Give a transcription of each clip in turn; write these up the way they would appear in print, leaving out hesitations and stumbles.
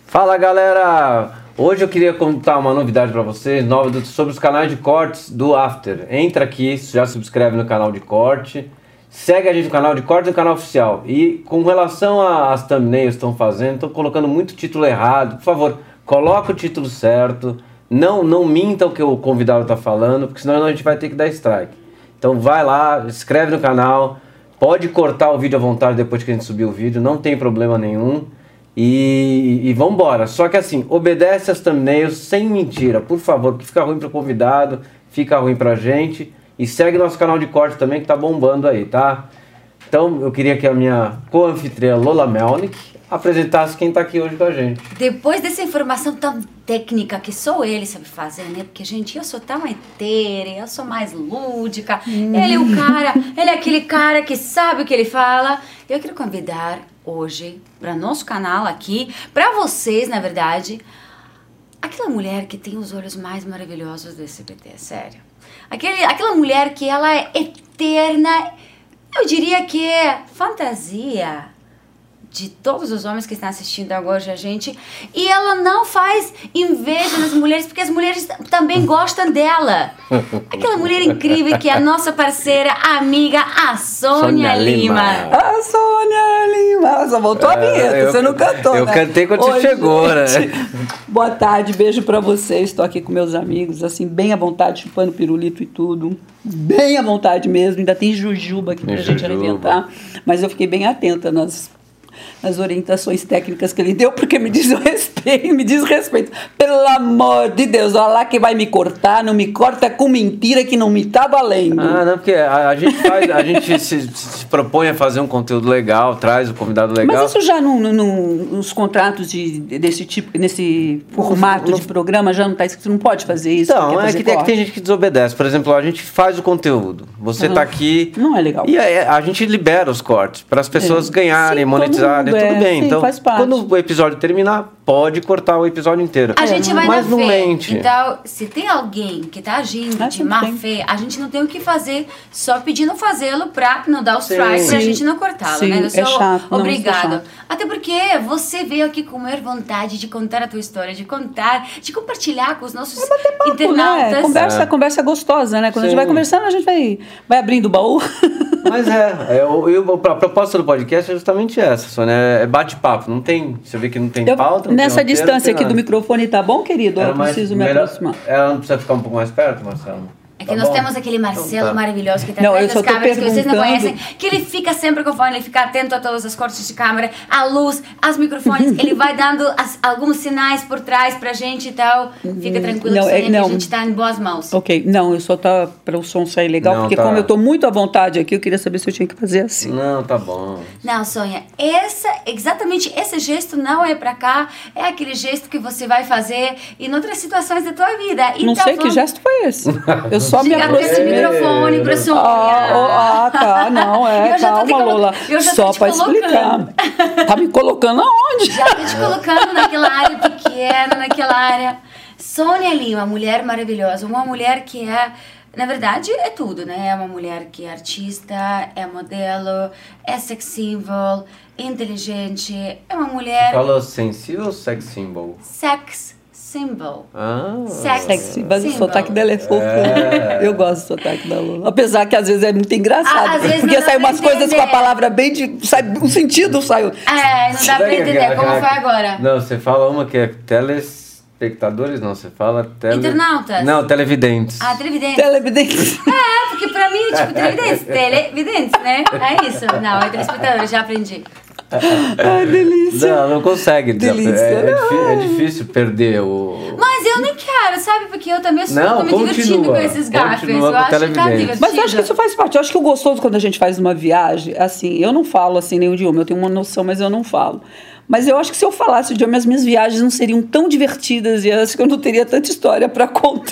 Fala galera! Hoje eu queria contar uma novidade para vocês, nova sobre os canais de cortes do After. Entra aqui, já se subscreve no canal de corte, segue a gente no canal de corte e no canal oficial. E com relação às thumbnails que estão fazendo, estão colocando muito título errado. Por favor, coloca o título certo, não minta o que o convidado está falando, porque senão a gente vai ter que dar strike. Então vai lá, inscreve no canal, pode cortar o vídeo à vontade depois que a gente subir o vídeo, não tem problema nenhum. E vambora, só que assim, obedece as thumbnails sem mentira, por favor, porque fica ruim para o convidado, fica ruim pra gente. E segue nosso canal de corte também que tá bombando aí, tá? Então eu queria que a minha co-anfitriã Lola Melnick apresentasse quem tá aqui hoje com a gente. Depois dessa informação tão técnica que só ele sabe fazer, né? Porque, gente, eu sou tão etérea, eu sou mais lúdica. Ele é o cara, ele é aquele cara que sabe o que ele fala. Eu quero convidar hoje para nosso canal aqui, para vocês, na verdade, aquela mulher que tem os olhos mais maravilhosos do SBT, sério. Aquela mulher que ela é eterna, eu diria que é fantasia de todos os homens que estão assistindo agora a gente, e ela não faz inveja nas mulheres, porque as mulheres também gostam dela. Aquela mulher incrível que é a nossa parceira, amiga, a Sônia Lima. A Sônia Lima, ela só voltou a vinheta, você não cantou, eu né? cantei quando você chegou, né? Boa tarde, beijo pra vocês, estou aqui com meus amigos, assim, bem à vontade, chupando pirulito e tudo, bem à vontade mesmo, ainda tem jujuba aqui pra gente arrebentar, mas eu fiquei bem atenta nas orientações técnicas que ele deu, porque me diz respeito. Pelo amor de Deus, olha lá que vai me cortar, não me corta com mentira que não me tá valendo. Ah, não, porque a gente se propõe a fazer um conteúdo legal, traz o convidado legal. Mas isso já nos contratos desse tipo, nesse formato de programa já não está escrito, não pode fazer isso. Então, é que tem gente que desobedece. Por exemplo, a gente faz o conteúdo, você tá aqui... Não é legal. E a gente libera os cortes para as pessoas ganharem, monetizarem, tudo bem. Sim, então, quando o episódio terminar, pode cortar o episódio inteiro. A gente vai mas na não fé. mente. Então, se tem alguém que tá agindo de má fé, a gente não tem o que fazer, só pedindo fazê-lo pra não dar o strike, pra gente não cortá-lo, né? É chato. Obrigado. Até porque você veio aqui com maior vontade de contar a tua história, de compartilhar com os nossos internautas. Né? Conversa gostosa, né? Quando a gente vai conversando, a gente vai abrindo o baú. Mas a proposta do podcast é justamente essa, Sônia, é bate-papo, não tem, você vê que não tem pauta. Nessa distância aqui do microfone tá bom, querido? Eu preciso me aproximar. Ela não precisa ficar um pouco mais perto, Marcelo? É que nós temos aquele Marcelo maravilhoso que tá atrás das câmeras, que vocês não conhecem, que ele fica sempre com o fone, ele fica atento a todas as cortes de câmera, a luz, aos microfones, ele vai dando alguns sinais por trás pra gente e tal. Fica tranquilo que a gente tá em boas mãos. Ok, eu só tá para o som sair legal, porque como eu tô muito à vontade aqui, eu queria saber se eu tinha que fazer assim. Não, tá bom. Não, Sônia, exatamente esse gesto não é pra cá, é aquele gesto que você vai fazer em outras situações da tua vida. Não sei que gesto foi esse. Eu só me aproximei. Esse microfone pra Sônia. Tá, não, calma, Lola. Só pra explicar. Tá me colocando aonde? Já tô te colocando naquela área pequena, naquela área. Sônia Lima, mulher maravilhosa, uma mulher que na verdade, é tudo, né? É uma mulher que é artista, é modelo, é sex symbol, inteligente, é uma mulher... Falou sensível ou sex symbol? Sex symbol. Sex symbol. O sotaque dela é fofo. Eu gosto do sotaque da Lola. Apesar que às vezes é muito engraçado. Porque sai umas coisas com a palavra bem o sentido sai. Não dá pra entender. Como foi agora? Não, você fala uma que é telespectadores, não, você fala internautas? Não, televidentes. Televidentes. Porque pra mim, televidentes, né? É isso. Não, é telespectadores, já aprendi. Ai, delícia. Não consegue. Delícia. É difícil perder o... Mas eu nem quero, sabe? Porque eu também estou me divertindo com esses gafes. Eu acho que tá divertido. Mas eu acho que isso faz parte. Eu acho que o gostoso quando a gente faz uma viagem, assim, eu não falo assim nenhum idioma, eu tenho uma noção, mas eu não falo. Mas eu acho que se eu falasse o idioma, as minhas viagens não seriam tão divertidas e acho que eu não teria tanta história para contar.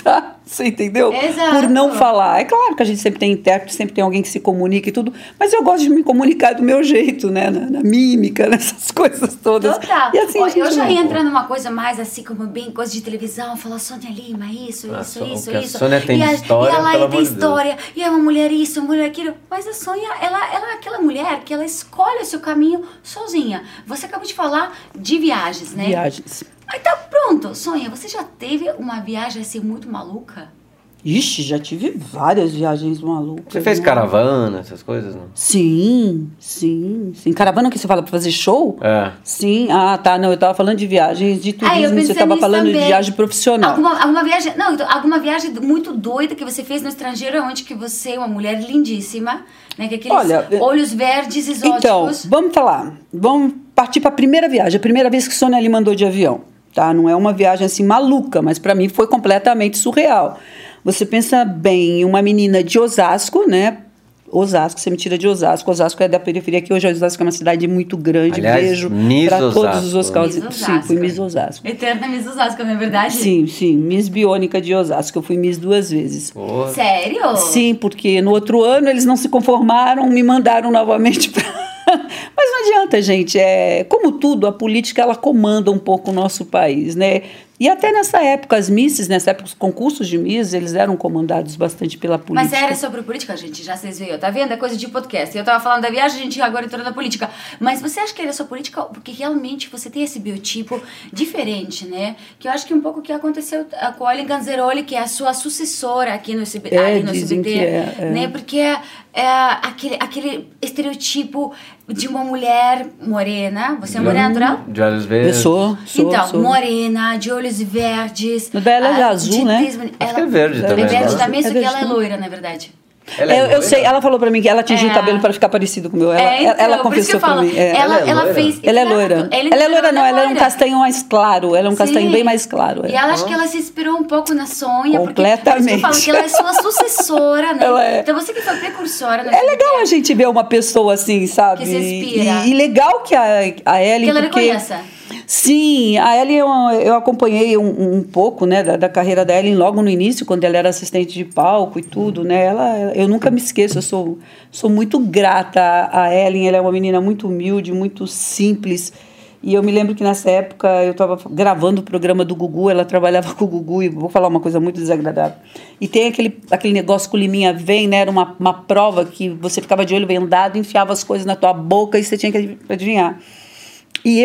Você entendeu? Exato. Por não falar. É claro que a gente sempre tem intérprete, sempre tem alguém que se comunica e tudo, mas eu gosto de me comunicar do meu jeito, né? Na mímica, nessas coisas todas. Total. E assim, Eu já ia entrar numa coisa mais assim, como bem coisa de televisão, falar Sônia Lima, isso. A Sônia tem história, e ela pelo tem amor de história, e é uma mulher isso, uma mulher aquilo. Mas a Sônia, ela é aquela mulher que ela escolhe o seu caminho sozinha. Você acabou de falar de viagens, né? Viagens. Aí tá pronto. Sônia, você já teve uma viagem assim muito maluca? Ixi, já tive várias viagens malucas. Você fez né? caravana, essas coisas, não? Sim. Caravana que você fala pra fazer show? É. Sim. Ah, tá. Não, eu tava falando de viagens de turismo. Você tava falando também. de viagem profissional. Alguma viagem... Não, então, alguma viagem muito doida que você fez no estrangeiro, onde que você é uma mulher lindíssima, né? Que aqueles olhos verdes exóticos. Então, vamos falar. Vamos partir pra primeira viagem. A primeira vez que Sônia Lima mandou de avião. Tá? Não é uma viagem assim maluca, mas pra mim foi completamente surreal. Você pensa bem em uma menina de Osasco, né? Osasco, você me tira de Osasco. Osasco é da periferia, que hoje Osasco é uma cidade muito grande. Aliás, Beijo para todos os Osasco. Sim, fui Miss Osasco. Eterna Miss Osasco, não é verdade? Sim, Miss Biônica de Osasco. Eu fui Miss 2 vezes. Porra. Sério? Sim, porque no outro ano eles não se conformaram, me mandaram novamente para... Mas não adianta, gente. Como tudo, a política ela comanda um pouco o nosso país, né? E até nessa época, as misses, nessa época, os concursos de miss, eles eram comandados bastante pela política. Mas era sobre política, gente, já vocês viram, tá vendo? É coisa de podcast. Eu tava falando da viagem, a gente agora entrou na política. Mas você acha que era só política? Porque realmente você tem esse biotipo diferente, né? Que eu acho que um pouco o que aconteceu com a Ellen Ganzeroli, que é a sua sucessora aqui no SBT, né? Porque aquele estereotipo de uma mulher morena. Você é morena natural? De olhos verdes. Eu sou. Então, morena, de olhos verdes. Mas ela é azul, né? Acho que é verde também. É verde também, só que verde ela é loira, na verdade. Eu sei, ela falou pra mim que ela tingiu o cabelo para ficar parecido com o meu. Ela confessou pra mim. Ela fez. Ela é loira. Ela é loira, não, ela é um castanho mais claro. Ela é um castanho bem mais claro. E ela acho que ela se inspirou um pouco na Sônia. Completamente. Porque eu falo que ela é sua sucessora, né? Ela é. Então você que foi precursora. É legal a gente ver uma pessoa assim, sabe? Que se inspira. E legal que a Ellen. Que ela reconheça. Sim, a Ellen eu acompanhei um pouco, né, da carreira da Ellen logo no início, quando ela era assistente de palco e tudo, né, eu nunca me esqueço, eu sou muito grata a Ellen, ela é uma menina muito humilde, muito simples, e eu me lembro que nessa época eu estava gravando o programa do Gugu, ela trabalhava com o Gugu, e vou falar uma coisa muito desagradável, e tem aquele negócio que o Liminha vem, né, era uma prova que você ficava de olho vendado, enfiava as coisas na tua boca e você tinha que adivinhar. E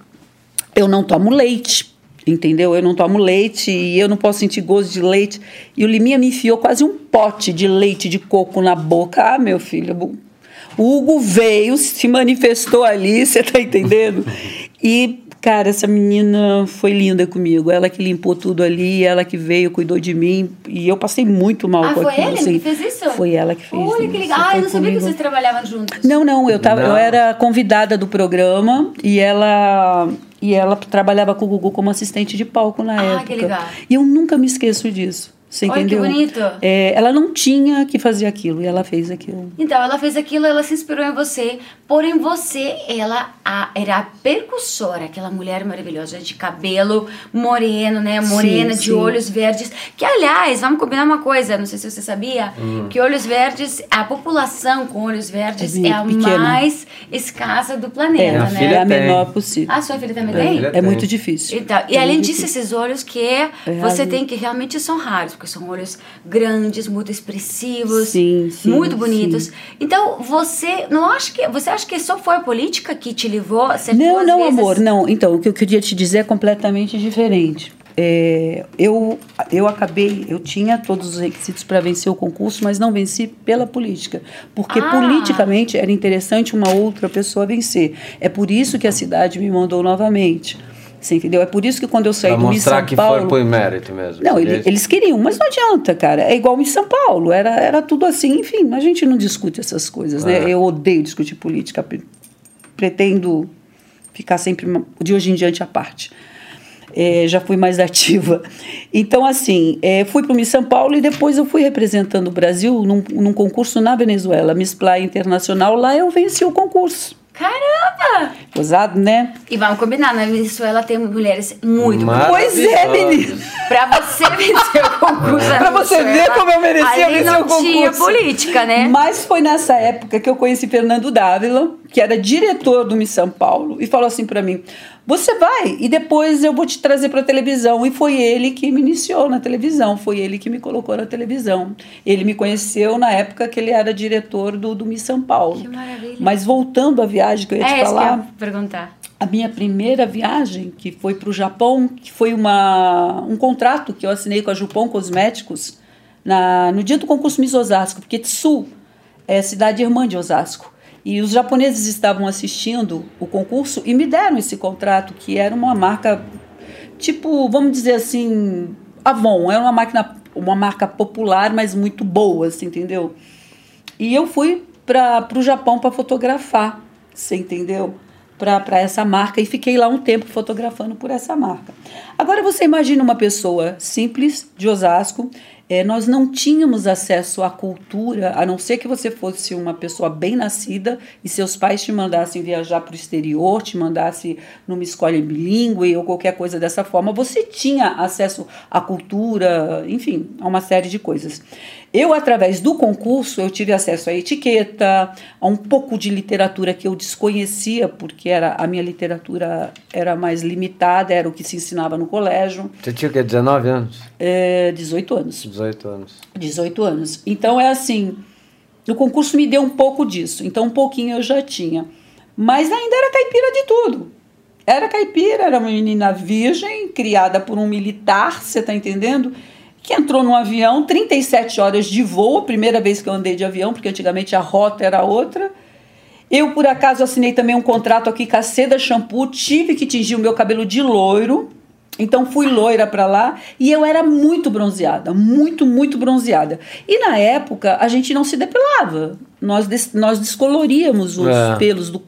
eu não tomo leite, entendeu? Eu não tomo leite e eu não posso sentir gosto de leite. E o Liminha me enfiou quase um pote de leite de coco na boca. Ah, meu filho, o Hugo veio, se manifestou ali, você tá entendendo? E, cara, essa menina foi linda comigo. Ela que limpou tudo ali, ela que veio, cuidou de mim. E eu passei muito mal com aquilo. Foi ele assim. que fez isso? Foi ela que fez isso. Olha que legal. Eu não sabia que vocês trabalhavam juntos. Não, eu era convidada do programa e ela trabalhava com o Gugu como assistente de palco na época. Ah, que legal. E eu nunca me esqueço disso. Você entendeu? Olha que bonito. Ela não tinha que fazer aquilo e ela fez aquilo. Então, ela fez aquilo, ela se inspirou em você. Porém, você, ela era a percussora, aquela mulher maravilhosa, de cabelo moreno, né? Morena, de olhos verdes. Que, aliás, vamos combinar uma coisa, não sei se você sabia, que olhos verdes, a população com olhos verdes é a mais escassa do planeta, né? É a menor possível. Ah, sua filha também tem? É muito difícil. Então, e além disso, esses olhos que você tem que realmente são raros, porque são olhos grandes, muito expressivos, muito bonitos. Então, você acha que só foi a política que te levou a ser Não, vezes? amor, não. Então, o que eu queria te dizer é completamente diferente. Eu tinha todos os requisitos para vencer o concurso, mas não venci pela política, porque politicamente era interessante uma outra pessoa vencer. É por isso que a cidade me mandou novamente. Você entendeu? É por isso que quando eu saí do Miss São Paulo... Pra mostrar que foi por mérito mesmo. Não, eles queriam, mas não adianta, cara. É igual em São Paulo, era tudo assim. Enfim, a gente não discute essas coisas, né? Eu odeio discutir política. Pretendo ficar sempre, de hoje em diante, à parte. Já fui mais ativa. Então, assim, fui para o Miss São Paulo e depois eu fui representando o Brasil num concurso na Venezuela, Miss Playa Internacional. Lá eu venci o concurso. Caramba! Ousado, né? E vamos combinar, na Venezuela tem mulheres muito bonitas. Pois é, menino. Pra você vencer o concurso Pra você ver como eu merecia ali vencer o concurso. não tinha política, né? Mas foi nessa época que eu conheci Fernando Dávila, que era diretor do Miss São Paulo, e falou assim pra mim: você vai e depois eu vou te trazer pra televisão. E foi ele que me iniciou na televisão, foi ele que me colocou na televisão. Ele me conheceu na época que ele era diretor do Miss São Paulo. Que maravilha. Mas voltando à viagem que eu ia te falar... É isso que eu ia perguntar. A minha primeira viagem, que foi para o Japão, que foi um contrato que eu assinei com a Jupon Cosméticos no dia do concurso Miss Osasco, porque Tsu é cidade irmã de Osasco. E os japoneses estavam assistindo o concurso e me deram esse contrato, que era uma marca, tipo, vamos dizer assim, Avon. Era uma marca popular, mas muito boa, assim, entendeu? E eu fui para o Japão para fotografar, você entendeu? Para essa marca, e fiquei lá um tempo fotografando por essa marca. Agora você imagina uma pessoa simples de Osasco. Nós não tínhamos acesso à cultura, a não ser que você fosse uma pessoa bem nascida e seus pais te mandassem viajar para o exterior, te mandassem numa escola bilíngue ou qualquer coisa dessa forma. Você tinha acesso à cultura, enfim, a uma série de coisas. Eu, através do concurso, eu tive acesso à etiqueta, a um pouco de literatura que eu desconhecia, porque a minha literatura era mais limitada, era o que se ensinava no colégio. Você tinha o quê, 19 anos? 18 anos. 18 anos. 18 anos. Então, é assim, o concurso me deu um pouco disso, então um pouquinho eu já tinha. Mas ainda era caipira de tudo. Era caipira, era uma menina virgem, criada por um militar, você tá entendendo? Que entrou num avião, 37 horas de voo, a primeira vez que eu andei de avião, porque antigamente a rota era outra. Eu, por acaso, assinei também um contrato aqui com a Seda Shampoo, tive que tingir o meu cabelo de loiro, então fui loira para lá, e eu era muito bronzeada, muito, muito bronzeada. E na época, a gente não se depilava, nós descoloríamos os pelos do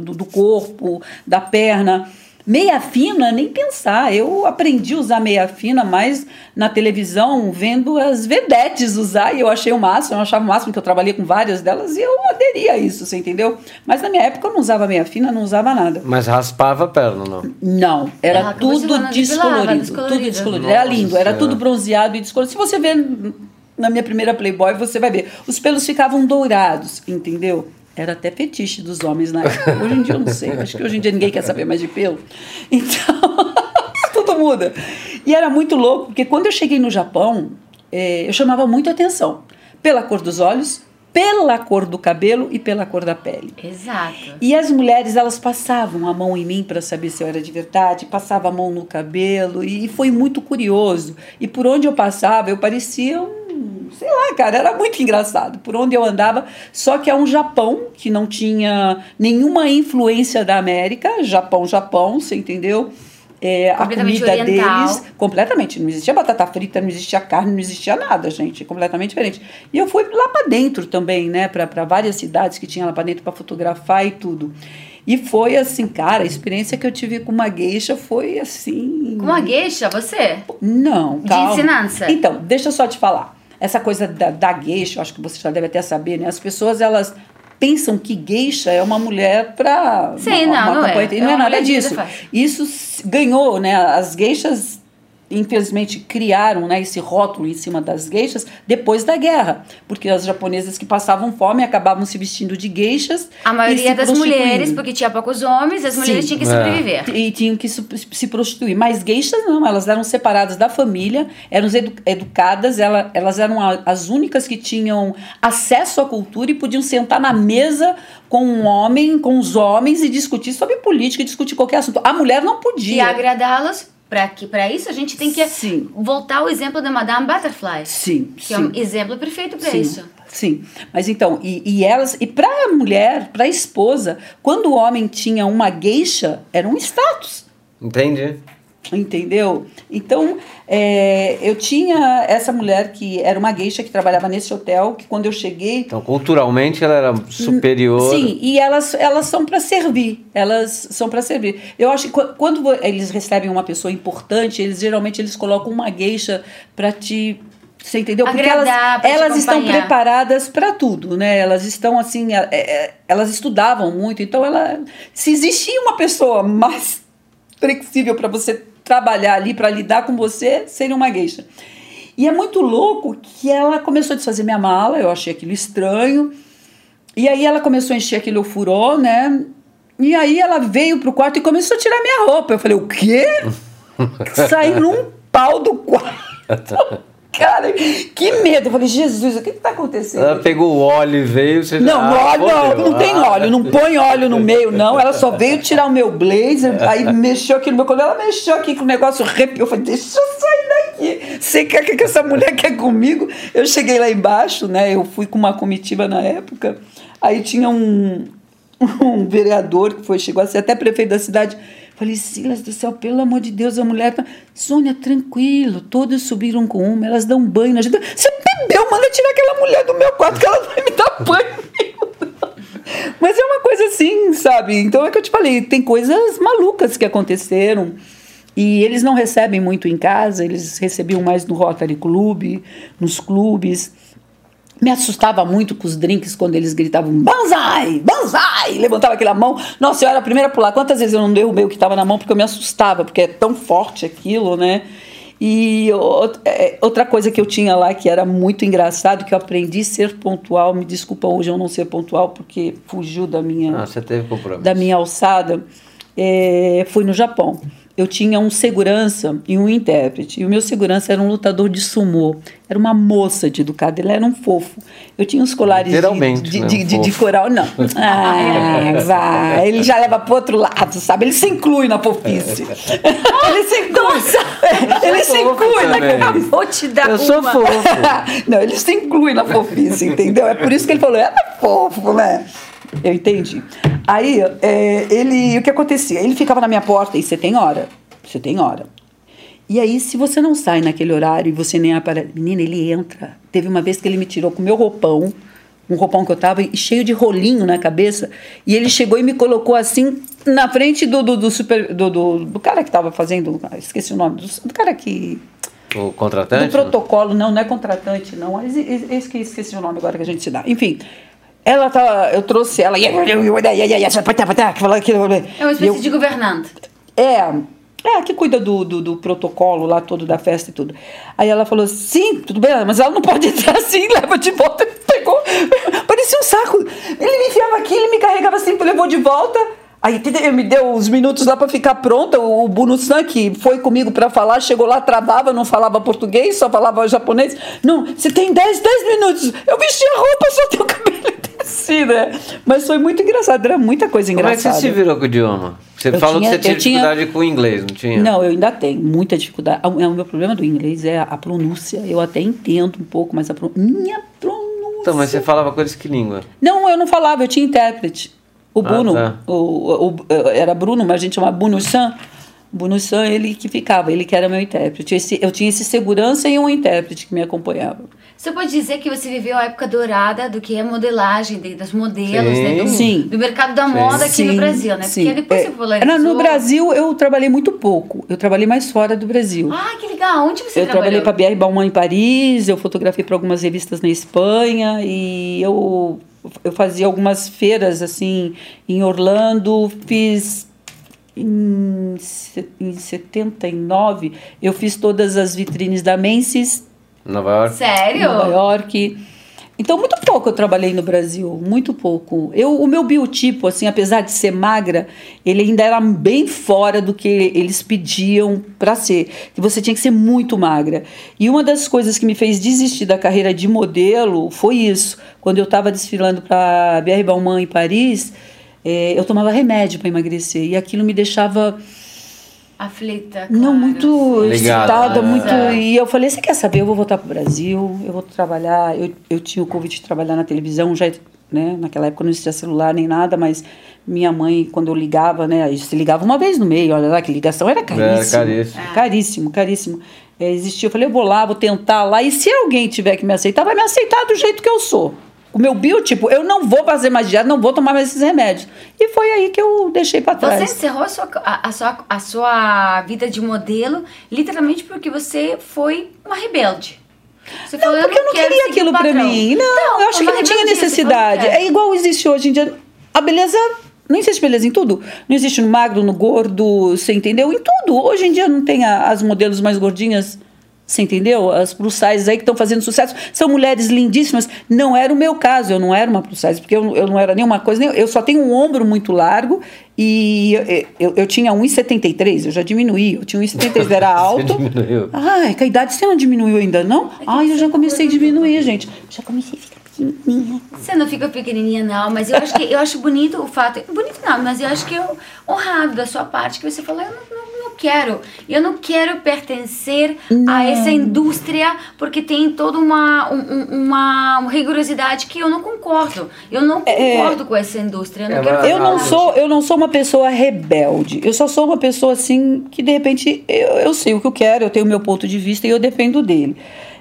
corpo, da perna. Meia fina, nem pensar. Eu aprendi a usar meia fina mais na televisão, vendo as vedetes usar, e eu achei o máximo, eu achava o máximo, que eu trabalhei com várias delas e eu aderia a isso, você entendeu? Mas na minha época eu não usava meia fina, não usava nada. Mas raspava a perna, não? Não, era tudo descolorido. Tudo descolorido. Era lindo, era tudo bronzeado e descolorido. Se você ver na minha primeira Playboy, você vai ver. Os pelos ficavam dourados, entendeu? Era até fetiche dos homens na época. Hoje em dia eu não sei. Acho que hoje em dia ninguém quer saber mais de pelo. Então, tudo muda. E era muito louco, porque quando eu cheguei no Japão, eu chamava muito atenção. Pela cor dos olhos, pela cor do cabelo e pela cor da pele. Exato. E as mulheres, elas passavam a mão em mim para saber se eu era de verdade, passavam a mão no cabelo, e foi muito curioso. E por onde eu passava, eu parecia sei lá, cara, era muito engraçado. Por onde eu andava, só que é um Japão que não tinha nenhuma influência da América. Japão, você entendeu? A comida oriental. deles, completamente. Não existia batata frita, não existia carne, não existia nada, gente. Completamente diferente. E eu fui lá para dentro também, né? Para várias cidades que tinha lá para dentro para fotografar e tudo. E foi assim, cara, a experiência que eu tive com uma geisha foi assim... Com uma geisha, você? Não, calma. De ensinança? Então, deixa eu só te falar. Essa coisa da geisha, eu acho que você já deve até saber, né? As pessoas, elas pensam que geisha é uma mulher para... Sim, não é. E não é nada disso. Isso ganhou, né? As geishas, infelizmente, criaram, né, esse rótulo em cima das geishas depois da guerra. Porque as japonesas que passavam fome acabavam se vestindo de geishas. A maioria das mulheres, porque tinha poucos homens, as mulheres tinham que sobreviver. E tinham que se prostituir. Mas geishas não, elas eram separadas da família, eram educadas, elas eram as únicas que tinham acesso à cultura e podiam sentar na mesa com os homens e discutir sobre política, discutir qualquer assunto. A mulher não podia. E agradá-las. Para isso, a gente tem que voltar ao exemplo da Madame Butterfly. Sim, que é um exemplo perfeito para isso. Sim, mas então, e para a mulher, para a esposa, quando o homem tinha uma geisha, era um status. Entendi. Entendeu? Então, eu tinha essa mulher que era uma geisha que trabalhava nesse hotel, que quando eu cheguei... Então, culturalmente, ela era superior... Sim, e elas são para servir. Elas são para servir. Eu acho que quando eles recebem uma pessoa importante, geralmente eles colocam uma geisha para te Você entendeu? Porque Agradar, elas estão acompanhar. preparadas para tudo, né? Elas estão assim, elas estudavam muito, então se existia uma pessoa mais flexível para você trabalhar ali, para lidar com você, seria uma geisha. E é muito louco que ela começou a desfazer minha mala, eu achei aquilo estranho, e aí ela começou a encher aquele ofurô, né? E aí ela veio pro quarto e começou a tirar minha roupa. Eu falei, o quê? Saí num pau do quarto. Cara, que medo. Eu falei, Jesus, o que tá acontecendo? Ela pegou o óleo e veio... Você Não, não tem óleo, não põe óleo no meio, não. Ela só veio tirar o meu blazer, aí mexeu aqui no meu cabelo, ela mexeu aqui com o negócio, arrepiou. Eu falei, deixa eu sair daqui. Você quer que essa mulher quer comigo? Eu cheguei lá embaixo, né? Eu fui com uma comitiva na época, aí tinha um vereador que chegou a ser até prefeito da cidade. Falei, Silas do céu, pelo amor de Deus, a mulher... Sônia, tranquilo, todas subiram com uma, elas dão banho na gente. Você bebeu, manda tirar aquela mulher do meu quarto que ela vai me dar banho. Mas é uma coisa assim, sabe? Então é que eu te falei, tem coisas malucas que aconteceram. E eles não recebem muito em casa, eles recebiam mais no Rotary Club, nos clubes. Me assustava muito com os drinks quando eles gritavam Banzai, Banzai, levantava aquela mão. Nossa, eu era a primeira a pular. Quantas vezes eu não derrubei o que estava na mão porque eu me assustava, porque é tão forte aquilo, né? E outra coisa que eu tinha lá que era muito engraçado, que eu aprendi a ser pontual, me desculpa hoje eu não ser pontual porque fugiu da minha, você teve compromisso. Da minha alçada, foi no Japão. Eu tinha um segurança e um intérprete. E o meu segurança era um lutador de sumô. Era uma moça de educada, ele era um fofo. Eu tinha uns colares de coral. Não. Vai. Ele já leva pro outro lado, sabe? Ele se inclui na fofice. Ele se inclui. Ele se inclui na fofice. Vou te dar Eu sou fofo. Não, ele se inclui na fofice, entendeu? É por isso que ele falou, é fofo, né? Eu entendi. Aí, o que acontecia? Ele ficava na minha porta e você tem hora. E aí, se você não sai naquele horário e você nem aparece... Menina, ele entra. Teve uma vez que ele me tirou com o meu roupão, um roupão que eu tava, e cheio de rolinho na cabeça, e ele chegou e me colocou assim, na frente do cara que tava fazendo... Esqueci o nome. Do cara que... O contratante? Do protocolo. Não é contratante, não. Esqueci o nome agora que a gente se dá. Enfim... eu trouxe ela. É uma espécie de governante. Que cuida do protocolo lá todo, da festa e tudo. Aí ela falou, sim, tudo bem, mas ela não pode entrar assim, leva de volta. Pegou, parecia um saco. Ele me enfiava aqui, ele me carregava assim, levou de volta. Aí ele me deu uns minutos lá para ficar pronta. O Bunu-san, que foi comigo para falar, chegou lá, travava, não falava português, só falava japonês. Não, você tem 10 minutos. Eu vesti a roupa, só tenho o cabelo assim, né? Mas foi muito engraçado, era muita coisa engraçada. Como é que você se virou com o idioma? Você falou que você tinha dificuldade com o inglês, não tinha? Não, eu ainda tenho muita dificuldade. O meu problema do inglês é a pronúncia. Eu até entendo um pouco, mas minha pronúncia... Então, mas você falava com eles que língua? Não, eu não falava, eu tinha intérprete. O Bruno, tá. Era Bruno, mas a gente chamava Bunu-san. Bunu-san, ele que ficava, ele que era meu intérprete. Eu tinha esse segurança e um intérprete que me acompanhava. Você pode dizer que você viveu a época dourada do que é modelagem, das modelos, sim. Né, do mercado da moda aqui no Brasil, né? Sim. Porque depois você polarizou... No Brasil, eu trabalhei muito pouco. Eu trabalhei mais fora do Brasil. Ah, que legal. Onde você trabalhou? Eu trabalhei para BR Bauman em Paris, eu fotografei para algumas revistas na Espanha e eu fazia algumas feiras, assim, em Orlando, fiz... Em 79, eu fiz todas as vitrines da Macy's. Nova York? Sério? Nova York. Então, muito pouco eu trabalhei no Brasil, muito pouco. O meu biotipo, assim, apesar de ser magra, ele ainda era bem fora do que eles pediam para ser. Que você tinha que ser muito magra. E uma das coisas que me fez desistir da carreira de modelo foi isso. Quando eu estava desfilando para BR Bauman em Paris, eu tomava remédio para emagrecer. E aquilo me deixava... aflita, claro. Não, muito excitada, muito... É. E eu falei, você quer saber, eu vou voltar pro Brasil, eu vou trabalhar, eu tinha o convite de trabalhar na televisão, já, né, naquela época não existia celular nem nada, mas minha mãe, quando eu ligava, né, a gente se ligava uma vez no meio, olha lá, que ligação era caríssimo. Caríssimo. Existia, eu falei, eu vou lá, vou tentar lá, e se alguém tiver que me aceitar, vai me aceitar do jeito que eu sou. O meu biotipo, eu não vou fazer mais dieta, não vou tomar mais esses remédios. E foi aí que eu deixei para trás. Você encerrou a sua vida de modelo literalmente porque você foi uma rebelde. Você falou, Não, porque eu não quero queria seguir aquilo o pra padrão. mim. Não, Então, eu acho que uma não tinha rebeldia, você necessidade. falou que É igual existe hoje em dia. A beleza... Não existe beleza em tudo. Não existe no magro, no gordo, você entendeu? Em tudo. Hoje em dia não tem as modelos mais gordinhas, você entendeu? As plus size aí que estão fazendo sucesso. São mulheres lindíssimas. Não era o meu caso. Eu não era uma plus size, porque eu não era nenhuma coisa. Eu só tenho um ombro muito largo e eu tinha 1,73. Eu já diminuí. Eu tinha 1,73, era alto. Você diminuiu. Ai, com a idade você não diminuiu ainda, não? Ai, eu já comecei a diminuir, gente. Já comecei a ficar pequenininha. Você não fica pequenininha, não, mas eu acho bonito o fato... Bonito não, mas eu acho que é honrado da sua parte que você falou, eu não quero pertencer a essa indústria porque tem toda uma rigorosidade que eu não concordo. Eu não concordo com essa indústria. Eu não sou uma pessoa rebelde. Eu só sou uma pessoa assim que de repente eu sei o que eu quero, eu tenho o meu ponto de vista e eu defendo dele.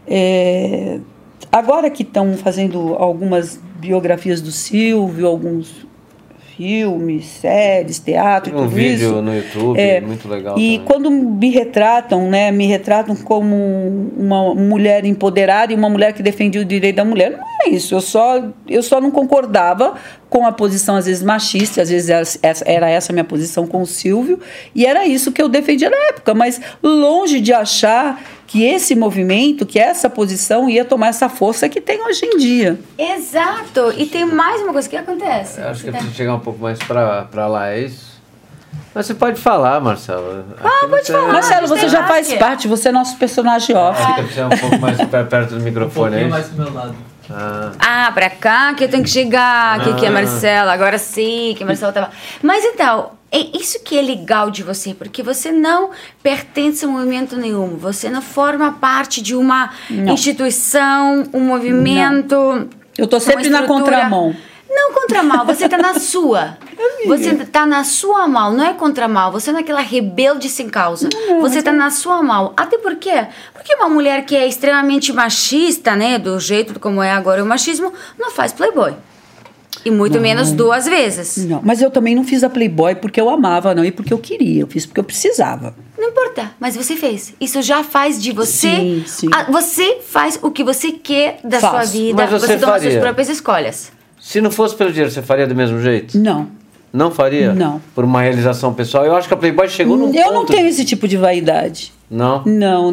Agora que estão fazendo algumas biografias do Silvio, alguns filmes, séries, teatro, tudo isso. Vídeo no YouTube, muito legal. E também. quando me retratam como uma mulher empoderada e uma mulher que defendia o direito da mulher. Não é isso, eu só não concordava com a posição, às vezes, machista, às vezes era essa a minha posição com o Silvio, e era isso que eu defendia na época, mas longe de achar que esse movimento, que essa posição ia tomar essa força que tem hoje em dia. Exato, e tem mais uma coisa que acontece. Eu acho que eu preciso chegar um pouco mais pra lá, é isso? Mas você pode falar, Marcela. Pode falar. Marcelo, você já faz parte, você é nosso personagem off. Fica precisando um pouco mais perto do microfone, é isso? mais pro meu lado. Pra cá que eu tenho que chegar, que é a Marcela, agora sim, que a Marcela tava... Mas então, é isso que é legal de você, porque você não pertence a movimento nenhum, você não forma parte de uma instituição, um movimento... Não. Eu tô sempre na contramão. Não contramão, você tá na sua. Você tá na sua mão, não é contramão. Você não é aquela rebelde sem causa. Você tá na sua mão. Até por quê? Porque uma mulher que é extremamente machista, né, do jeito como é agora o machismo, não faz Playboy. E muito menos 2 vezes. Não, mas eu também não fiz a Playboy porque eu amava, não, e porque eu queria. Eu fiz porque eu precisava. Não importa, mas você fez. Isso já faz de você... Sim. Você faz o que você quer da sua vida. Mas você toma faria. suas próprias escolhas. Se não fosse pelo dinheiro, você faria do mesmo jeito? Não. Não faria? Não. Por uma realização pessoal? Eu acho que a Playboy chegou num ponto... Eu não tenho esse tipo de vaidade. Não? Não.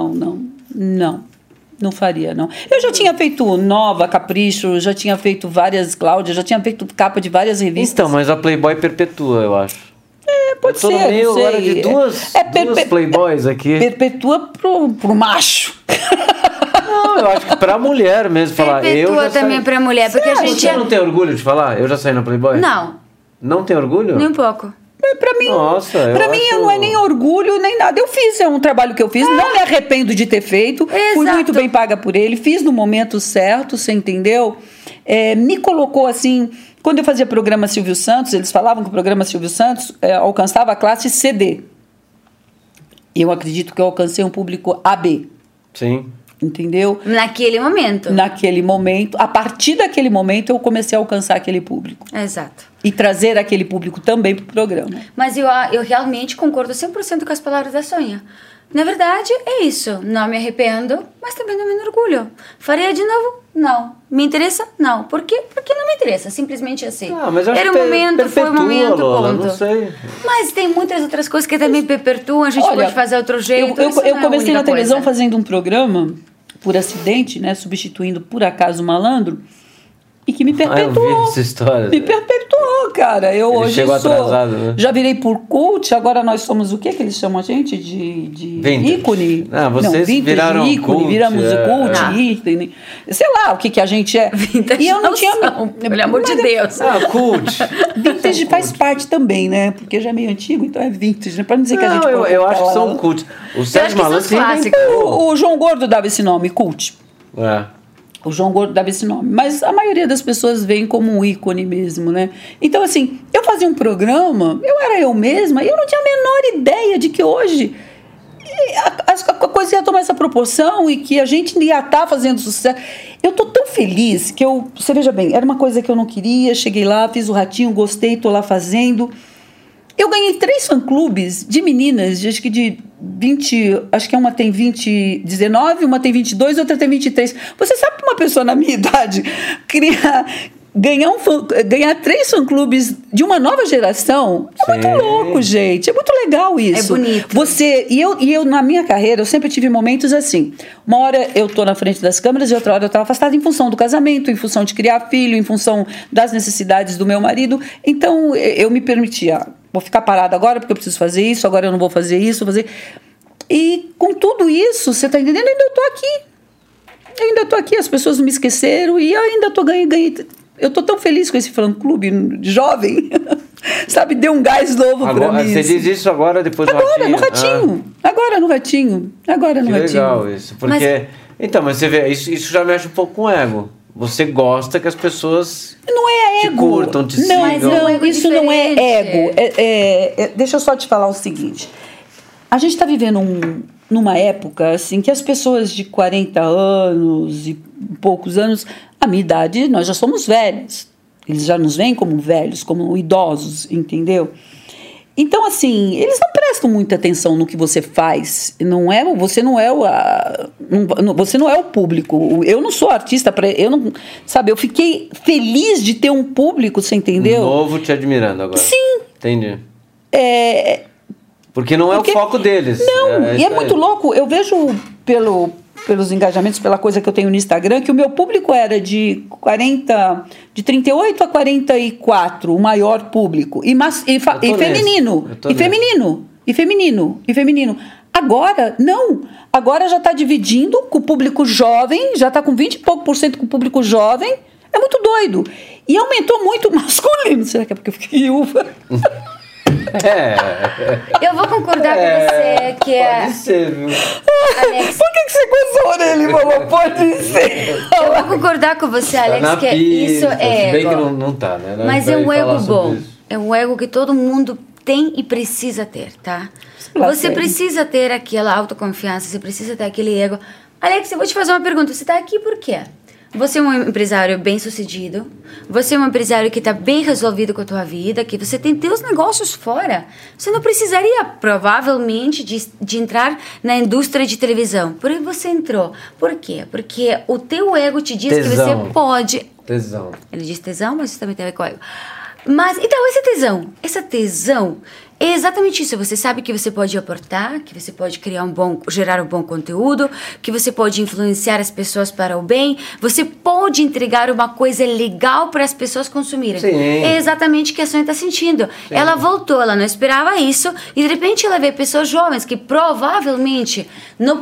Não faria, não. Eu já tinha feito Nova, Capricho, já tinha feito várias Cláudia, já tinha feito capa de várias revistas. Então, mas a Playboy perpetua, eu acho. Pode ser, Eu tô no meio não sei. agora de duas Playboys aqui. Perpetua pro macho. Não, eu acho que pra mulher mesmo falar. Eu Perpetua já também saí... pra mulher, porque a gente... Você não tem orgulho de falar? Eu já saí na Playboy? Não, Não tem orgulho? nem um pouco. Pra mim, Nossa, pra mim não é nem orgulho, nem nada. Eu fiz, é um trabalho que eu fiz, não me arrependo de ter feito. Fui Exato. muito bem paga por ele, fiz no momento certo, você entendeu? Me colocou assim... Quando eu fazia programa Silvio Santos, eles falavam que o programa Silvio Santos alcançava a classe CD. Eu acredito que eu alcancei um público AB. Sim. Entendeu? Naquele momento. Naquele momento, a partir daquele momento, eu comecei a alcançar aquele público. Exato. E trazer aquele público também para o programa. Mas eu realmente concordo 100% com as palavras da Sônia. Na verdade, é isso. Não me arrependo, mas também não me orgulho. Faria de novo? Não. Me interessa? Não. Por quê? Porque não me interessa. Simplesmente assim. Mas eu acho Era um que momento, foi um momento, Lola, ponto. não sei. Mas tem muitas outras coisas que também perpetuam. A gente Olha, pode fazer outro jeito. Eu isso não é a comecei única na televisão coisa. fazendo um programa, por acidente, né, substituindo por acaso o Malandro, e que me eu vi perpetuou. essa história. Me perpetuou, cara. Eu Ele hoje chegou sou... atrasado, né? Já virei por cult, agora nós somos o que eles chamam a gente? De Vintage. ícone. Vocês vintage, viraram ícone, cult, viramos cult, ícone. Sei lá o que a gente é. Vintage E eu não tinha... são, pelo amor de Deus. Cult. Vintage faz parte também, né? Porque já é meio antigo, então é vintage, né? Pra não dizer que a gente... Eu acho que são cult. O Sérgio acho que são Malandro os clássicos. O João Gordo dava esse nome, cult. O João Gordo dava esse nome. Mas a maioria das pessoas veem como um ícone mesmo, né? Então, assim, eu fazia um programa, eu era eu mesma, e eu não tinha a menor ideia de que hoje a coisa ia tomar essa proporção e que a gente ia estar fazendo sucesso. Eu tô tão feliz que você veja bem, era uma coisa que eu não queria, cheguei lá, fiz o Ratinho, gostei, tô lá fazendo. Eu ganhei 3 fã-clubes de meninas, acho que de acho que uma tem 19, uma tem 22, outra tem 23. Você sabe que uma pessoa na minha idade ganhar 3 fã-clubes de uma nova geração é muito louco, gente. É muito legal isso. É bonito. Eu, na minha carreira, eu sempre tive momentos assim. Uma hora eu tô na frente das câmeras e outra hora eu estava afastada em função do casamento, em função de criar filho, em função das necessidades do meu marido. Então, eu me permitia, vou ficar parada agora porque eu preciso fazer isso, agora eu não vou fazer isso, E com tudo isso, você tá entendendo? Eu ainda tô aqui, as pessoas não me esqueceram e eu ainda tô ganhando. Eu tô tão feliz com esse fã-clube jovem, sabe? Deu um gás novo para mim. Você diz isso agora, depois do Ratinho? Agora no Ratinho. Que legal isso, porque... Então, mas você vê, isso já mexe um pouco com o ego. Você gosta que as pessoas não é ego. Te curtam, te sigam. Não, isso não é ego. Deixa eu só te falar o seguinte. A gente está vivendo numa época assim, que as pessoas de 40 anos e poucos anos, a minha idade, nós já somos velhos. Eles já nos veem como velhos, como idosos, entendeu? Então, assim, eles não prestam muita atenção no que você faz. Você não é o público. Eu não sou artista eu fiquei feliz de ter um público, você entendeu? Novo te admirando agora. Sim. Entendi. Porque não é o foco deles. Não, e é muito louco. Eu vejo pelos engajamentos, pela coisa que eu tenho no Instagram, que o meu público era de 38 a 44, o maior público. E feminino. Agora, não. Agora já está dividindo com o público jovem, já está com 20 e pouco por cento com o público jovem. É muito doido. E aumentou muito o masculino. Será que é porque eu fiquei viúva? Eu vou concordar com você que Pode ser, viu? Alex, por que você coçou nele, mamãe? Pode ser. Eu vou concordar com você, Alex, tá que isso é ego. Se bem que ego. não tá, né? Mas é um ego bom. É um ego que todo mundo tem e precisa ter, tá? Você precisa ter aquela autoconfiança, você precisa ter aquele ego. Alex, eu vou te fazer uma pergunta. Você tá aqui por quê? Você é um empresário bem-sucedido, você é um empresário que está bem resolvido com a tua vida, que você tem teus negócios fora. Você não precisaria, provavelmente, de entrar na indústria de televisão. Por que você entrou? Por quê? Porque o teu ego te diz que você pode... Tesão. Ele diz tesão, mas isso também tem a ver com ego. Mas, então, essa tesão é exatamente isso. Você sabe que você pode aportar, que você pode gerar um bom conteúdo, que você pode influenciar as pessoas para o bem, você pode entregar uma coisa legal para as pessoas consumirem. Sim. É exatamente o que a Sônia está sentindo. Sim. Ela voltou, ela não esperava isso, e de repente ela vê pessoas jovens que provavelmente não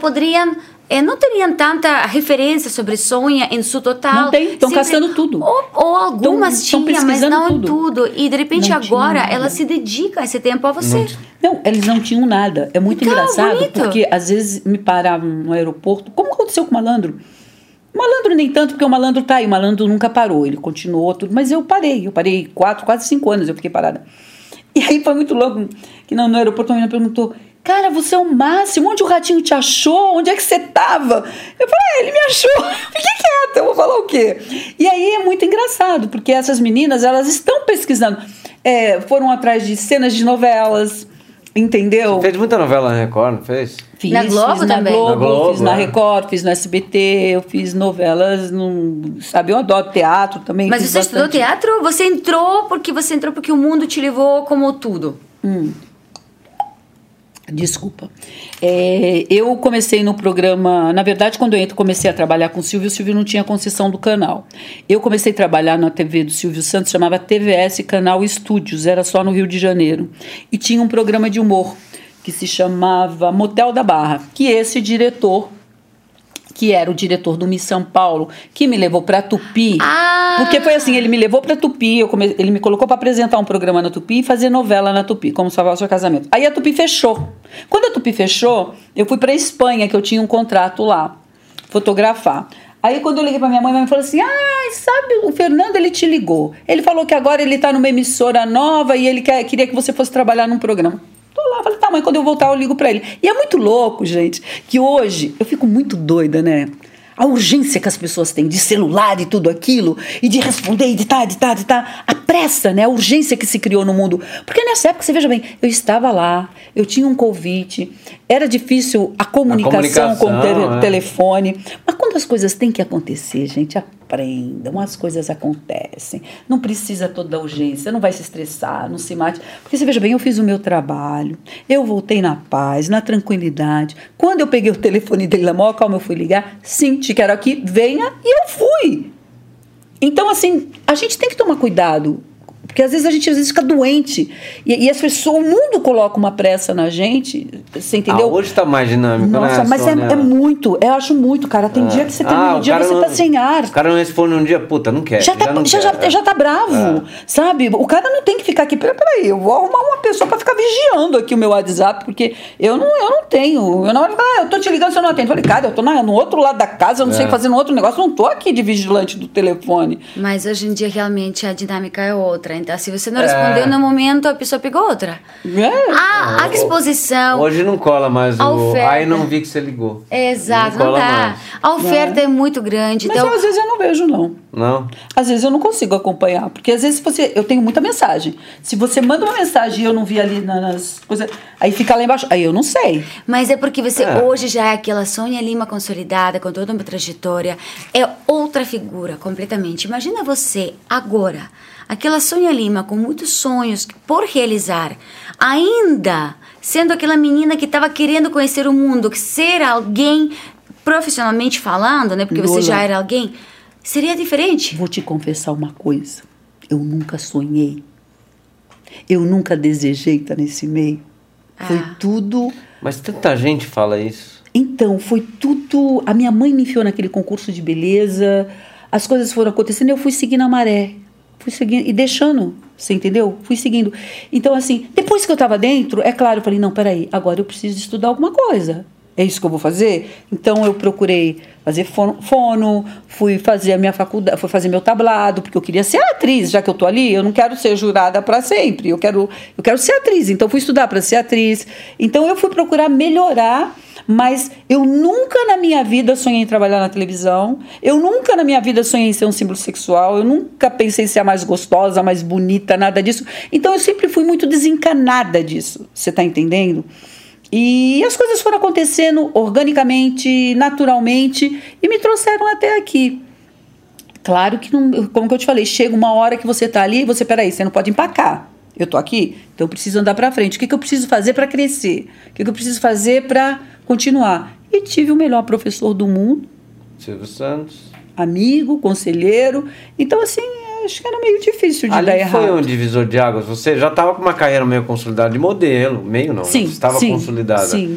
teriam tanta referência sobre Sônia em sua total. Não tem, estão caçando tudo. Ou algumas tinham, mas não tudo. E de repente não agora ela se dedica esse tempo a você. Não, eles não tinham nada. É muito engraçado, bonito. Porque às vezes me paravam no aeroporto. Como aconteceu com o Malandro? O Malandro nem tanto, porque o Malandro tá aí. O Malandro nunca parou, ele continuou tudo. Mas eu parei quase 5 anos eu fiquei parada. E aí foi muito louco, que no aeroporto a menina perguntou: cara, você é o máximo, onde o Ratinho te achou? Onde é que você tava? Eu falei, ele me achou. Fiquei quieta, eu vou falar o quê? E aí é muito engraçado, porque essas meninas, elas estão pesquisando. Foram atrás de cenas de novelas, entendeu? Você fez muita novela na Record, não fez? Fiz na Globo também? Na Globo, fiz na Record, fiz no SBT, eu fiz novelas, eu adoro teatro também. Mas você estudou teatro? Você entrou porque o mundo te levou como tudo? Desculpa. Eu comecei no programa... Na verdade, quando eu comecei a trabalhar com o Silvio não tinha concessão do canal. Eu comecei a trabalhar na TV do Silvio Santos, chamava TVS Canal Estúdios, era só no Rio de Janeiro. E tinha um programa de humor que se chamava Motel da Barra, que esse diretor, que era o diretor do Miss São Paulo, que me levou para Tupi. Porque foi assim, ele me levou para Tupi, ele me colocou para apresentar um programa na Tupi e fazer novela na Tupi, Como Salvar o Seu Casamento. Aí a Tupi fechou. Quando a Tupi fechou, eu fui para Espanha, que eu tinha um contrato lá, fotografar. Aí quando eu liguei para minha mãe falou assim: sabe, o Fernando, ele te ligou. Ele falou que agora ele tá numa emissora nova e ele queria que você fosse trabalhar num programa. Tô lá, falei, tá, mãe, quando eu voltar eu ligo pra ele. E é muito louco, gente, que hoje eu fico muito doida, né? A urgência que as pessoas têm de celular e tudo aquilo, e de responder, e de tá. A pressa, né? A urgência que se criou no mundo. Porque nessa época, você veja bem, eu estava lá, eu tinha um convite, era difícil a comunicação com o telefone. Mas quando as coisas têm que acontecer, gente, aprendam, as coisas acontecem. Não precisa toda a urgência, não vai se estressar, não se mate. Porque você veja bem, eu fiz o meu trabalho, eu voltei na paz, na tranquilidade. Quando eu peguei o telefone dele na mão, calma, eu fui ligar, sim, te quero aqui, venha, e eu fui. Então, assim, a gente tem que tomar cuidado, porque às vezes fica doente, e as pessoas, o mundo coloca uma pressa na gente, você entendeu? Hoje tá mais dinâmico, nossa, né? Mas é muito, eu acho muito, cara, tem dia que você termina o dia, você tá sem ar. O cara não responde um dia, puta, não quer. Já tá bravo, sabe? O cara não tem que ficar aqui, peraí, eu vou arrumar uma pessoa pra ficar vigiando aqui o meu WhatsApp, porque eu não tenho, eu tô te ligando, você não atende. Eu falei, cara, eu tô no outro lado da casa, eu não sei fazendo outro negócio, não tô aqui de vigilante do telefone. Mas hoje em dia realmente a dinâmica é outra. Então, se você não respondeu no momento, a pessoa pegou outra. A exposição. Hoje não cola mais o. Aí não vi que você ligou. Exato, não dá. Mais. A oferta é muito grande. Mas então... às vezes eu não vejo, não. Não? Às vezes eu não consigo acompanhar. Porque às vezes eu tenho muita mensagem. Se você manda uma mensagem e eu não vi ali nas coisas, aí fica lá embaixo. Aí eu não sei. Mas é porque você hoje já é aquela Sônia Lima consolidada, com toda uma trajetória. É outra figura completamente. Imagina você agora. Aquela Sônia Lima com muitos sonhos por realizar, ainda sendo aquela menina que estava querendo conhecer o mundo, que ser alguém profissionalmente falando, né? Porque você já era alguém, seria diferente. Vou te confessar uma coisa, eu nunca sonhei, eu nunca desejei estar nesse meio, foi tudo... Mas tanta gente fala isso. Então, foi tudo, a minha mãe me enfiou naquele concurso de beleza, as coisas foram acontecendo e eu fui seguindo a maré. Fui seguindo e deixando, você entendeu? Fui seguindo. Então, assim, depois que eu estava dentro, é claro, eu falei, não, peraí, agora eu preciso estudar alguma coisa. É isso que eu vou fazer? Então, eu procurei fazer fono, fui fazer a minha faculdade, fui fazer meu tablado, porque eu queria ser atriz, já que eu tô ali, eu não quero ser jurada para sempre, eu quero ser atriz, então fui estudar para ser atriz. Então, eu fui procurar melhorar, mas eu nunca na minha vida sonhei em trabalhar na televisão, eu nunca na minha vida sonhei em ser um símbolo sexual, eu nunca pensei em ser a mais gostosa, a mais bonita, nada disso. Então eu sempre fui muito desencanada disso, você tá entendendo? E as coisas foram acontecendo organicamente, naturalmente, e me trouxeram até aqui. Claro que, não, como que eu te falei, chega uma hora que você tá ali e você, peraí, você não pode empacar. Eu tô aqui, então eu preciso andar para frente. O que eu preciso fazer para crescer? O que eu preciso fazer para continuar? E tive o melhor professor do mundo. Silvio Santos. Amigo, conselheiro. Então, assim, acho que era meio difícil de dar errado. Foi um divisor de águas? Você já estava com uma carreira meio consolidada de modelo. Meio não, sim, né? Você estava consolidada. Sim.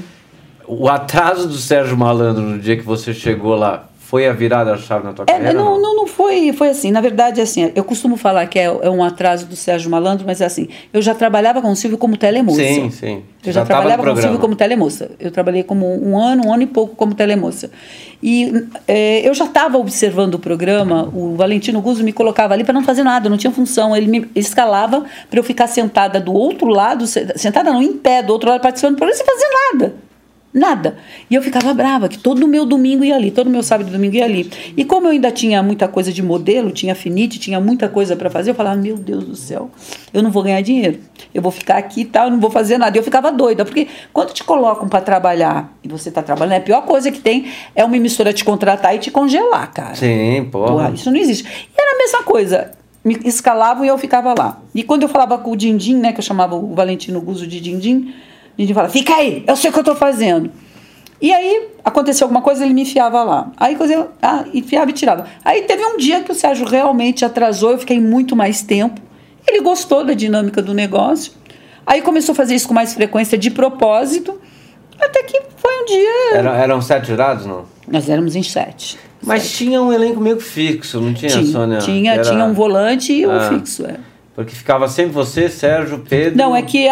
O atraso do Sérgio Malandro no dia que você chegou lá foi a virada da chave na tua carreira? Não foi assim. Na verdade, assim, eu costumo falar que é um atraso do Sérgio Malandro, mas é assim, eu já trabalhava com o Silvio como telemoça. Sim. Eu já trabalhava com o Silvio como telemoça. Eu trabalhei como um ano e pouco como telemoça. E eu já estava observando o programa, o Valentino Guzzo me colocava ali para não fazer nada, não tinha função. Ele me escalava para eu ficar sentada do outro lado, sentada não, em pé, do outro lado, participando do programa sem fazer nada. Nada. E eu ficava brava, que todo o meu domingo ia ali, todo o meu sábado e domingo ia ali. E como eu ainda tinha muita coisa de modelo, tinha finite, tinha muita coisa para fazer, eu falava, meu Deus do céu, eu não vou ganhar dinheiro. Eu vou ficar aqui e tal, eu não vou fazer nada. E eu ficava doida, porque quando te colocam para trabalhar, e você tá trabalhando, a pior coisa que tem é uma emissora te contratar e te congelar, cara. Sim, porra. Isso não existe. E era a mesma coisa. Me escalavam e eu ficava lá. E quando eu falava com o Dindim, né, que eu chamava o Valentino Guzzo de Dindim, a gente fala, fica aí, eu sei o que eu estou fazendo. E aí, aconteceu alguma coisa, ele me enfiava lá. Aí, enfiava e tirava. Aí, teve um dia que o Sérgio realmente atrasou, eu fiquei muito mais tempo. Ele gostou da dinâmica do negócio. Aí, começou a fazer isso com mais frequência, de propósito. Até que foi um dia... Eram 7 jurados, não? Nós éramos em 7. Mas tinha um elenco meio fixo, não tinha, Sônia? Tinha um volante e um fixo, Porque ficava sempre você, Sérgio, Pedro... Não, é que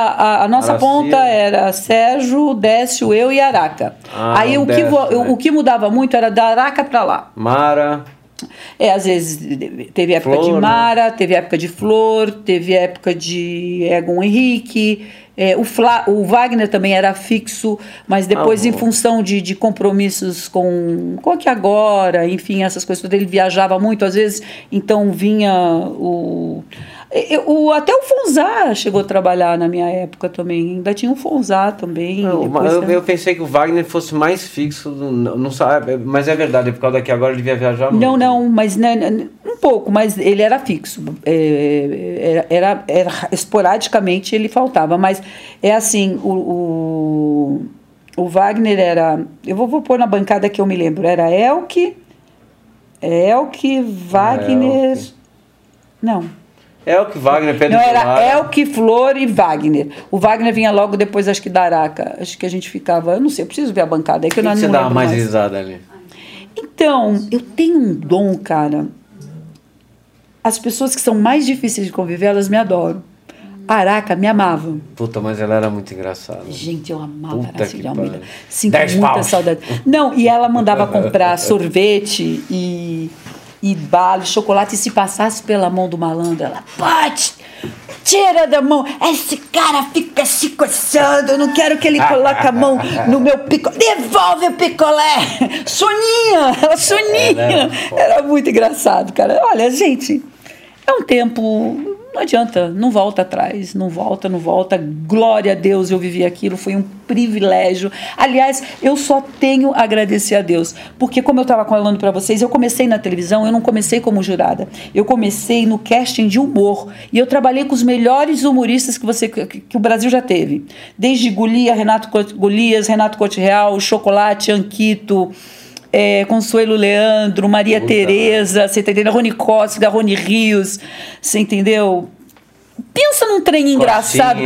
a nossa ponta era Sérgio, Décio, eu e Araca. Aí o que mudava muito era da Araca para lá. Mara... Às vezes teve época Flor, de né? Mara, teve época de Flor, teve época de Egon Henrique. O Wagner também era fixo, mas depois, em função de compromissos com Aqui Agora, enfim, essas coisas todas, ele viajava muito, às vezes, então vinha até o Fonzá chegou a trabalhar na minha época também, ainda tinha o Fonzá também. Eu pensei que o Wagner fosse mais fixo, não sabe, mas é verdade, por causa daqui agora ele devia viajar muito. Não, mas um pouco, mas ele era fixo, era esporadicamente ele faltava, mas é assim, o Wagner era, eu vou pôr na bancada que eu me lembro, era Elke, Wagner, Elke, Wagner, Pedro Não, era Solar. Elke, Flor e Wagner. O Wagner vinha logo depois, acho que da Araca. Acho que a gente ficava... Eu não sei, eu preciso ver a bancada. É que eu não você lembro dava mais mais. risada ali? Então, eu tenho um dom, cara. As pessoas que são mais difíceis de conviver, elas me adoram. A Araca me amava. Puta, mas ela era muito engraçada. Gente, eu amava Puta a Araci de Almeida. pariu. Sinto 10 muita paus. saudade. Não, e ela mandava comprar sorvete e bala, chocolate, e se passasse pela mão do malandro, ela, pode, tira da mão, esse cara fica se coçando, eu não quero que ele coloque a mão no meu picolé, devolve o picolé, Soninha, era muito engraçado, cara. Olha, gente, é um tempo... Não adianta, não volta atrás, não volta. Glória a Deus, eu vivi aquilo, foi um privilégio. Aliás, eu só tenho a agradecer a Deus, porque como eu estava falando para vocês, eu comecei na televisão, eu não comecei como jurada, eu comecei no casting de humor, e eu trabalhei com os melhores humoristas que o Brasil já teve, desde Renato Corte Real, Chocolate, Anquito, Consuelo Leandro, Maria Tereza, você entendeu? Rony Costa, Rony Rios, você entendeu? Pensa num trem engraçado.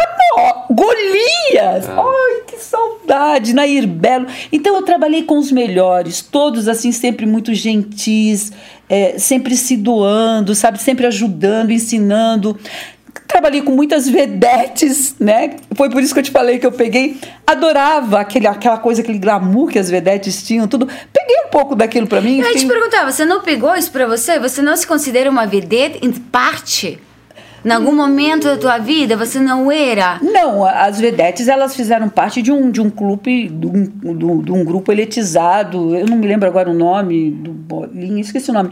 Golias! Ai, que saudade! Nair Belo. Então eu trabalhei com os melhores, todos assim, sempre muito gentis, sempre se doando, sabe? Sempre ajudando, ensinando. Trabalhei com muitas vedetes, né? Foi por isso que eu te falei que eu adorava aquela coisa, aquele glamour que as vedetes tinham, tudo. Peguei um pouco daquilo pra mim. Eu ia te perguntar, você não pegou isso pra você? Você não se considera uma vedete em parte? Em algum momento da tua vida você não era? Não, as vedetes elas fizeram parte de um clube, de um grupo elitizado. Eu não me lembro agora o nome do Bolinha, esqueci o nome.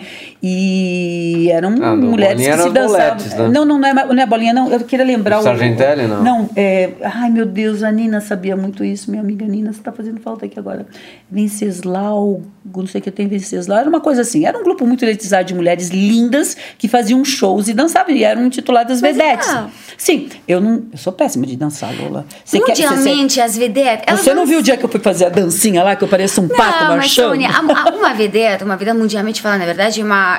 E eram mulheres que se dançavam. Boletes, né? Não é Bolinha, não. Eu queria lembrar o Sargentelli, não? Não, ai meu Deus, a Nina sabia muito isso, minha amiga Nina, você tá fazendo falta aqui agora. Venceslau, não sei o que tem Venceslau, era uma coisa assim. Era um grupo muito elitizado de mulheres lindas que faziam shows e dançavam, e eram intituladas vedetes. Sim, eu sou péssima de dançar, Lola. Mundialmente, as vedetes... Você não viu o dia que eu fui fazer a dancinha lá, que eu pareço um pato marchando? Sônia, uma vedete, mundialmente falando, na verdade,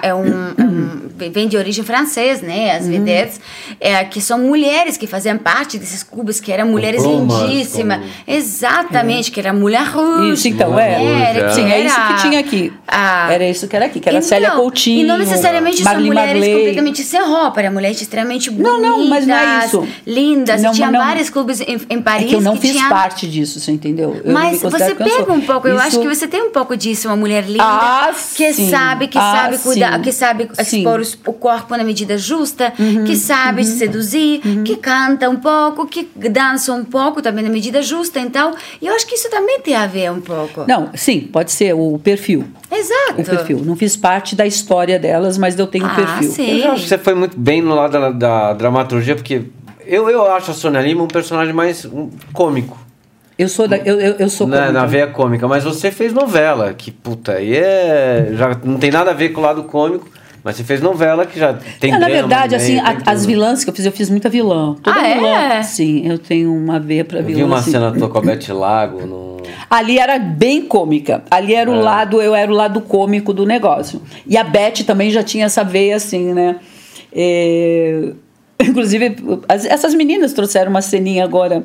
vem de origem francesa, né? As vedetes, que são mulheres que faziam parte desses clubes, que eram mulheres lindíssimas. Exatamente, que era mulher rouge. Isso, então, sim, é isso que tinha aqui. Era isso que era aqui, que era Célia Coutinho, e não necessariamente são mulheres completamente sem roupa, eram mulheres extremamente bonitas, não, mas não é isso. Lindas. Tinha vários clubes em Paris. Que eu não fiz parte disso, você entendeu? Mas você pega um pouco, eu acho que você tem um pouco disso, uma mulher linda, que sabe cuidar, que sabe expor o corpo na medida justa, que sabe seduzir, que canta um pouco, que dança um pouco também na medida justa. Então, eu acho que isso também tem a ver um pouco. Não, sim, pode ser o perfil. Exato. O perfil. Não fiz parte da história delas, mas eu tenho um perfil. Sim. Eu acho que você foi muito bem no lado da dramaturgia, porque eu acho a Sônia Lima um personagem mais cômico. Eu sou cômica. Na veia cômica, mas você fez novela, que puta, aí já não tem nada a ver com o lado cômico, mas você fez novela que já tem drama. Na verdade, meio, assim, as vilãs que eu fiz muita vilã. Toda vilã. Sim, eu tenho uma veia pra vilã. Eu vi uma assim. cena tua com a Beth Lago no... Ali era bem cômica. Ali era eu era o lado cômico do negócio. E a Beth também já tinha essa veia assim, né? Inclusive, essas meninas trouxeram uma ceninha agora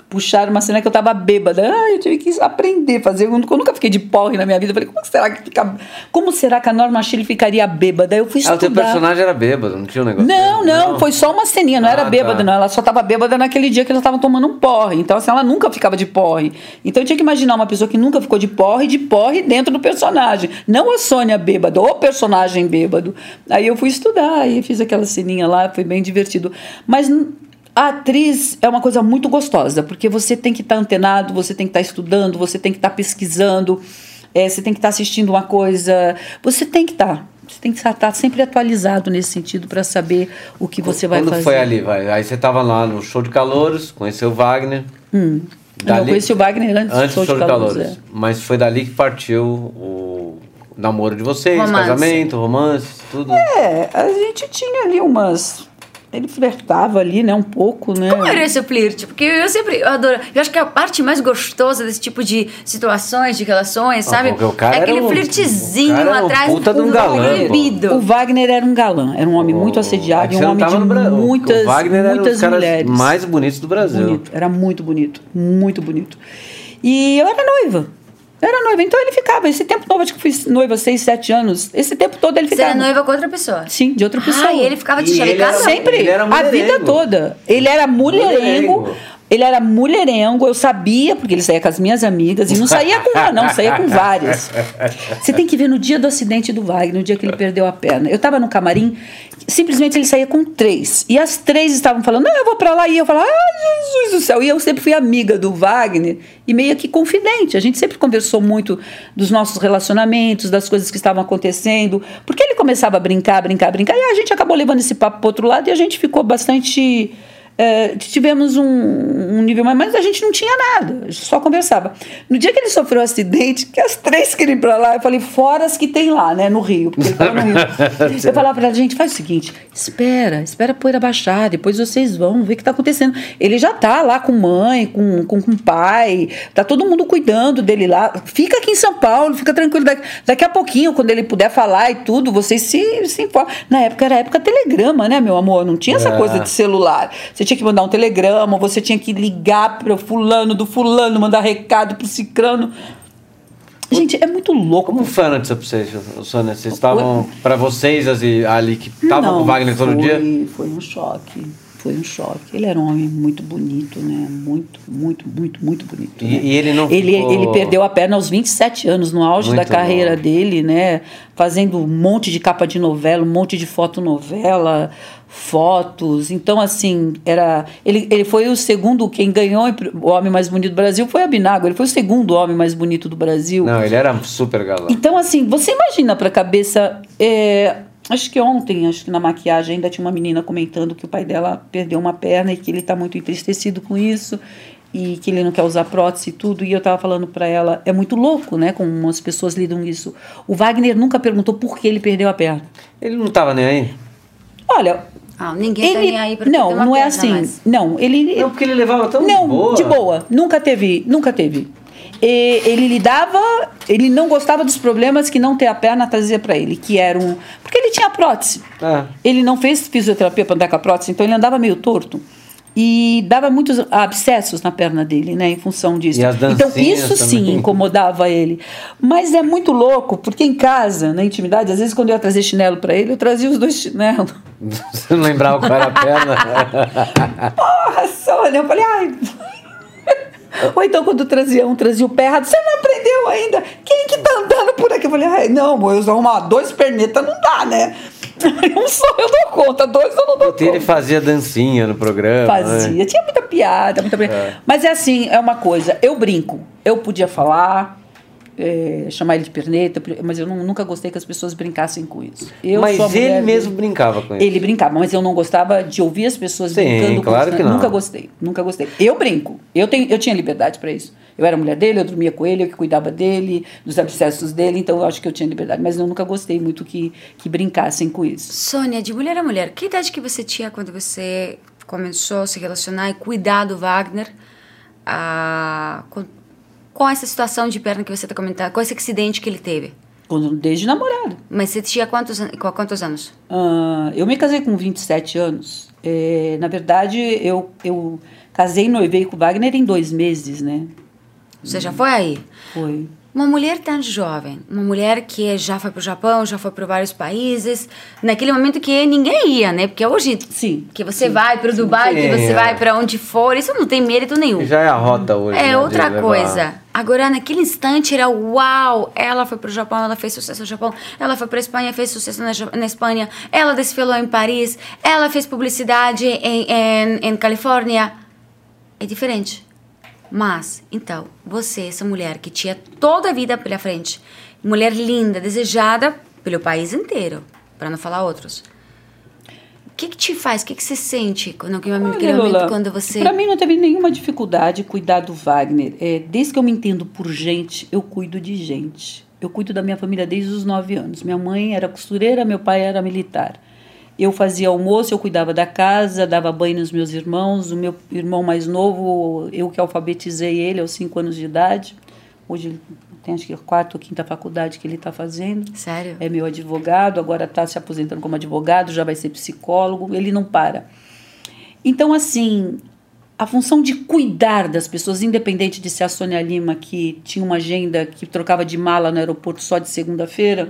puxaram uma cena que eu tava bêbada. Eu tive que aprender a fazer. Eu nunca fiquei de porre na minha vida. Eu falei, como será que a Norma Shirley ficaria bêbada? Eu fui estudar. O teu personagem era bêbado, não tinha um negócio? Não, foi só uma ceninha, não era bêbada, não. Ela só tava bêbada naquele dia que eles estavam tomando um porre. Então, assim, ela nunca ficava de porre. Então, eu tinha que imaginar uma pessoa que nunca ficou de porre dentro do personagem. Não a Sônia bêbada, o personagem bêbado. Aí eu fui estudar, e fiz aquela ceninha lá, foi bem divertido. Mas a atriz é uma coisa muito gostosa, porque você tem que estar antenado, você tem que estar estudando, você tem que estar pesquisando, você tem que estar assistindo uma coisa, você tem que estar sempre atualizado nesse sentido para saber o que você vai fazer. Quando foi ali? Aí você estava lá no Show de Calouros, conheceu o Wagner. Eu conheci o Wagner antes do Show de Calouros. Mas foi dali que partiu o namoro de vocês, casamento, romance, tudo. A gente tinha ali ele flertava ali, né, um pouco, né? Como era esse flerte? Porque eu adoro. Eu acho que a parte mais gostosa desse tipo de situações, de relações, sabe? O cara aquele flirtezinho atrás puta de um galã. O Wagner era um galã, era um homem muito assediado, um homem de muitas mulheres. Mais bonitos do Brasil. Era muito bonito, muito bonito. E eu era noiva. Então ele ficava, esse tempo todo, acho que fui noiva 6, 7 anos, esse tempo todo ele ficava. Você era noiva com outra pessoa? Sim, de outra pessoa. E ele ficava de chalecada? Sempre, a vida toda. Ele era mulherengo. Ele era mulherengo, eu sabia, porque ele saía com as minhas amigas, e não saía com uma, não, saía com várias. Você tem que ver no dia do acidente do Wagner, no dia que ele perdeu a perna. Eu estava no camarim, simplesmente ele saía com 3, e as 3 estavam falando, não, eu vou pra lá, e eu falava, Jesus do céu, e eu sempre fui amiga do Wagner, e meio que confidente, a gente sempre conversou muito dos nossos relacionamentos, das coisas que estavam acontecendo, porque ele começava a brincar, e a gente acabou levando esse papo pro outro lado, e a gente ficou bastante... tivemos um nível mais, mas a gente não tinha nada, a gente só conversava. No dia que ele sofreu o acidente, que as 3 queriam ir pra lá, eu falei, fora as que tem lá, né, no Rio, porque ele tava no Rio. Eu falava pra ela, gente, faz o seguinte, espera a poeira baixar, depois vocês vão ver o que tá acontecendo. Ele já tá lá com mãe, com pai, tá todo mundo cuidando dele lá, fica aqui em São Paulo, fica tranquilo, daqui a pouquinho, quando ele puder falar e tudo, vocês se informam. Na época era a época telegrama, né, meu amor, não tinha essa coisa de celular. Você tinha que mandar um telegrama, você tinha que ligar para do fulano, mandar recado pro cicrano. Gente, é muito louco. Como foi a notícia pra vocês, Sônia? Vocês estavam, para vocês ali que estavam com o Wagner todo dia? Foi um choque. Ele era um homem muito bonito, né? Muito bonito. Né? E ele não ele perdeu a perna aos 27 anos, no auge da carreira dele, né? Fazendo um monte de capa de novela, um monte de fotonovela, fotos. Então, assim, ele foi o segundo, quem ganhou o homem mais bonito do Brasil foi Abinago. Ele foi o segundo homem mais bonito do Brasil. Não, ele era super galã. Então, assim, você imagina pra cabeça... Acho que ontem, na maquiagem, ainda tinha uma menina comentando que o pai dela perdeu uma perna e que ele está muito entristecido com isso e que ele não quer usar prótese e tudo. E eu estava falando para ela, é muito louco, né, como as pessoas lidam com isso. O Wagner nunca perguntou por que ele perdeu a perna. Ele não estava nem aí? Olha... ninguém tá nem aí pra não, perder uma não é perna, assim. mas... Não, ele... Não, porque ele levava tão de boa. Nunca teve. Ele não gostava dos problemas que não ter a perna trazia para ele, que eram... Porque ele tinha prótese. Ele não fez fisioterapia para andar com a prótese, então ele andava meio torto. E dava muitos abscessos na perna dele, né, em função disso. Então isso sim incomodava ele. Mas é muito louco, porque em casa, na intimidade, às vezes quando eu ia trazer chinelo para ele, eu trazia os 2 chinelos. Você não lembrava qual era a perna? Porra, Sônia, eu falei, Ou então quando trazia o pé errado, você não aprendeu ainda? Quem que tá andando por aqui? Eu falei, não, eu usar 2 pernetas não dá, né? Um só eu dou conta, 2 eu não dou conta. Ele fazia dancinha no programa. Fazia, né? Tinha muita piada. Mas é assim, é uma coisa, eu brinco, eu podia falar, chamar ele de perneta, mas eu nunca gostei que as pessoas brincassem com isso. Mas ele mesmo brincava com isso? Ele brincava, mas eu não gostava de ouvir as pessoas brincando com claro isso. Que não. Nunca gostei. Eu brinco, eu tinha liberdade para isso. Eu era mulher dele, eu dormia com ele, eu que cuidava dele, dos abscessos dele, então eu acho que eu tinha liberdade. Mas eu nunca gostei muito que brincassem com isso. Sônia, de mulher a mulher, que idade que você tinha quando você começou a se relacionar e cuidar do Wagner com essa situação de perna que você está comentando, com esse acidente que ele teve? Desde namorado. Mas você tinha quantos anos? Eu me casei com 27 anos. Na verdade, eu casei e noivei com o Wagner em 2 meses, né? Você já foi aí? Foi. Uma mulher tão jovem, uma mulher que já foi para o Japão, já foi para vários países, naquele momento que ninguém ia, né? Porque hoje, sim, que você vai para o Dubai, que você vai para onde for, isso não tem mérito nenhum. Já é a rota hoje. É outra coisa. Agora, naquele instante, era uau! Ela foi para o Japão, ela fez sucesso no Japão. Ela foi para a Espanha, fez sucesso na Espanha. Ela desfilou em Paris. Ela fez publicidade em Califórnia. É diferente. Mas, então, você, essa mulher que tinha toda a vida pela frente, mulher linda, desejada pelo país inteiro, para não falar outros. O que te faz? O que você sente naquele momento quando você... Para mim não teve nenhuma dificuldade cuidar do Wagner. Desde que eu me entendo por gente, eu cuido de gente. Eu cuido da minha família desde os 9 anos. Minha mãe era costureira, meu pai era militar. Eu fazia almoço, eu cuidava da casa, dava banho nos meus irmãos. O meu irmão mais novo, eu que alfabetizei ele aos 5 anos de idade. Hoje tem acho que a 4ª ou 5ª faculdade que ele está fazendo. Sério? É meu advogado, agora está se aposentando como advogado, já vai ser psicólogo, ele não para. Então, assim, a função de cuidar das pessoas, independente de ser a Sônia Lima, que tinha uma agenda que trocava de mala no aeroporto só de segunda-feira,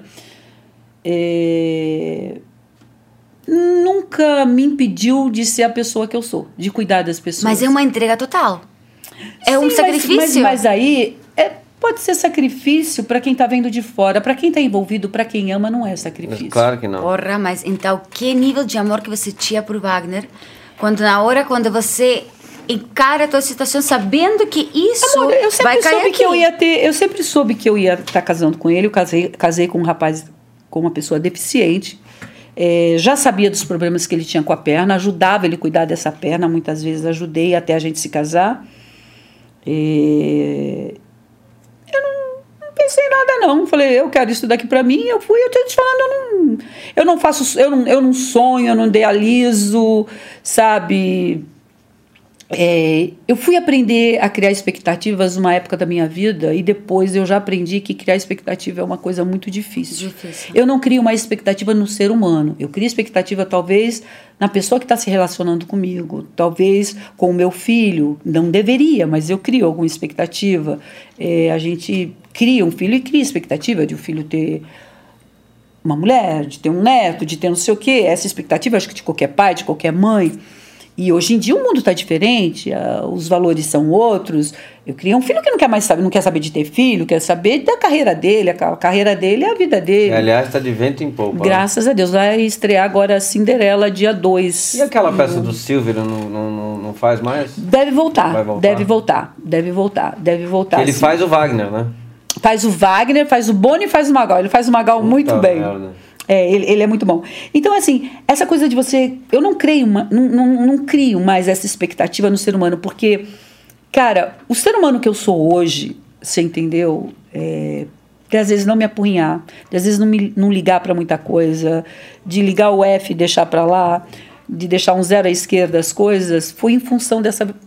nunca me impediu de ser a pessoa que eu sou, de cuidar das pessoas. Mas é uma entrega total. É um sacrifício. Mas aí pode ser sacrifício para quem está vendo de fora. Para quem está envolvido, para quem ama, não é sacrifício. Mas claro que não. Porra, mas então, que nível de amor que você tinha por Wagner, quando você encara a tua situação sabendo que isso vai cair aqui. Eu sempre soube que eu ia estar casando com ele. Eu casei com um rapaz, com uma pessoa deficiente. Já sabia dos problemas que ele tinha com a perna, ajudava ele a cuidar dessa perna, muitas vezes ajudei até a gente se casar. Eu não pensei em nada não, falei, eu quero isso daqui pra mim, eu fui, eu tô te falando, eu não sonho, eu não idealizo, sabe? Eu fui aprender a criar expectativas numa época da minha vida e depois eu já aprendi que criar expectativa é uma coisa muito difícil. Eu não crio uma expectativa no ser humano, eu crio expectativa talvez na pessoa que está se relacionando comigo, talvez com o meu filho, não deveria, mas eu crio alguma expectativa. A gente cria um filho e cria expectativa de o filho ter uma mulher, de ter um neto, de ter não sei o quê, essa expectativa acho que de qualquer pai, de qualquer mãe. E hoje em dia o mundo está diferente, os valores são outros. Eu criei um filho que não quer saber de ter filho, quer saber da carreira dele, a carreira dele é a vida dele. Aliás, está de vento em polpa. Graças a Deus, vai estrear agora Cinderela dia 2. E aquela peça do Silvio não faz mais? Deve voltar, Vai voltar. deve voltar. Ele faz o Wagner, né? Faz o Wagner, faz o Boni e faz o Magal. Ele faz o Magal muito bem. Merda. Ele é muito bom. Então, assim, essa coisa de você... Eu não crio mais essa expectativa no ser humano, porque, cara, o ser humano que eu sou hoje, você entendeu? De às vezes não me apurrinhar, de às vezes não ligar para muita coisa, de ligar o F e deixar para lá, de deixar um 0 à esquerda as coisas, foi em função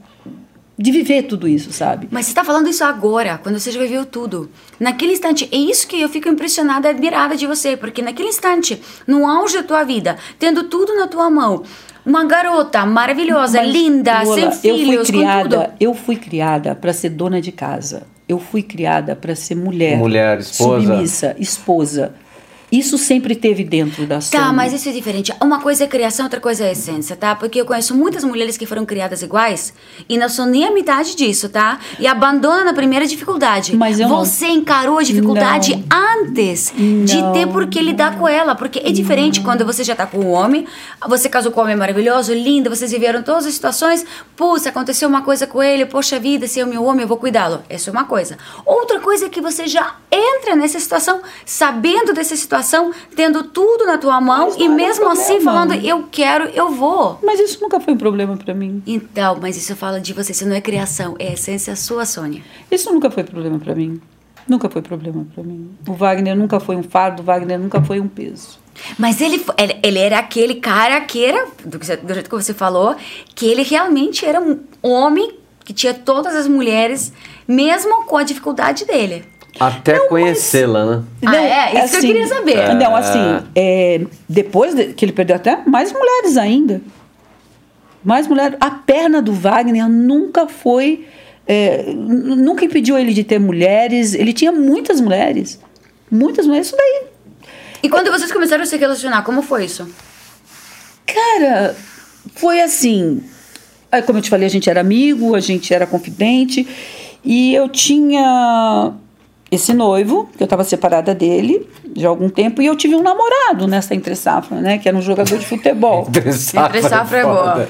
de viver tudo isso, sabe? Mas você está falando isso agora, quando você já viveu tudo. Naquele instante, é isso que eu fico impressionada e admirada de você, porque naquele instante, no auge da tua vida, tendo tudo na tua mão, uma garota maravilhosa, linda, Lola, sem filhos, com tudo. Eu fui criada para ser dona de casa. Eu fui criada para ser mulher, esposa. Submissa, esposa. Isso sempre teve dentro da Sônia. Tá, mas isso é diferente. Uma coisa é criação, outra coisa é essência, tá? Porque eu conheço muitas mulheres que foram criadas iguais e não são nem a metade disso, tá? E abandonam na primeira dificuldade. Mas você encarou a dificuldade antes de ter por que lidar com ela. Porque é diferente quando você já tá com um homem, você casou com um homem maravilhoso, lindo, vocês viveram todas as situações, puxa, aconteceu uma coisa com ele, poxa vida, se é o meu homem, eu vou cuidá-lo. Essa é uma coisa. Outra coisa é que você já entra nessa situação, sabendo dessa situação, tendo tudo na tua mão e mesmo assim falando, eu quero, eu vou. Mas isso nunca foi um problema pra mim. Então, mas isso fala de você, isso não é criação, é essência sua, Sônia. Isso nunca foi problema pra mim. Nunca foi problema pra mim. O Wagner nunca foi um fardo, o Wagner nunca foi um peso. Mas ele era aquele cara que era, do jeito que você falou, que ele realmente era um homem que tinha todas as mulheres, mesmo com a dificuldade dele. Até conhecê-la, né? Não, isso que eu queria saber. Não, assim, depois que ele perdeu até mais mulheres ainda. Mais mulheres. A perna do Wagner nunca foi... nunca impediu ele de ter mulheres. Ele tinha muitas mulheres. Muitas mulheres, isso daí. E quando vocês começaram a se relacionar, como foi isso? Cara, foi assim... Aí, como eu te falei, a gente era amigo, a gente era confidente. E eu tinha esse noivo, que eu estava separada dele já há algum tempo, e eu tive um namorado nessa entre-safra, né? Que era um jogador de futebol. Entre-safra é boa.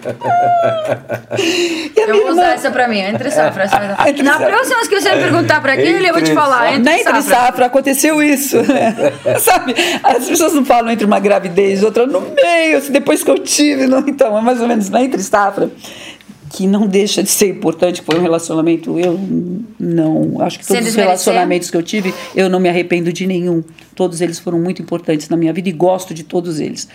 Eu vou usar essa pra mim, entre-safra. Na próxima vez que você me perguntar pra aquele, eu vou te falar. Na entre-safra aconteceu isso. Sabe? As pessoas não falam entre uma gravidez e outra no meio, assim, depois que eu tive. Não, então, é mais ou menos na entre-safra. Que não deixa de ser importante, foi um relacionamento, eu não... Acho que todos os relacionamentos que eu tive, eu não me arrependo de nenhum. Todos eles foram muito importantes na minha vida e gosto de todos eles.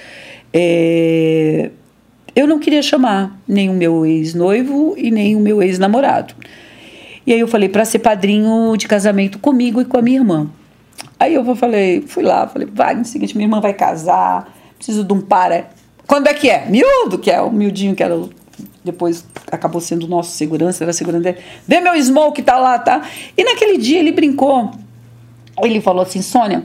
Eu não queria chamar nem o meu ex-noivo e nem o meu ex-namorado. E aí eu falei para ser padrinho de casamento comigo e com a minha irmã. Aí eu fui lá, vai, no seguinte, minha irmã vai casar, preciso de um para... Quando é que é? Miúdo, que é o miudinho que era... Depois acabou sendo o nosso segurança, era a segurança dele. Vê meu smoke, tá lá, tá? E naquele dia ele brincou. Ele falou assim, Sônia,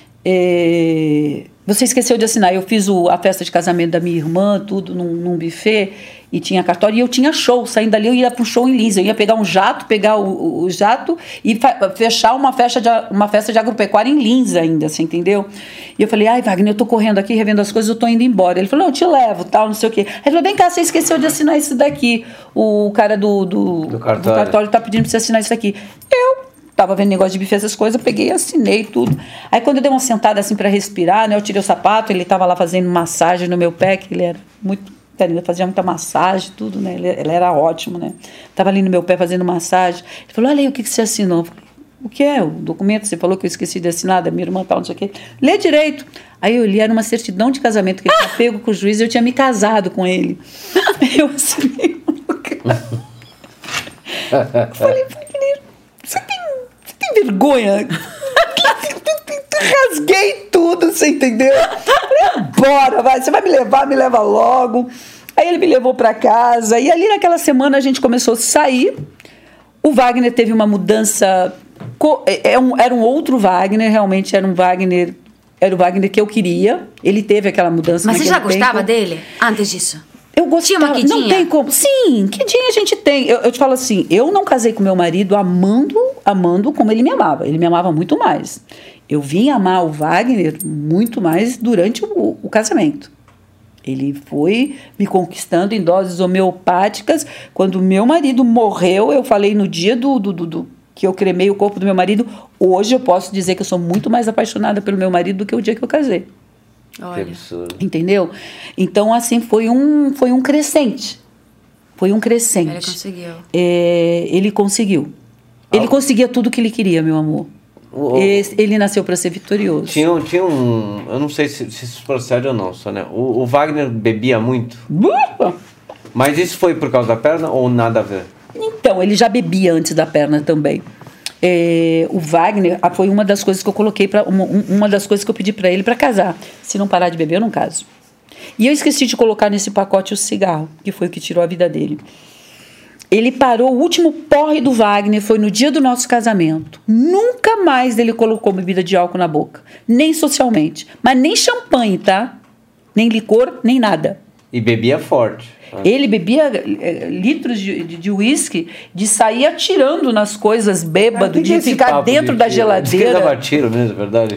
você esqueceu de assinar. Eu fiz a festa de casamento da minha irmã, tudo num buffet, e tinha cartório, e eu tinha show. Saindo dali, eu ia para um show em Lins. Eu ia pegar um jato, pegar o jato e fechar uma festa de agropecuária em Lins ainda, você entendeu? E eu falei, ai, Wagner, eu tô correndo aqui, revendo as coisas, eu tô indo embora. Ele falou, não, eu te levo, tal, não sei o quê. Ele falou, vem cá, você esqueceu de assinar isso daqui. O cara do cartório tá pedindo pra você assinar isso aqui. Eu tava vendo negócio de buffet, essas coisas, eu peguei, assinei tudo. Aí quando eu dei uma sentada assim pra respirar, né, eu tirei o sapato, ele tava lá fazendo massagem no meu pé, que ele era muito... Ele fazia muita massagem, tudo, né? Ele era ótimo, né? Tava ali no meu pé fazendo massagem. Ele falou, olha aí, o que você assinou? Eu falei, o que é? O documento? Você falou que eu esqueci de assinar, da minha irmã tal, não sei o quê. Lê direito. Aí eu li, era uma certidão de casamento que ele tinha pego com o juiz e eu tinha me casado com ele. Eu assinei um lugar. Eu falei, você tem vergonha? Rasguei tudo, você entendeu? Bora, vai, você vai me levar, me leva logo. Aí ele me levou para casa e ali naquela semana a gente começou a sair. O Wagner teve uma mudança, era um outro Wagner, realmente era o Wagner que eu queria. Ele teve aquela mudança. Mas você já gostava dele antes disso? Eu gostava. Tinha uma quedinha? Não tem como. Sim, quedinha a gente tem. Eu te falo assim, eu não casei com meu marido amando como ele me amava. Ele me amava muito mais. Eu vim amar o Wagner muito mais durante o casamento. Ele foi me conquistando em doses homeopáticas. Quando meu marido morreu, eu falei no dia que eu cremei o corpo do meu marido, hoje eu posso dizer que eu sou muito mais apaixonada pelo meu marido do que o dia que eu casei. Olha. Que absurdo. Entendeu? Então, assim, foi um crescente. Foi um crescente. Ele conseguiu. Ele conseguiu. Ele conseguia tudo que ele queria, meu amor. Ele nasceu para ser vitorioso. Tinha um... Eu não sei se isso procede ou não, Sônia. O Wagner bebia muito? Mas isso foi por causa da perna ou nada a ver? Então, ele já bebia antes da perna também. O Wagner foi uma das coisas que eu coloquei uma das coisas que eu pedi para ele para casar. Se não parar de beber, eu não caso. E eu esqueci de colocar nesse pacote o cigarro, que foi o que tirou a vida dele. Ele parou, o último porre do Wagner foi no dia do nosso casamento. Nunca mais ele colocou bebida de álcool na boca. Nem socialmente. Mas nem champanhe, tá? Nem licor, nem nada. E bebia forte. Ele bebia litros de uísque, de sair atirando nas coisas bêbado, de ficar dentro da geladeira. Ele dava tiro mesmo, é verdade?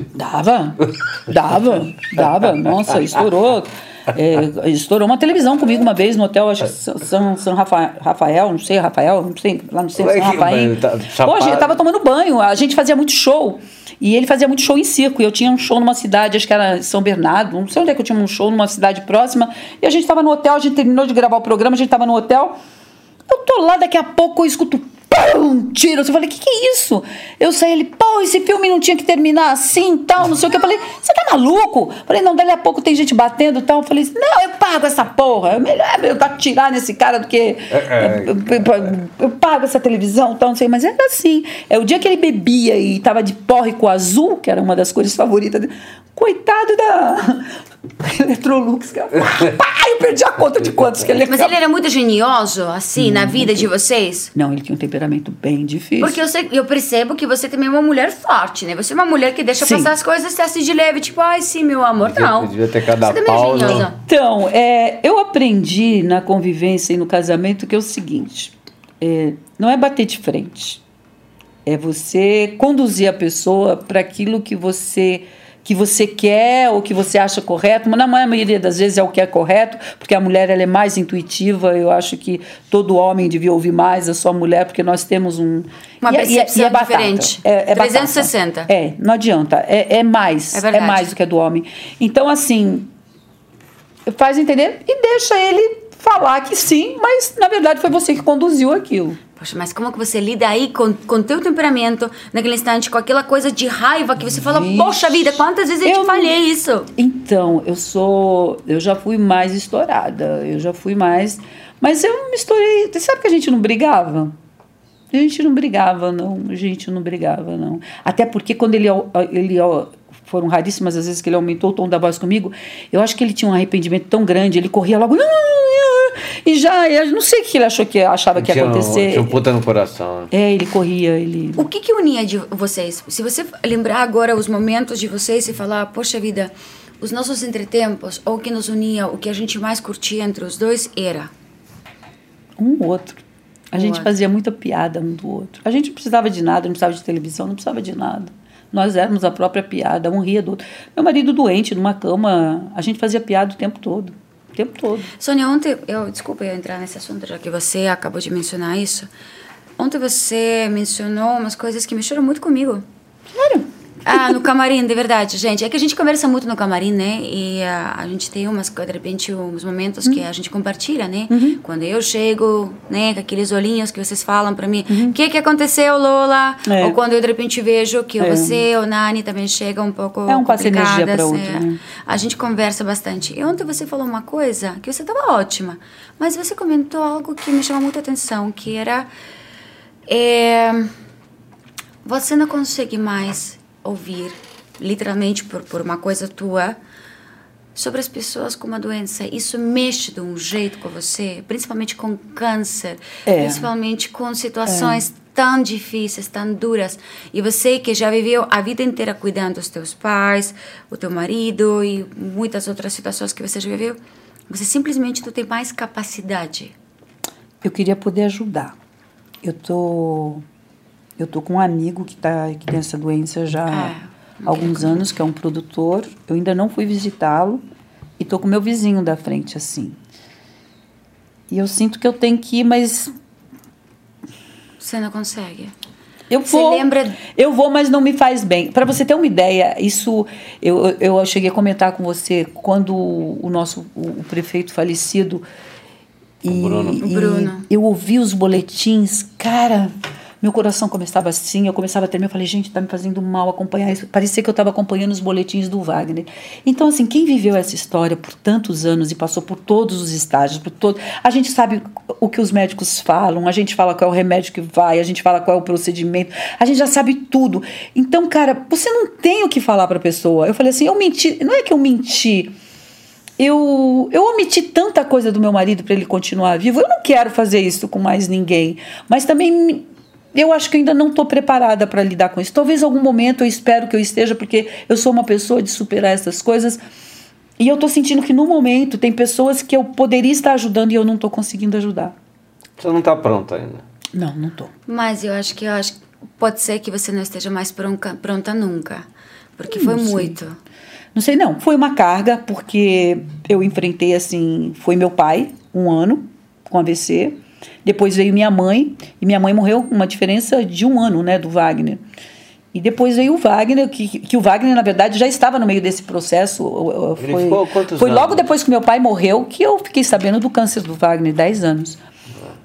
Dava. Nossa, estourou. Estourou uma televisão comigo uma vez no hotel, acho que São Rafael, não sei, lá no centro, São Rafael. Hoje, eu tava tomando banho, a gente fazia muito show. E ele fazia muito show em circo. E eu tinha um show numa cidade, acho que era São Bernardo, não sei onde é que eu tinha um show, numa cidade próxima. E a gente estava no hotel, a gente terminou de gravar o programa, a gente estava no hotel. Eu tô lá, daqui a pouco eu escuto pum, tiro. Eu falei, que é isso? Eu saí, ele, pô, esse filme não tinha que terminar assim, tal, não sei o que. Eu falei, você tá maluco? Eu falei, não, dali a pouco tem gente batendo e tal. Eu falei, não, eu pago essa porra. É melhor eu atirar nesse cara do que... Eu pago essa televisão e tal, não sei. Mas era assim. É o dia que ele bebia e tava de pórrico azul, que era uma das cores favoritas dele. Coitado da... Electrolux, cara. Eu perdi a conta de quantos que ele... Mas ele era muito genioso, assim, na vida de vocês? Não, ele tinha um temperamento bem difícil. Porque eu percebo que você também é uma mulher forte, né? Você é uma mulher que deixa passar as coisas assim de leve, tipo, ai, sim, meu amor, não. Devia ter cada você pau, também é geniosa. Então, eu aprendi na convivência e no casamento que é o seguinte, não é bater de frente, é você conduzir a pessoa para aquilo que você quer ou que você acha correto, mas na maioria das vezes é o que é correto, porque a mulher ela é mais intuitiva. Eu acho que todo homem devia ouvir mais a sua mulher, porque nós temos uma percepção diferente. 360. Batata. Não adianta. É mais. É mais do que é do homem. Então, assim, faz entender e deixa ele falar que sim, mas na verdade foi você que conduziu aquilo. Poxa, mas como que você lida aí com teu temperamento naquele instante, com aquela coisa de raiva que você fala, poxa vida, quantas vezes eu te falhei isso? Então, eu já fui mais estourada, mas eu me estourei. Você sabe que a gente não brigava? A gente não brigava, não. Até porque quando ele foram raríssimas as vezes que ele aumentou o tom da voz comigo, eu acho que ele tinha um arrependimento tão grande, ele corria logo... E eu não sei o que ele achava que ia acontecer. Tinha um puta no coração. Né? Ele corria, O que unia de vocês? Se você lembrar agora os momentos de vocês e falar, poxa vida, os nossos entretempos, ou o que nos unia, o que a gente mais curtia entre os dois era? Um outro. A gente fazia muita piada um do outro. A gente não precisava de nada, não precisava de televisão, não precisava de nada. Nós éramos a própria piada, um ria do outro. Meu marido doente, numa cama, a gente fazia piada o tempo todo. Sônia, ontem, desculpa eu entrar nesse assunto, já que você acabou de mencionar isso. Ontem você mencionou umas coisas que mexeram muito comigo. Sério? No camarim, de verdade, gente. É que a gente conversa muito no camarim, né? E a gente tem de repente, uns momentos que a gente compartilha, né? Quando eu chego, né, com aqueles olhinhos que vocês falam pra mim, o que aconteceu, Lola? Ou quando eu, de repente, vejo que você ou Nani também chega um pouco passa energia pra outro, né? A gente conversa bastante. E ontem você falou uma coisa que você estava ótima, mas você comentou algo que me chamou muita atenção, que era... você não consegue mais ouvir, literalmente por uma coisa tua, sobre as pessoas com uma doença. Isso mexe de um jeito com você, principalmente com câncer, principalmente com situações tão difíceis, tão duras. E você que já viveu a vida inteira cuidando dos teus pais, o teu marido e muitas outras situações que você já viveu, você simplesmente não tem mais capacidade. Eu queria poder ajudar. Eu tô com um amigo que tem essa doença já há alguns anos, que é um produtor. Eu ainda não fui visitá-lo e tô com meu vizinho da frente, assim. E eu sinto que eu tenho que ir, mas... Você não consegue? Eu vou, mas não me faz bem. Para você ter uma ideia, isso... Eu cheguei a comentar com você quando o prefeito falecido... O Bruno. Eu ouvi os boletins, cara... Meu coração começava assim, eu começava a tremer, eu falei, gente, tá me fazendo mal acompanhar isso. Parecia que eu estava acompanhando os boletins do Wagner. Então, assim, quem viveu essa história por tantos anos e passou por todos os estágios, a gente sabe o que os médicos falam, a gente fala qual é o remédio que vai, a gente fala qual é o procedimento, a gente já sabe tudo. Então, cara, você não tem o que falar para a pessoa. Eu falei assim, eu menti, não é que eu menti, eu omiti tanta coisa do meu marido para ele continuar vivo. Eu não quero fazer isso com mais ninguém, mas também... Eu acho que ainda não estou preparada para lidar com isso. Talvez em algum momento eu espero que eu esteja, porque eu sou uma pessoa de superar essas coisas. E eu estou sentindo que no momento tem pessoas que eu poderia estar ajudando e eu não estou conseguindo ajudar. Você não está pronta ainda? Não estou. Mas eu acho que pode ser que você não esteja mais pronta nunca. Porque foi muito. Não sei, não. Foi uma carga, porque eu enfrentei, assim, foi meu pai, 1 ano, com AVC. Depois veio minha mãe, e minha mãe morreu com uma diferença de 1 ano, né, do Wagner. E depois veio o Wagner, que o Wagner, na verdade, já estava no meio desse processo. Ele ficou quantos foi anos? Logo depois que meu pai morreu que eu fiquei sabendo do câncer do Wagner, 10 anos.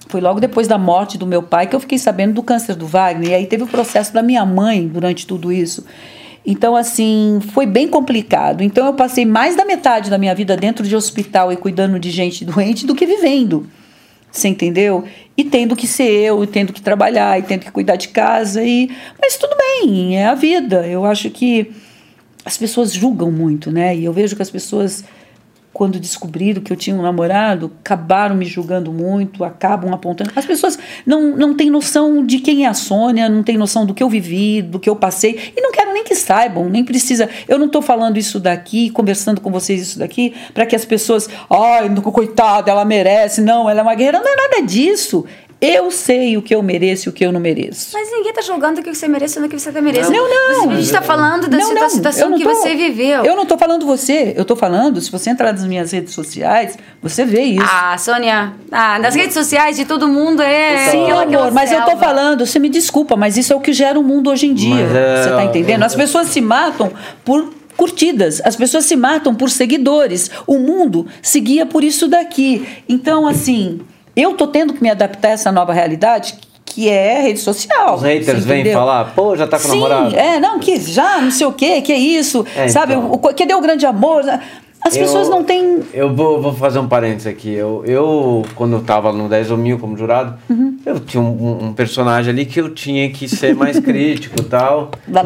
Foi logo depois da morte do meu pai que eu fiquei sabendo do câncer do Wagner. E aí teve o processo da minha mãe durante tudo isso. Então, assim, foi bem complicado. Então, eu passei mais da metade da minha vida dentro de hospital e cuidando de gente doente do que vivendo. Você entendeu? E tendo que ser eu, e tendo que trabalhar, e tendo que cuidar de casa. Mas tudo bem, é a vida. Eu acho que as pessoas julgam muito, né? E eu vejo que as pessoas, quando descobriram que eu tinha um namorado, acabaram me julgando muito, acabam apontando. As pessoas não têm noção de quem é a Sônia, não têm noção do que eu vivi, do que eu passei, e não quero nem que saibam, nem precisa. Eu não estou falando isso daqui, conversando com vocês isso daqui, para que as pessoas, coitada, ela merece, não, ela é uma guerreira, não é nada disso. Eu sei o que eu mereço e o que eu não mereço. Mas ninguém está julgando o que você merece ou o que você não merece. Não. A gente está falando da situação que você viveu. Eu não estou falando você. Eu estou falando, se você entrar nas minhas redes sociais, você vê isso. Sônia, nas redes sociais de todo mundo Sim, amor, mas eu estou falando, você me desculpa, mas isso é o que gera o mundo hoje em dia. Você está entendendo? As pessoas se matam por curtidas, as pessoas se matam por seguidores. O mundo seguia por isso daqui. Então, assim... Eu tô tendo que me adaptar a essa nova realidade, que é rede social. Os haters vêm falar, pô, já tá com namorado. Que já, não sei o quê, que é isso, sabe? Então. Cadê o grande amor? As pessoas não têm... Eu vou fazer um parênteses aqui. Eu quando eu tava no 10 ou 1000 como jurado, eu tinha um personagem ali que eu tinha que ser mais crítico e tal.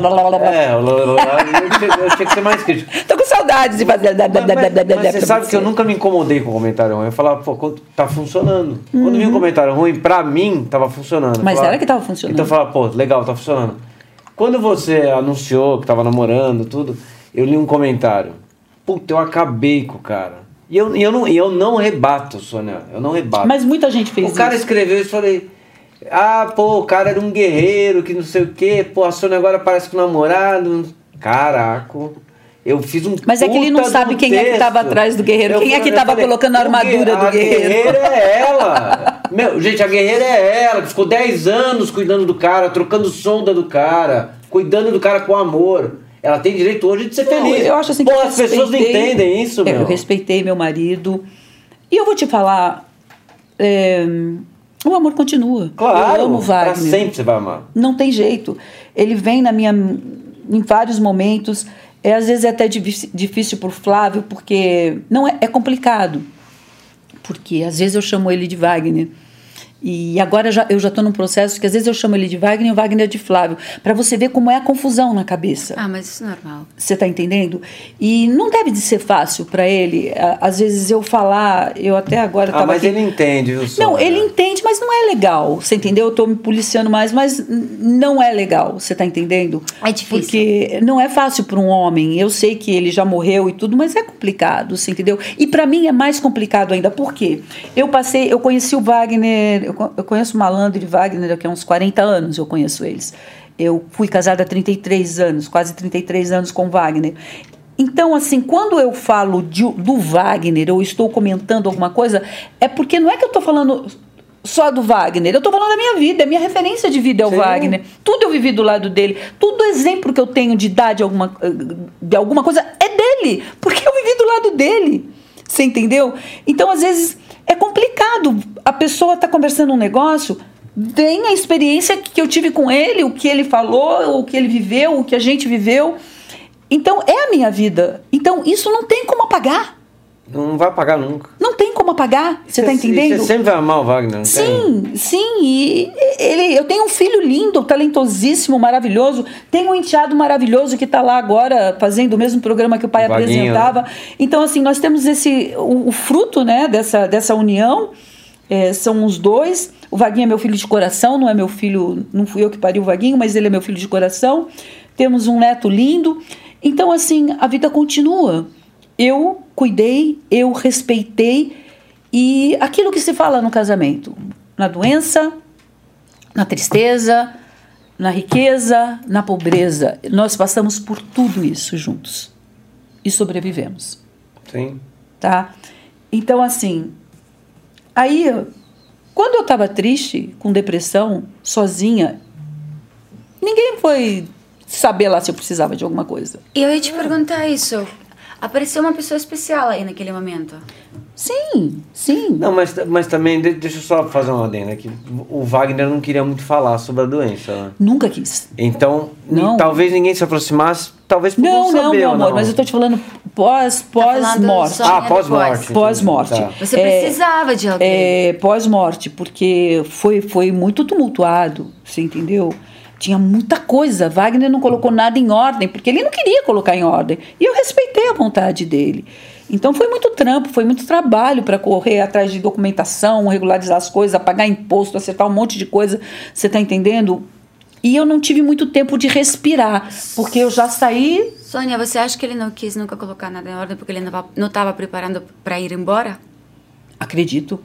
Eu tinha que ser mais crítico. Tô com saudades de fazer... Mas você sabe que eu nunca me incomodei com comentário ruim. Eu falava, pô, tá funcionando. Quando vinha um comentário ruim, pra mim, tava funcionando. Mas era que tava funcionando. Então eu falava, pô, legal, tá funcionando. Quando você anunciou que tava namorando, tudo, eu li um comentário. Puta, eu acabei com o cara. E eu não rebato, Sônia. Eu não rebato. Mas muita gente fez isso. O cara escreveu isso e falei... o cara era um guerreiro, que não sei o quê. Pô, a Sônia agora parece com namorado. Caraca. Eu fiz um Mas é que ele não sabe quem é que estava atrás do guerreiro. Quem é que estava colocando a armadura do guerreiro. A guerreira é ela. Gente, a guerreira é ela. Que ficou 10 anos cuidando do cara, trocando sonda do cara, cuidando do cara com amor. Ela tem direito hoje de ser feliz. Eu acho assim que as pessoas não entendem isso, meu. Eu respeitei meu marido. E eu vou te falar... o amor continua. Claro, eu amo o Wagner. Pra sempre você vai amar. Não tem jeito. Ele vem em vários momentos. Às vezes é até difícil por Flávio, porque não é complicado. Porque às vezes eu chamo ele de Wagner. E agora eu já estou num processo que às vezes eu chamo ele de Wagner e o Wagner de Flávio, para você ver como é a confusão na cabeça. Mas isso é normal. Você está entendendo? E não deve de ser fácil para ele, às vezes eu falar, eu até agora estava mas aqui... ele entende, viu, Sônia? Não, ele entende, mas não é legal, você entendeu? Eu estou me policiando mais, mas não é legal, você está entendendo? É difícil. Porque não é fácil para um homem, eu sei que ele já morreu e tudo, mas é complicado, você entendeu? E para mim é mais complicado ainda, por quê? Eu conheci o Wagner... Eu conheço o Malandro e Wagner há uns 40 anos, eu conheço eles. Eu fui casada há 33 anos, quase 33 anos com o Wagner. Então, assim, quando eu falo do Wagner, ou estou comentando alguma coisa, é porque não é que eu estou falando só do Wagner, eu estou falando da minha vida, a minha referência de vida é o Wagner. Tudo eu vivi do lado dele, todo exemplo que eu tenho de dar de alguma coisa é dele, porque eu vivi do lado dele. Você entendeu? Então, às vezes... É complicado. A pessoa está conversando um negócio, vem a experiência que eu tive com ele, o que ele falou, o que ele viveu, o que a gente viveu. Então, é a minha vida. Então, isso não tem como apagar. Não vai apagar nunca. Não tem como apagar. Você está entendendo? Você sempre vai amar o Wagner, não sim, tem? Sim. E eu tenho um filho lindo, talentosíssimo, maravilhoso. Tenho um enteado maravilhoso que está lá agora fazendo o mesmo programa que o pai apresentava. Então, assim, nós temos o fruto, né, dessa união. São os dois. O Vaguinho é meu filho de coração, não é meu filho, não fui eu que pari o Vaguinho, mas ele é meu filho de coração. Temos um neto lindo. Então, assim, a vida continua. Eu cuidei, eu respeitei, e aquilo que se fala no casamento, na doença, na tristeza, na riqueza, na pobreza, nós passamos por tudo isso juntos e sobrevivemos. Sim. Tá? Então, assim, aí, quando eu estava triste, com depressão, sozinha, ninguém foi saber lá se eu precisava de alguma coisa. Eu ia te perguntar isso. Apareceu uma pessoa especial aí naquele momento? Sim, sim. Não, mas também, deixa eu só fazer uma adenda aqui. O Wagner não queria muito falar sobre a doença, né? Nunca quis. Então, Não. talvez ninguém se aproximasse, talvez por não saber. Não, meu amor, mas eu tô te falando pós-morte. Pós-morte. Pós-morte. Tá. Você precisava de alguém. Pós-morte, porque foi muito tumultuado, você entendeu? Tinha muita coisa. Wagner não colocou nada em ordem, porque ele não queria colocar em ordem. E eu respeitei a vontade dele. Então foi muito trampo, foi muito trabalho para correr atrás de documentação, regularizar as coisas, pagar imposto, acertar um monte de coisa. Você está entendendo? E eu não tive muito tempo de respirar, porque eu já saí... Sônia, você acha que ele não quis nunca colocar nada em ordem porque ele não estava preparando para ir embora? Acredito.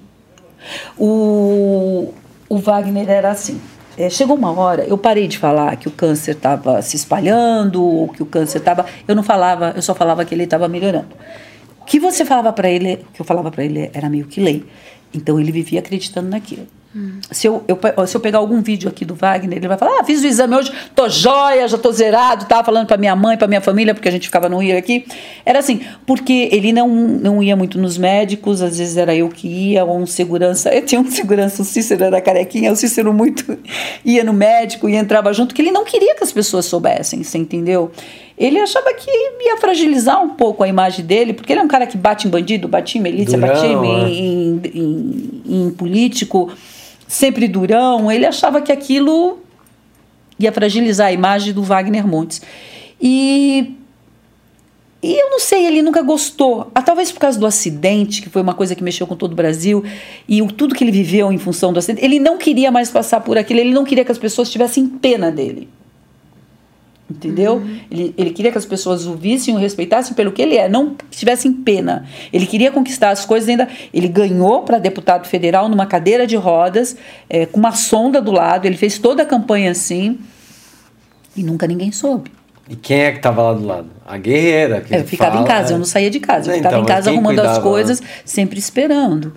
O Wagner era assim. Chegou uma hora, eu parei de falar que o câncer estava se espalhando, ou que o câncer estava... Eu não falava, eu só falava que ele estava melhorando. O que você falava para ele, que eu falava para ele, era meio que lei. Então ele vivia acreditando naquilo. Se eu pegar algum vídeo aqui do Wagner, ele vai falar: fiz o exame hoje, tô joia, já tô zerado, tava falando pra minha mãe, pra minha família, porque a gente ficava no Rio aqui. Era assim, porque ele não ia muito nos médicos, às vezes era eu que ia, ou um segurança. Eu tinha um segurança, o Cícero era carequinha, o Cícero muito ia no médico e entrava junto, que ele não queria que as pessoas soubessem, você entendeu? Ele achava que ia fragilizar um pouco a imagem dele, porque ele é um cara que bate em bandido, bate em milícia, bate em político, sempre durão. Ele achava que aquilo ia fragilizar a imagem do Wagner Montes. E eu não sei, ele nunca gostou. Talvez por causa do acidente, que foi uma coisa que mexeu com todo o Brasil, e tudo que ele viveu em função do acidente. Ele não queria mais passar por aquilo, ele não queria que as pessoas tivessem pena dele. Entendeu? Ele queria que as pessoas o vissem, o respeitassem pelo que ele é, não tivessem pena. Ele queria conquistar as coisas ainda. Ele ganhou para deputado federal numa cadeira de rodas, com uma sonda do lado. Ele fez toda a campanha assim e nunca ninguém soube. E quem é que estava lá do lado? A guerreira. Eu ficava em casa, eu não saía de casa. Eu ficava em casa arrumando as coisas, sempre esperando,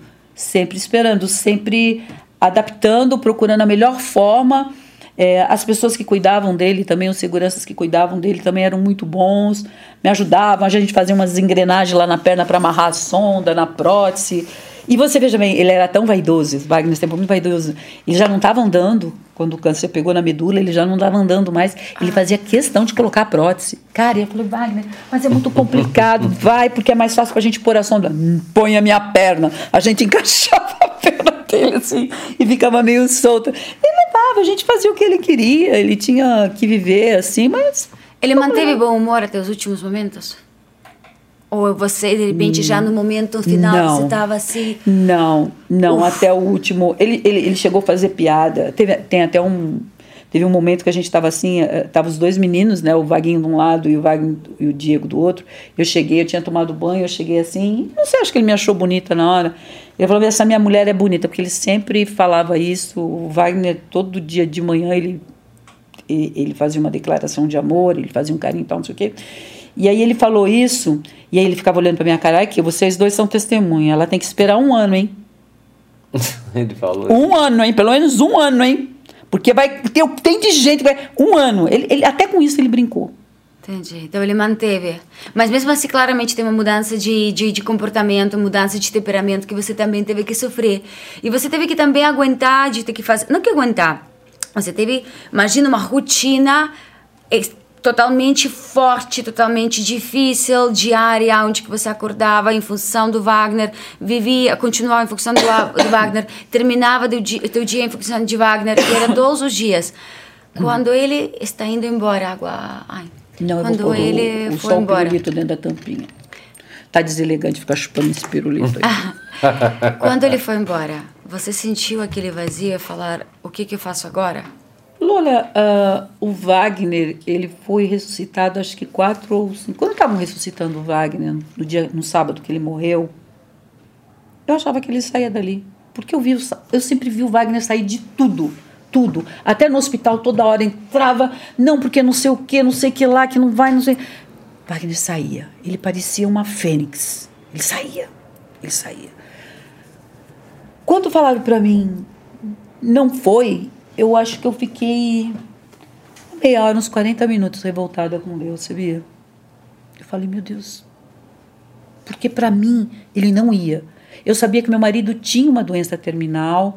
sempre adaptando, procurando a melhor forma. As pessoas que cuidavam dele também, os seguranças que cuidavam dele também eram muito bons, me ajudavam. A gente fazia umas engrenagens lá na perna para amarrar a sonda, na prótese. E você veja bem, ele era tão vaidoso, Wagner sempre muito vaidoso. Ele já não estava andando, quando o câncer pegou na medula, ele já não estava andando mais. Ele fazia questão de colocar a prótese. Cara, eu falei: Wagner, mas é muito complicado. Vai, porque é mais fácil para a gente pôr a sonda. Põe a minha perna. A gente encaixava a perna dele assim e ficava meio solta. Ele levava, a gente fazia o que ele queria. Ele tinha que viver assim, mas... Ele manteve bom humor até os últimos momentos? Ou você, de repente, já no momento final, não, você estava assim... Não, até o último... Ele chegou a fazer piada. Teve um momento que a gente estava assim, tava os dois meninos, né, o Vaguinho de um lado e o Diego do outro. Eu tinha tomado banho, eu cheguei assim, não sei, acho que ele me achou bonita na hora. Ele falou: essa minha mulher é bonita, porque ele sempre falava isso. O Wagner, todo dia de manhã, ele fazia uma declaração de amor, ele fazia um carinho e tal, não sei o quê. E aí ele falou isso, e aí ele ficava olhando pra minha cara: aqui, vocês dois são testemunha, ela tem que esperar 1 ano, hein? Ele falou 1 ano, hein? Pelo menos 1 ano, hein? Porque tem de gente que vai... 1 ano. Ele, até com isso ele brincou. Entendi. Então ele manteve. Mas mesmo assim, claramente tem uma mudança de comportamento, mudança de temperamento que você também teve que sofrer. E você teve que também aguentar, de ter que fazer... Não que aguentar. Você teve, imagina, uma rotina totalmente forte, totalmente difícil, diária, onde que você acordava em função do Wagner, continuava em função do Wagner, terminava o teu dia em função de Wagner, que era todos os dias. Quando ele está indo embora, quando ele foi embora... o pirulito dentro da tampinha. Tá deselegante ficar chupando esse pirulito aí. Quando ele foi embora, você sentiu aquele vazio e falar: o que eu faço agora? Lola, o Wagner, ele foi ressuscitado acho que 4 ou 5... Quando estavam ressuscitando o Wagner, no sábado que ele morreu, eu achava que ele saía dali. Porque eu sempre vi o Wagner sair de tudo. Até no hospital toda hora entrava, não, porque não sei o que, não sei o que lá, que não vai, não sei... Wagner saía. Ele parecia uma fênix. Ele saía. Quando falaram pra mim, não foi... Eu acho que eu fiquei meia hora, uns 40 minutos revoltada com Deus, sabia? Eu falei: meu Deus, porque para mim ele não ia. Eu sabia que meu marido tinha uma doença terminal,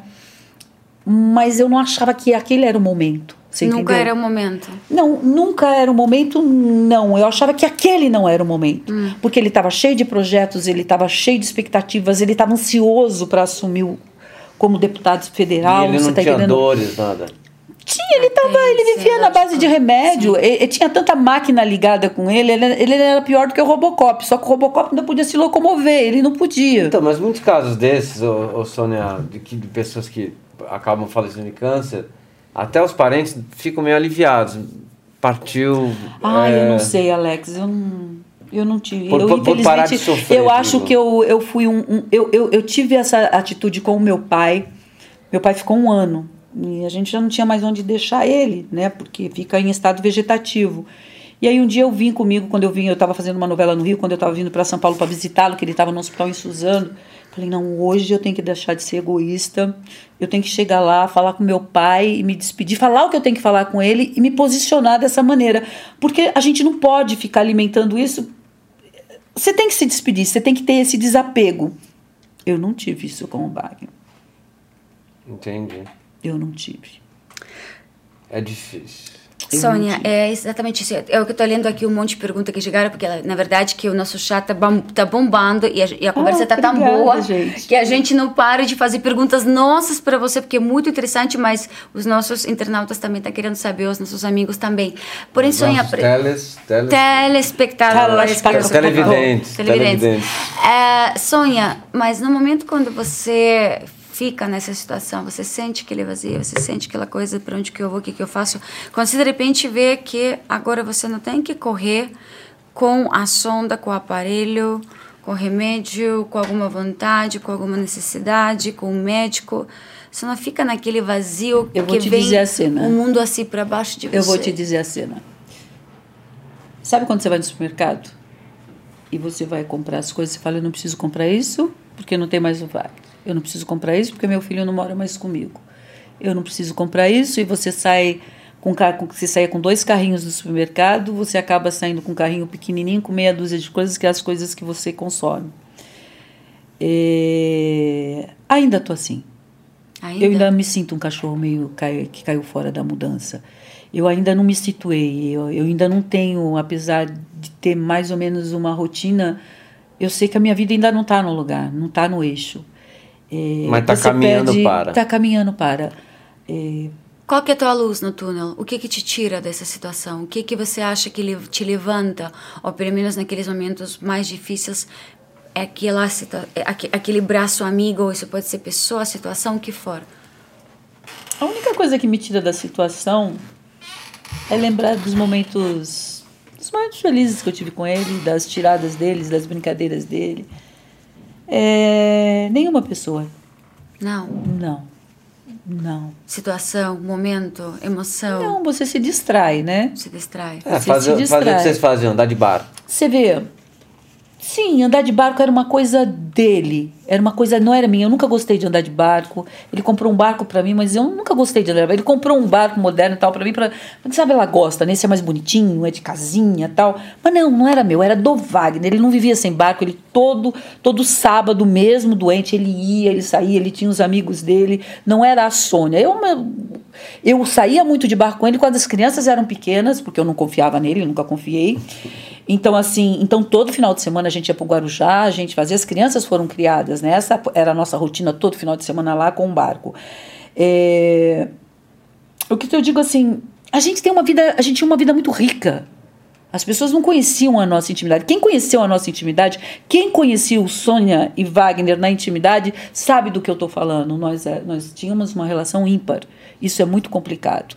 mas eu não achava que aquele era o momento. Você Nunca entendeu? era o momento. Não, nunca era o momento, não. Eu achava que aquele não era o momento. Porque ele estava cheio de projetos, ele estava cheio de expectativas, ele estava ansioso para assumir como deputado federal. E ele não você tá tinha entendendo? dores, nada. Tinha, ele vivia na base de remédio. Ele tinha tanta máquina ligada com ele era pior do que o Robocop. Só que o Robocop ainda podia se locomover, ele não podia. Então, mas muitos casos desses, Sônia, de pessoas que acabam falecendo de câncer, até os parentes ficam meio aliviados. Partiu... Eu não sei, Alex, eu não tive. Por parar de sofrer, eu acho que eu fui eu tive essa atitude com o meu pai. Meu pai ficou 1 ano. E a gente já não tinha mais onde deixar ele, né? Porque fica em estado vegetativo. E aí um dia eu vim comigo, quando eu estava fazendo uma novela no Rio, quando eu estava vindo para São Paulo para visitá-lo, que ele estava no hospital em Suzano. Falei, não, hoje eu tenho que deixar de ser egoísta, eu tenho que chegar lá, falar com meu pai e me despedir, falar o que eu tenho que falar com ele e me posicionar dessa maneira. Porque a gente não pode ficar alimentando isso. Você tem que se despedir, você tem que ter esse desapego. Eu não tive isso com o Wagner. Entendi. Eu não tive. É difícil. Sônia, é exatamente isso. É o que eu estou lendo aqui, um monte de perguntas que chegaram, porque na verdade que o nosso chat tá bombando e a conversa tá tão boa, gente. que a gente não para de fazer perguntas nossas para você, porque é muito interessante, mas os nossos internautas também estão querendo saber, os nossos amigos também. Porém, Sônia... Telespectadores. Televidentes. Sônia, mas no momento quando você fica nessa situação, você sente aquele vazio, você sente aquela coisa, para onde que eu vou, o que eu faço, quando você de repente vê que agora você não tem que correr com a sonda, com o aparelho, com o remédio, com alguma vontade, com alguma necessidade, com o médico, você não fica naquele vazio que vem o mundo assim para baixo de você. Eu vou te dizer a cena. Sabe quando você vai no supermercado e você vai comprar as coisas e fala, eu não preciso comprar isso porque não tem mais o Wagner. Eu não preciso comprar isso porque meu filho não mora mais comigo. Eu não preciso comprar isso, e você sai você saia com 2 carrinhos do supermercado, você acaba saindo com um carrinho pequenininho, com meia dúzia de coisas, que é as coisas que você consome. Ainda estou assim. Eu ainda me sinto um cachorro meio que caiu fora da mudança. Eu ainda não me situei, eu ainda não tenho, apesar de ter mais ou menos uma rotina, eu sei que a minha vida ainda não está no lugar, não está no eixo. Mas está caminhando para. Está caminhando para. Qual que é a tua luz no túnel? O que te tira dessa situação? O que você acha que te levanta? Ou pelo menos naqueles momentos mais difíceis, é aquele braço amigo, ou isso pode ser pessoa, situação, o que for. A única coisa que me tira da situação é lembrar dos momentos felizes que eu tive com ele, das tiradas dele, das brincadeiras dele. Nenhuma pessoa. Não. Situação, momento, emoção. Não, você se distrai, né? Se distrai. Fazer o que vocês faziam, andar de barco. Você vê. Sim, andar de barco era uma coisa dele. Era uma coisa, não era minha. Eu nunca gostei de andar de barco. Ele comprou um barco pra mim, mas eu nunca gostei de andar de barco. Ele comprou um barco moderno e tal pra mim. Sabe, ela gosta, né? Esse é mais bonitinho, é de casinha e tal. Mas não era meu, era do Wagner. Ele não vivia sem barco. Ele todo sábado, mesmo doente, ele ia, ele saía, ele tinha os amigos dele. Não era a Sônia. Eu saía muito de barco com ele quando as crianças eram pequenas, porque eu não confiava nele, eu nunca confiei. Então, todo final de semana a gente ia para o Guarujá, a gente fazia, as crianças foram criadas, né? Essa era a nossa rotina, todo final de semana lá com o barco. O que eu digo assim, a gente tinha uma vida muito rica. As pessoas não conheciam a nossa intimidade. Quem conheceu a nossa intimidade, quem conhecia o Sônia e Wagner na intimidade, sabe do que eu estou falando. Nós tínhamos uma relação ímpar. Isso é muito complicado.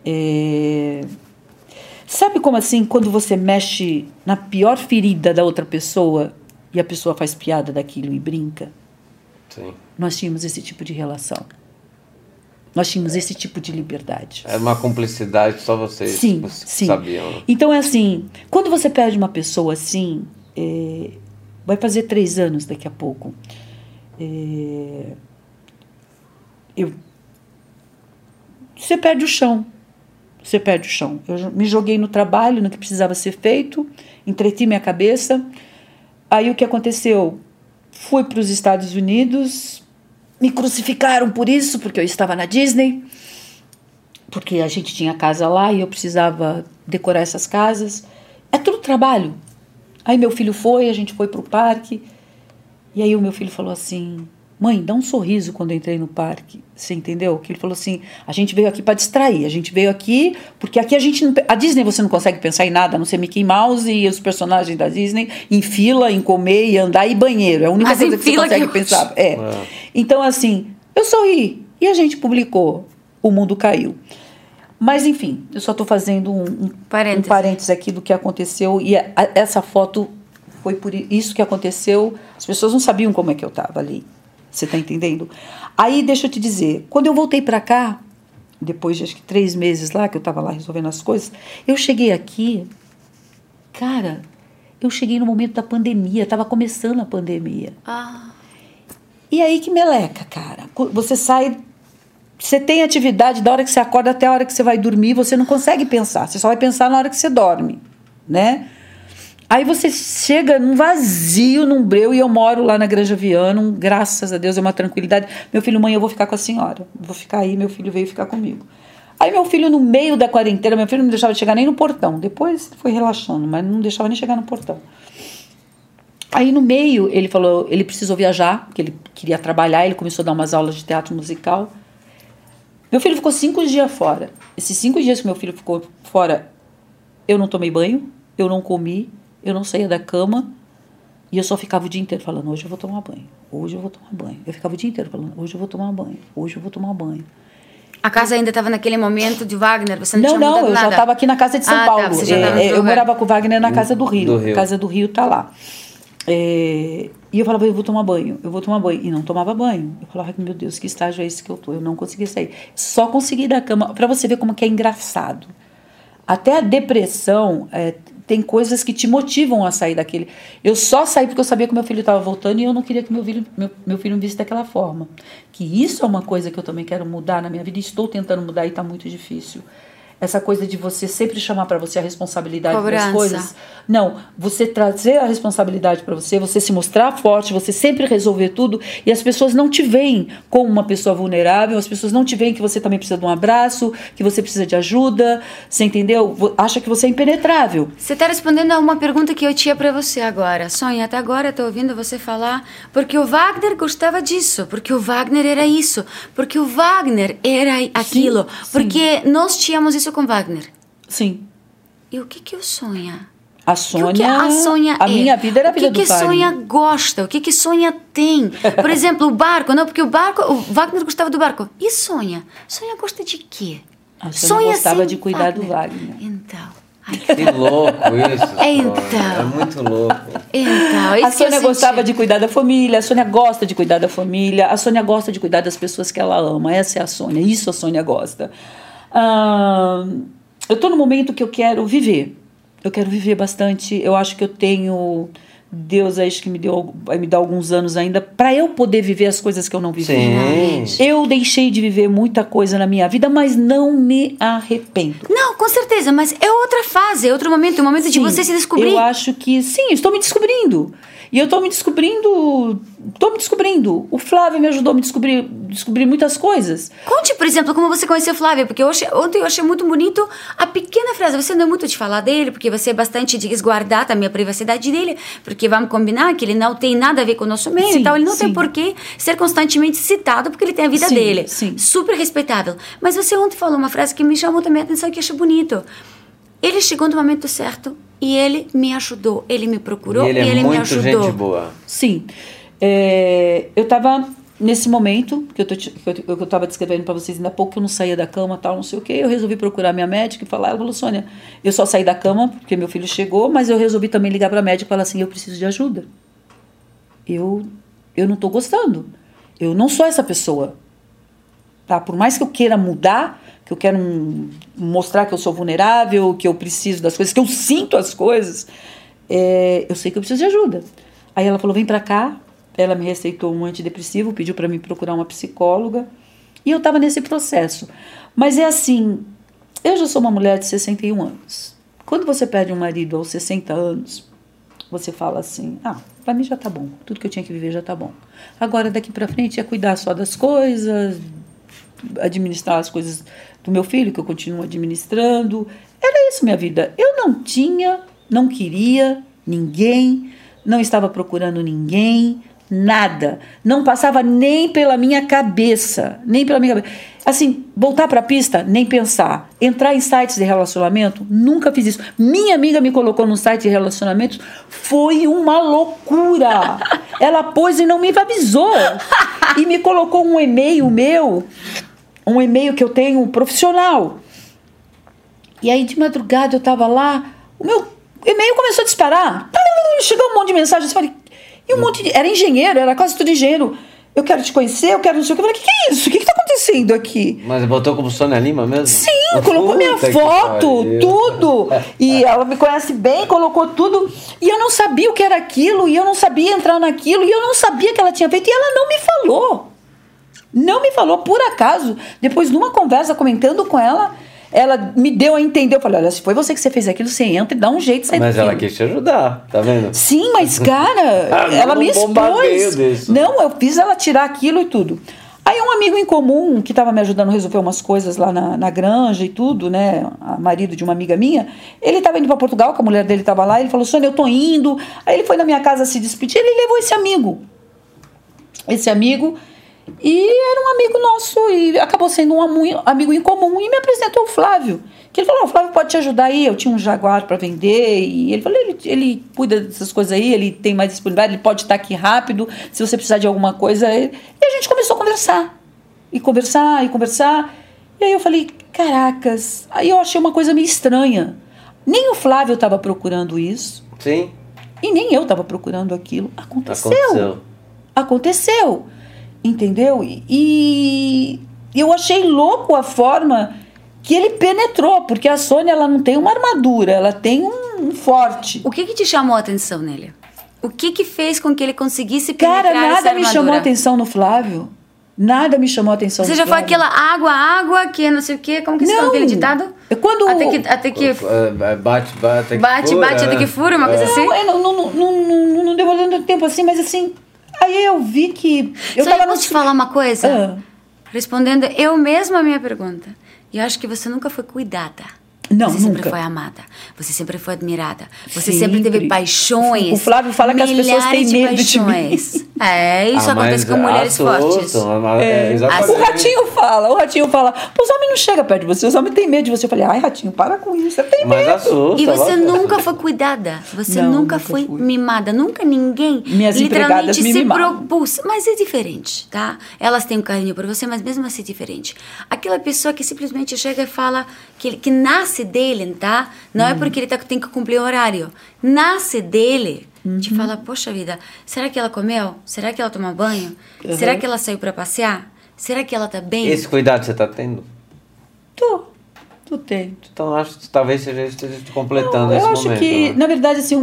Sabe como assim, quando você mexe na pior ferida da outra pessoa e a pessoa faz piada daquilo e brinca? Sim. Nós tínhamos esse tipo de relação. Nós tínhamos esse tipo de liberdade. Era uma cumplicidade, só vocês sabiam. Então é assim, quando você perde uma pessoa assim, vai fazer 3 anos daqui a pouco. Você perde o chão. Você perde o chão. Eu me joguei no trabalho, no que precisava ser feito, entreti minha cabeça. Aí o que aconteceu? fui para os Estados Unidos, me crucificaram por isso, porque eu estava na Disney, porque a gente tinha casa lá e eu precisava decorar essas casas. É tudo trabalho. Aí meu filho foi, a gente foi para o parque, e aí o meu filho falou assim, mãe, dá um sorriso quando eu entrei no parque. Você entendeu? Que ele falou assim, a gente veio aqui para distrair, a gente veio aqui, porque aqui a gente não, a Disney você não consegue pensar em nada, a não ser Mickey Mouse e os personagens da Disney, em fila, em comer, e andar e banheiro. É a única coisa que você consegue pensar. Então, assim, eu sorri. E a gente publicou O Mundo Caiu. Mas, enfim, eu só estou fazendo um parênteses aqui do que aconteceu. E essa foto foi por isso que aconteceu. As pessoas não sabiam como é que eu estava ali. Você está entendendo? Aí, deixa eu te dizer, quando eu voltei para cá, depois de acho que 3 meses lá, que eu estava lá resolvendo as coisas, eu cheguei aqui, cara, eu cheguei no momento da pandemia, estava começando a pandemia. E aí que meleca, cara. Você sai, você tem atividade da hora que você acorda até a hora que você vai dormir, você não consegue pensar, você só vai pensar na hora que você dorme, né? Aí você chega num vazio, num breu, e eu moro lá na Granja Viana, graças a Deus, é uma tranquilidade. Meu filho, mãe, eu vou ficar com a senhora, vou ficar aí, meu filho veio ficar comigo. Aí meu filho, no meio da quarentena, meu filho não deixava de chegar nem no portão, depois foi relaxando, mas não deixava nem chegar no portão. Aí no meio, ele falou, ele precisou viajar, porque ele queria trabalhar, ele começou a dar umas aulas de teatro musical. Meu filho ficou 5 dias fora. Esses 5 dias que meu filho ficou fora, eu não tomei banho, eu não comi, eu não saía da cama e eu só ficava o dia inteiro falando, hoje eu vou tomar banho, hoje eu vou tomar banho. Eu ficava o dia inteiro falando, hoje eu vou tomar banho, hoje eu vou tomar banho. A casa ainda estava naquele momento de Wagner? Você não tinha mudado eu nada? Já estava aqui na casa de São Paulo. Tá, eu morava com o Wagner na casa do Rio. A casa do Rio está lá. E eu falava, eu vou tomar banho, eu vou tomar banho. E não tomava banho. Eu falava, meu Deus, que estágio é esse que eu tô? Eu não conseguia sair. Só consegui ir da cama, para você ver como que é engraçado. Até a depressão, tem coisas que te motivam a sair daquele. Eu só saí porque eu sabia que meu filho estava voltando e eu não queria que meu filho me visse daquela forma. Que isso é uma coisa que eu também quero mudar na minha vida. Estou tentando mudar e está muito difícil. Essa coisa de você sempre chamar para você a responsabilidade das coisas. Não, você trazer a responsabilidade para você, você se mostrar forte, você sempre resolver tudo, e as pessoas não te veem como uma pessoa vulnerável, as pessoas não te veem que você também precisa de um abraço, que você precisa de ajuda, você entendeu? Acha que você é impenetrável. Você está respondendo a uma pergunta que eu tinha para você agora. Sônia, até agora eu estou ouvindo você falar porque o Wagner gostava disso, porque o Wagner era isso, porque o Wagner era aquilo, porque nós tínhamos isso com Wagner. Sim. E o que o Sônia? A Sônia minha vida era a vida do Wagner. O que Sônia gosta? O que Sônia tem? Por exemplo, o barco, não, porque o Wagner gostava do barco. E Sônia? Sônia gosta de quê? A Sônia gostava de cuidar do Wagner. Então. Que louco isso. Então. É muito louco. Então, a Sônia gostava de cuidar da família, a Sônia gosta de cuidar da família, a Sônia gosta de cuidar das pessoas que ela ama. Essa é a Sônia, isso a Sônia gosta. Eu estou no momento que eu quero viver. Eu quero viver bastante. Eu acho que eu tenho... Deus acho que vai me dar alguns anos ainda para eu poder viver as coisas que eu não vivi. Sim. Eu deixei de viver muita coisa na minha vida, mas não me arrependo. Não, com certeza, mas é outra fase, é outro momento, de você se descobrir. Eu acho que sim, estou me descobrindo. E eu estou me descobrindo. O Flávio me ajudou a me descobrir muitas coisas. Conte, por exemplo, como você conheceu o Flávio, porque ontem eu achei muito bonito a pequena frase. Você não é muito de falar dele, porque você é bastante de resguardar também a privacidade dele, porque vamos combinar que ele não tem nada a ver com o nosso meio, então ele não tem por que ser constantemente citado, porque ele tem a vida dele. Sim. Super respeitável. Mas você ontem falou uma frase que me chamou também a atenção, que eu achei bonito. Ele chegou no momento certo e ele me ajudou. Ele me procurou e ele me ajudou. Ele é muito gente boa. Sim. Eu estava nesse momento que eu estava descrevendo para vocês ainda há pouco, que eu não saía da cama, tal, não sei o quê. Eu resolvi procurar minha médica e falar. Ela falou, Sônia, eu só saí da cama porque meu filho chegou, mas eu resolvi também ligar para a médica e falar assim, eu preciso de ajuda. Eu não estou gostando. Eu não sou essa pessoa. Tá? Por mais que eu queira mudar, que eu quero mostrar que eu sou vulnerável, que eu preciso das coisas, que eu sinto as coisas, eu sei que eu preciso de ajuda. Aí ela falou, vem pra cá. Ela me receitou um antidepressivo, pediu para mim procurar uma psicóloga. E eu estava nesse processo. Mas é assim, eu já sou uma mulher de 61 anos. Quando você perde um marido aos 60 anos, você fala assim, para mim já tá bom, tudo que eu tinha que viver já tá bom. Agora, daqui para frente, é cuidar só das coisas, administrar as coisas do meu filho, que eu continuo administrando. Era isso minha vida. Eu não queria ninguém, não estava procurando ninguém, nada. Não passava nem pela minha cabeça, Assim, voltar para a pista, nem pensar. Entrar em sites de relacionamento, nunca fiz isso. Minha amiga me colocou num site de relacionamentos, foi uma loucura. Ela pôs e não me avisou. E me colocou um e-mail meu, um e-mail que eu tenho profissional. E aí, de madrugada, eu estava lá, o meu e-mail começou a disparar. Chegou um monte de mensagens, eu falei, era engenheiro, era quase tudo engenheiro. Eu quero te conhecer, eu quero não sei o que. Eu falei, o que é isso? O que está acontecendo aqui? Mas botou como Sônia Lima mesmo? Sim, colocou minha foto, tudo. E ela me conhece bem, colocou tudo. E eu não sabia o que era aquilo, e eu não sabia entrar naquilo, e eu não sabia que ela tinha feito, e ela não me falou. Não me falou, por acaso. Depois, numa conversa, comentando com ela, ela me deu a entender. Eu falei, olha, se foi você que você fez aquilo, você entra e dá um jeito de sair. Mas ela quis te ajudar, tá vendo? Sim, mas cara, ela me expôs. Não, eu fiz ela tirar aquilo e tudo. Aí um amigo em comum, que estava me ajudando a resolver umas coisas lá na granja e tudo, né, marido de uma amiga minha, ele estava indo para Portugal, que a mulher dele estava lá, ele falou, Sônia, eu tô indo. Aí ele foi na minha casa se despedir, ele levou esse amigo. E era um amigo nosso, e acabou sendo um amigo em comum, e me apresentou o Flávio. Que ele falou, o Flávio pode te ajudar aí, eu tinha um Jaguar para vender, e ele falou, ele cuida dessas coisas aí, ele tem mais disponibilidade, ele pode estar aqui rápido, se você precisar de alguma coisa. E a gente começou a conversar, e aí eu falei, caracas, aí eu achei uma coisa meio estranha. Nem o Flávio estava procurando isso. Sim. E nem eu estava procurando aquilo. Aconteceu. Entendeu? E eu achei louco a forma que ele penetrou, porque a Sônia, ela não tem uma armadura, ela tem um forte. O que te chamou a atenção nele? O que fez com que ele conseguisse penetrar essa armadura? Cara, nada me chamou a atenção no Flávio. Nada me chamou a atenção no Flávio. Você já foi aquela água, que não sei o quê, como que se fala aquele ditado? Quando... Até que... Bate, até que fura, uma coisa assim? Não demorou tanto tempo assim, mas assim... Aí eu vi que... Posso te falar uma coisa? Respondendo eu mesma a minha pergunta. Eu acho que você nunca foi cuidada. Não, você sempre nunca. foi amada. Você sempre foi admirada. Você sempre teve paixões. O Flávio fala que as pessoas têm medo de mim. Isso acontece com mulheres fortes. O Ratinho fala, os homens não chegam perto de você, os homens têm medo de você. Eu falei, ai, Ratinho, para com isso, você tem medo. Mas assusta. E você nunca foi cuidada. Você nunca foi mimada. Nunca ninguém literalmente se propôs. Mas é diferente, tá? Elas têm um carinho por você, mas mesmo assim é diferente. Aquela pessoa que simplesmente chega e fala que nasce dele, tá? Não é porque ele tem que cumprir o horário. Nasce dele. Te fala, poxa vida, será que ela comeu? Será que ela tomou banho? Será que ela saiu pra passear? Será que ela tá bem? Esse cuidado você tá tendo? Tô tendo. Então acho que talvez esteja te completando esse momento. Eu acho que, na verdade, assim,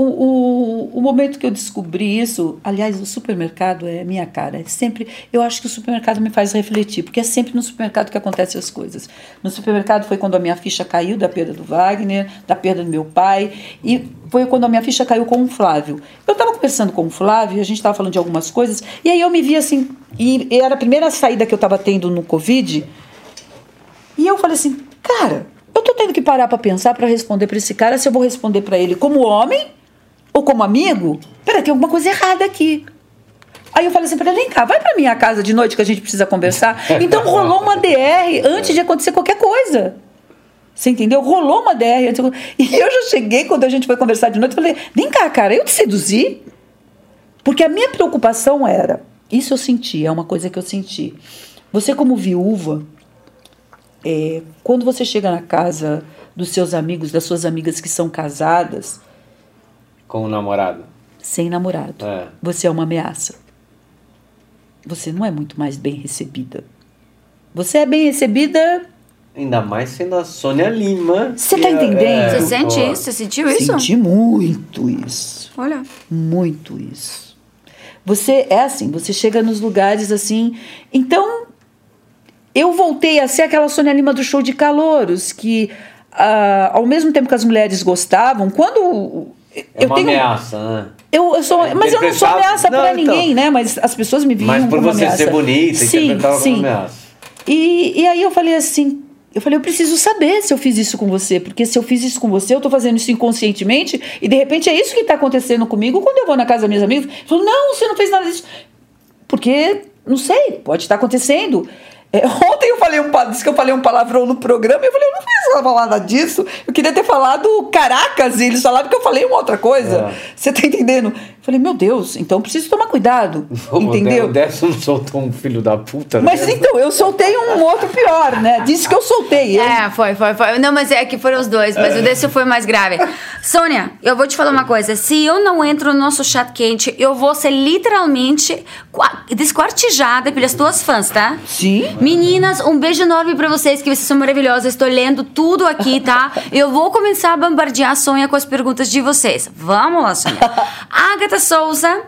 o momento que eu descobri isso, aliás, o supermercado é minha cara. Eu acho que o supermercado me faz refletir, porque é sempre no supermercado que acontecem as coisas. No supermercado foi quando a minha ficha caiu da perda do Wagner, da perda do meu pai, e foi quando a minha ficha caiu com o Flávio. Eu estava conversando com o Flávio, a gente estava falando de algumas coisas, e aí eu me vi assim, e era a primeira saída que eu estava tendo no Covid, e eu falei assim, cara, eu tô tendo que parar para pensar, para responder para esse cara, se eu vou responder para ele como homem ou como amigo. Peraí, tem alguma coisa errada aqui. Aí eu falei assim para ele, vem cá, vai para minha casa de noite que a gente precisa conversar. Então rolou uma DR antes de acontecer qualquer coisa. Você entendeu? Rolou uma DR antes. E eu já cheguei, quando a gente foi conversar de noite, eu falei, vem cá, cara, eu te seduzi? Porque a minha preocupação era, isso eu senti, é uma coisa que eu senti. Você como viúva, quando você chega na casa dos seus amigos, das suas amigas que são casadas... Com o namorado. Sem namorado. Você é uma ameaça. Você não é muito mais bem recebida. Você é bem recebida... Ainda mais sendo a Sônia Lima. Você tá entendendo? Você sente isso? Você sentiu isso? Senti muito isso. Olha. Muito isso. Você é assim, você chega nos lugares assim... Então... Eu voltei a ser aquela Sônia Lima do show de calouros, que ao mesmo tempo que as mulheres gostavam, quando... É uma ameaça, né? Mas eu não sou ameaça para ninguém, né? Mas as pessoas me viam como ameaça. Mas por você ser bonita, interpretava como ameaça. E aí eu falei assim, eu preciso saber se eu fiz isso com você, porque se eu fiz isso com você, eu tô fazendo isso inconscientemente, e de repente é isso que tá acontecendo comigo quando eu vou na casa das minhas amigas. Eu falo, não, você não fez nada disso. Porque, não sei, pode estar acontecendo. Ontem disse que eu falei um palavrão no programa e eu falei, eu não fiz nada disso. Eu queria ter falado caracas e eles falaram que eu falei uma outra coisa. Você tá entendendo? Eu falei, meu Deus, então preciso tomar cuidado. Entendeu? O Décio não soltou um filho da puta. Mas então, eu soltei um outro pior, né? Disse que eu soltei. Foi. Não, mas é que foram os dois, mas o Décio foi mais grave. Sônia, eu vou te falar uma coisa. Se eu não entro no nosso chat quente, eu vou ser literalmente desquartejada pelas tuas fãs, tá? Sim. Meninas, um beijo enorme pra vocês, que vocês são maravilhosas. Estou lendo tudo aqui, tá? Eu vou começar a bombardear a Sônia com as perguntas de vocês. Vamos lá, Sônia. Agatha Souza,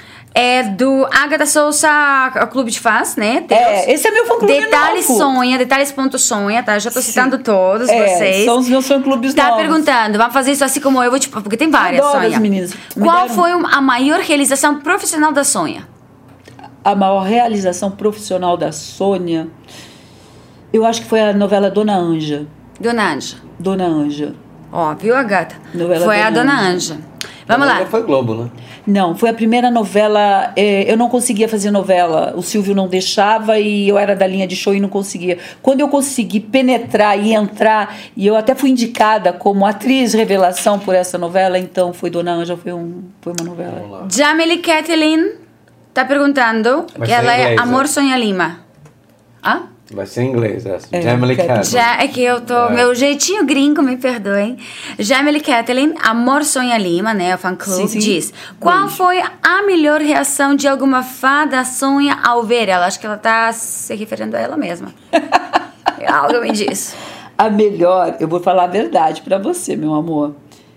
do Agatha Souza Clube de Fãs, né? Esse é meu fã-clube novo. Detalhes.sonha, tá? Já tô citando todos vocês. São os meus fã-clubes novos. Tá perguntando, vamos fazer isso assim como eu, porque tem várias, Adoro Sônia. As meninas. Qual foi a maior realização profissional da Sônia? A maior realização profissional da Sônia, eu acho que foi a novela Dona Anja. Dona Anja. Ó, viu, Agatha? Novela foi a Dona Anja. Vamos lá. Foi Globo, né? Não, foi a primeira novela. Eu não conseguia fazer novela. O Silvio não deixava e eu era da linha de show e não conseguia. Quando eu consegui penetrar e entrar, e eu até fui indicada como atriz revelação por essa novela, então foi Dona Anja, foi uma novela. Jamile Kathleen tá perguntando que ela é Amor Sonha Lima. Hã? Vai ser em inglês essa. Jamile Kathleen. É que eu tô... Meu jeitinho gringo, me perdoem. Jamile Kathleen, Amor Sonha Lima, né? O fã-clube diz. Qual foi a melhor reação de alguma fã da Sônia ao ver ela? Acho que ela tá se referindo a ela mesma. Algo me diz. A melhor, eu vou falar a verdade pra você, meu amor.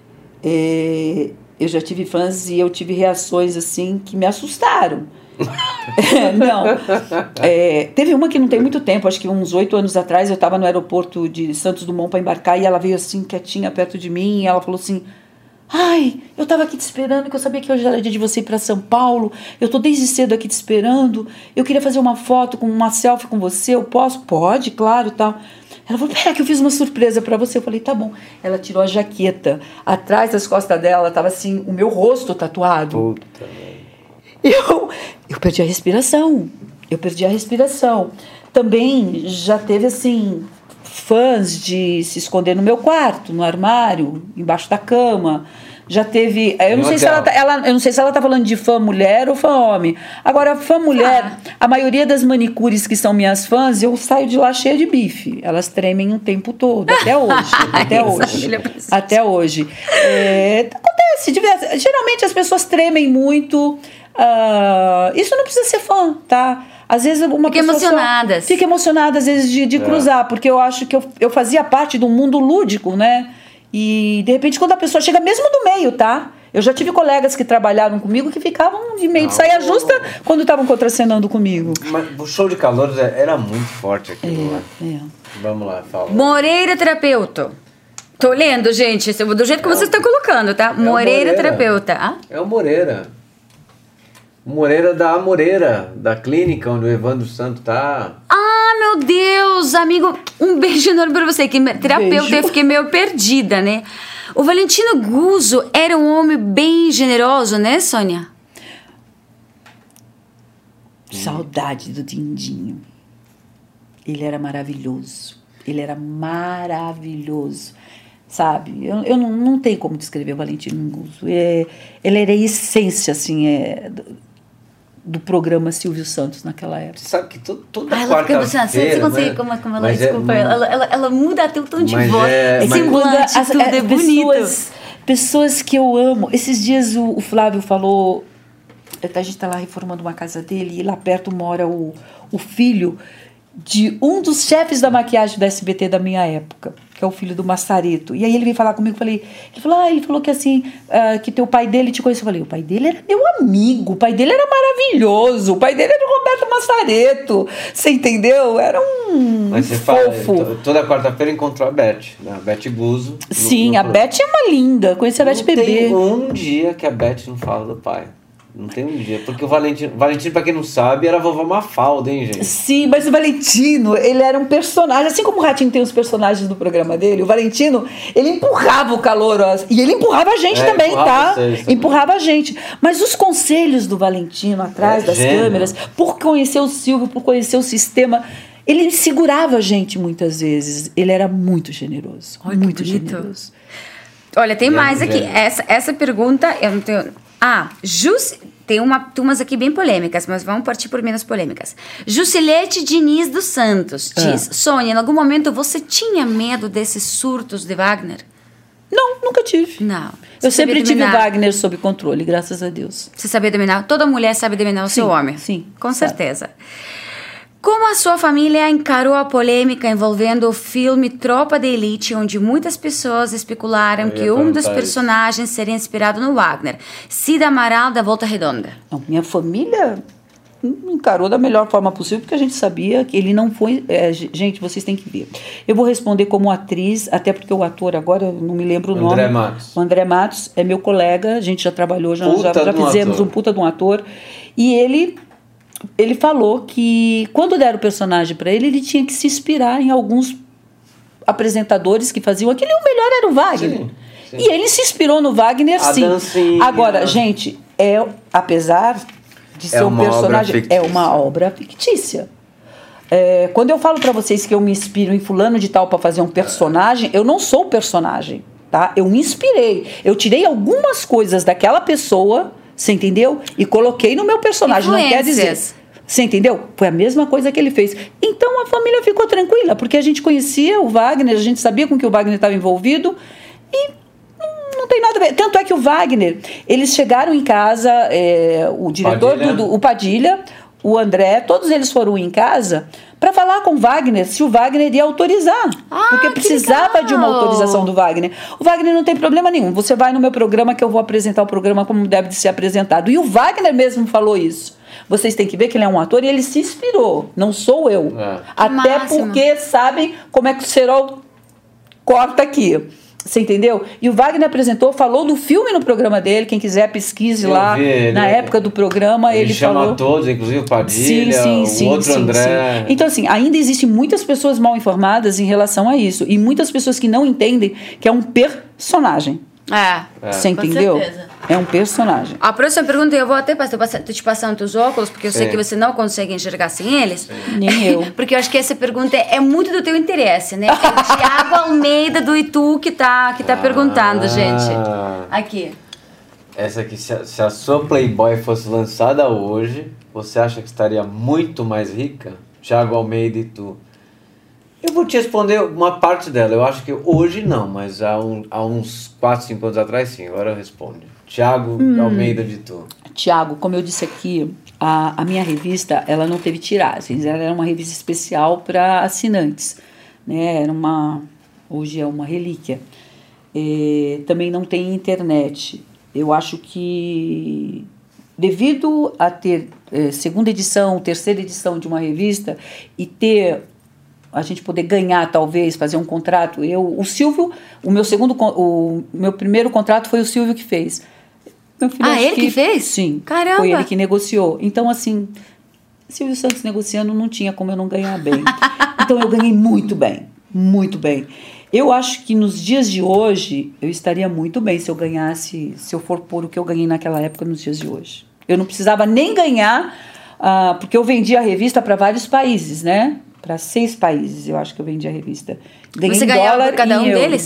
Eu já tive fãs e eu tive reações assim que me assustaram. Teve uma que não tem muito tempo, acho que uns 8 anos atrás, eu estava no aeroporto de Santos Dumont para embarcar e ela veio assim, quietinha, perto de mim, e ela falou assim, ai, eu estava aqui te esperando, que eu sabia que hoje era dia de você ir para São Paulo, eu tô desde cedo aqui te esperando, eu queria fazer uma foto, uma selfie com você, eu posso? Pode, claro, tal. Ela falou, pera que eu fiz uma surpresa pra você. Eu falei, tá bom. Ela tirou a jaqueta. Atrás das costas dela tava assim, o meu rosto tatuado. Puta, eu perdi a respiração. Também já teve, assim, fãs de se esconder no meu quarto, no armário, embaixo da eu não sei se ela tá falando de fã mulher ou fã homem. Agora, fã mulher, a maioria das manicures que são minhas fãs, eu saio de lá cheia de bife. Elas tremem o tempo todo, até hoje. Acontece, geralmente as pessoas tremem muito. Isso não precisa ser fã, tá? Às vezes uma pessoa fica emocionada, às vezes, de cruzar, porque eu acho que eu fazia parte de um mundo lúdico, né? E, de repente, quando a pessoa chega mesmo do meio, tá? Eu já tive colegas que trabalharam comigo que ficavam de meio de saia justa quando estavam contracenando comigo. Mas o show de calores era muito forte aquilo lá. Vamos lá, fala. Moreira Terapeuta. Tô lendo, gente, do jeito que vocês estão colocando, tá? Moreira Terapeuta. É o Moreira. Moreira da Amoreira, da clínica onde o Evandro Santo tá. Meu Deus, amigo, um beijo enorme pra você, que terapeuta, eu fiquei meio perdida, né? O Valentino Guzzo era um homem bem generoso, né, Sônia? Saudade do Dindinho. Ele era maravilhoso. Sabe? Eu não tenho como descrever o Valentino Guzzo. Ele era a essência, assim, do programa Silvio Santos naquela época. Você sabe que toda quarta-feira... Você consegue como ela... Desculpa, ela muda até o tom de voz. Semblante, tudo é bonito. Pessoas que eu amo. Esses dias o Flávio falou... A gente tá lá reformando uma casa dele e lá perto mora o filho de um dos chefes da maquiagem da SBT da minha época. que é o filho do Massareto. E aí ele veio falar comigo, ele falou que assim, que teu pai dele te conheceu. Eu falei, o pai dele era meu amigo, o pai dele era maravilhoso, o pai dele era o Roberto Massareto. Você entendeu? Era um Mas você fofo. fala, toda quarta-feira encontrou a Beth, né? A Beth Guzzo. Sim, a Beth é uma linda, conheci a Beth bebê. Tem um dia que a Beth não fala do pai. Não tem um dia, porque o Valentino, pra quem não sabe, era a vovó Mafalda, hein, gente? Sim, mas o Valentino, ele era um personagem, assim como o Ratinho tem os personagens do programa dele, o Valentino, ele empurrava o Calouro, e ele empurrava a gente também, tá? Empurrava a gente. Mas os conselhos do Valentino atrás das câmeras, por conhecer o Silvio, por conhecer o sistema, ele segurava a gente muitas vezes. Ele era muito generoso, muito generoso. Olha, tem mais aqui. Essa pergunta, eu não tenho... tem umas aqui bem polêmicas, mas vamos partir por menos polêmicas. Jusilete Diniz dos Santos diz, Sônia, em algum momento você tinha medo desses surtos de Wagner? Não, nunca tive. Não. Eu sempre tive o Wagner sob controle, graças a Deus. Você sabia dominar? Toda mulher sabe dominar o seu homem. Sim. Com certeza. Como a sua família encarou a polêmica envolvendo o filme Tropa de Elite, onde muitas pessoas especularam que um dos personagens seria inspirado no Wagner? Cida Amaral, da Volta Redonda. Não, minha família encarou da melhor forma possível, porque a gente sabia que ele não foi... gente, vocês têm que ver. Eu vou responder como atriz, até porque o ator agora, eu não me lembro o nome. André Matos. O André Matos é meu colega, a gente já trabalhou, já fizemos um puta de um ator. E ele falou que quando deram o personagem para ele tinha que se inspirar em alguns apresentadores que faziam aquilo, e o melhor era o Wagner. Sim. E ele se inspirou no Wagner, sim. Dancinha. Agora, gente, apesar de ser um personagem, é uma obra fictícia. Quando eu falo para vocês que eu me inspiro em fulano de tal para fazer um personagem, eu não sou o personagem, tá? Eu me inspirei. Eu tirei algumas coisas daquela pessoa, você entendeu? E coloquei no meu personagem. Não quer dizer... Você entendeu? Foi a mesma coisa que ele fez. Então a família ficou tranquila, porque a gente conhecia o Wagner, a gente sabia com que o Wagner estava envolvido e não tem nada a ver. Tanto é que o Wagner, eles chegaram em casa, o diretor, o Padilha, o André, todos eles foram em casa para falar com o Wagner se o Wagner ia autorizar. Porque precisava de uma autorização do Wagner. O Wagner não tem problema nenhum. Você vai no meu programa que eu vou apresentar o programa como deve ser apresentado. E o Wagner mesmo falou isso. Vocês têm que ver que ele é um ator e ele se inspirou. Não sou eu. Até porque sabem como é que o Serol corta aqui. Você entendeu? E o Wagner apresentou, falou do filme no programa dele. Quem quiser, pesquise lá. Na época do programa, ele falou... Ele chama todos, inclusive o Padilha, o outro André. Então, assim, ainda existem muitas pessoas mal informadas em relação a isso. E muitas pessoas que não entendem que é um personagem. Você entendeu? Com certeza. É um personagem. A próxima pergunta, eu vou até te passando os óculos, porque eu sei que você não consegue enxergar sem eles. Nem eu. Porque eu acho que essa pergunta é muito do teu interesse, né? É o Thiago Almeida do Itu que tá perguntando, gente. Aqui. Essa aqui, se a sua Playboy fosse lançada hoje, você acha que estaria muito mais rica? Thiago Almeida e Itu. Eu vou te responder uma parte dela. Eu acho que hoje não, mas há uns 4, 5 anos atrás sim. Agora eu respondo. Thiago Almeida de Tu. Thiago, como eu disse aqui, a minha revista, ela não teve tiragens. Ela era uma revista especial para assinantes. Né? Hoje é uma relíquia. Também não tem internet. Eu acho que, devido a ter segunda edição, terceira edição de uma revista e ter... a gente poder ganhar, talvez, fazer um contrato. O Silvio, o meu primeiro contrato foi o Silvio que fez. Meu filho, ele que fez? Sim. Caramba! Foi ele que negociou. Então, assim, Silvio Santos negociando não tinha como eu não ganhar bem. Então, eu ganhei muito bem. Muito bem. Eu acho que nos dias de hoje, eu estaria muito bem se eu for pôr o que eu ganhei naquela época nos dias de hoje. Eu não precisava nem ganhar, porque eu vendia a revista para vários países, né? Para 6 países, eu acho que eu vendi a revista. Você ganhava por cada um deles?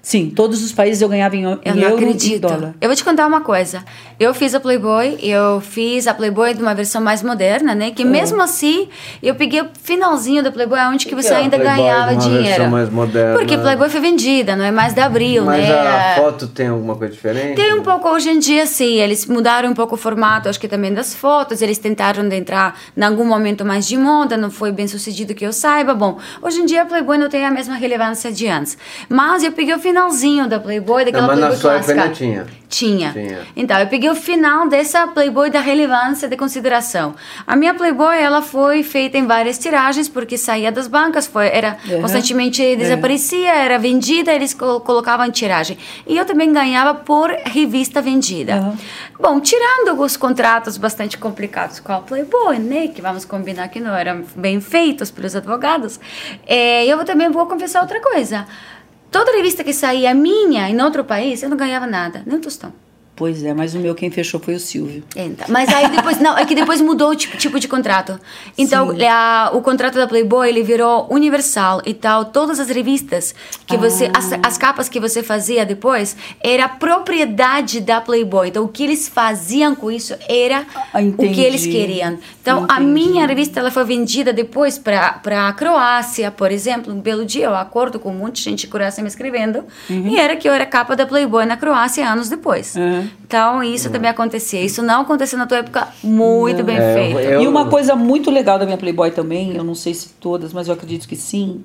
Sim, todos os países eu ganhava em Eu euro não e acredito. dólar. Eu vou te contar uma coisa. Eu fiz a Playboy de uma versão mais moderna, né? Que mesmo assim, eu peguei o finalzinho da Playboy, onde que você é a ainda Playboy ganhava de uma dinheiro. versão mais moderna? Porque Playboy foi vendida, não é mais da Abril, Mas né? a foto tem alguma coisa diferente? Tem um pouco hoje em dia, sim. Eles mudaram um pouco o formato, acho que também das fotos. Eles tentaram de entrar em algum momento mais de moda, não foi bem sucedido que eu saiba. Bom, hoje em dia a Playboy não tem a mesma relevância de antes. Mas eu peguei o finalzinho da Playboy, daquela Mas Playboy na sua época clássica. ainda tinha? Tinha. Tinha. Então, eu peguei o final dessa Playboy da relevância de consideração. A minha Playboy, ela foi feita em várias tiragens, porque saía das bancas, constantemente desaparecia, era vendida, eles colocavam em tiragem. E eu também ganhava por revista vendida. Bom, tirando os contratos bastante complicados com a Playboy, né, que vamos combinar que não eram bem feitos pelos advogados, eu também vou confessar outra coisa. Toda revista que saía minha em outro país, eu não ganhava nada, nem um tostão. Pois é, mas o meu quem fechou foi o Silvio. Então, mas aí depois, não, é que depois mudou o tipo de contrato. Então, o contrato da Playboy, ele virou universal e tal. Todas as revistas que você, as capas que você fazia depois, era propriedade da Playboy. Então, o que eles faziam com isso era o que eles queriam. Então, a minha revista, ela foi vendida depois para a Croácia, por exemplo. Um belo dia, eu acordo com um monte de gente Croácia me escrevendo, e era que eu era capa da Playboy na Croácia anos depois. Então, isso também acontecia. Isso não aconteceu na tua época, muito bem feito. E uma coisa muito legal da minha Playboy também, eu não sei se todas, mas eu acredito que sim,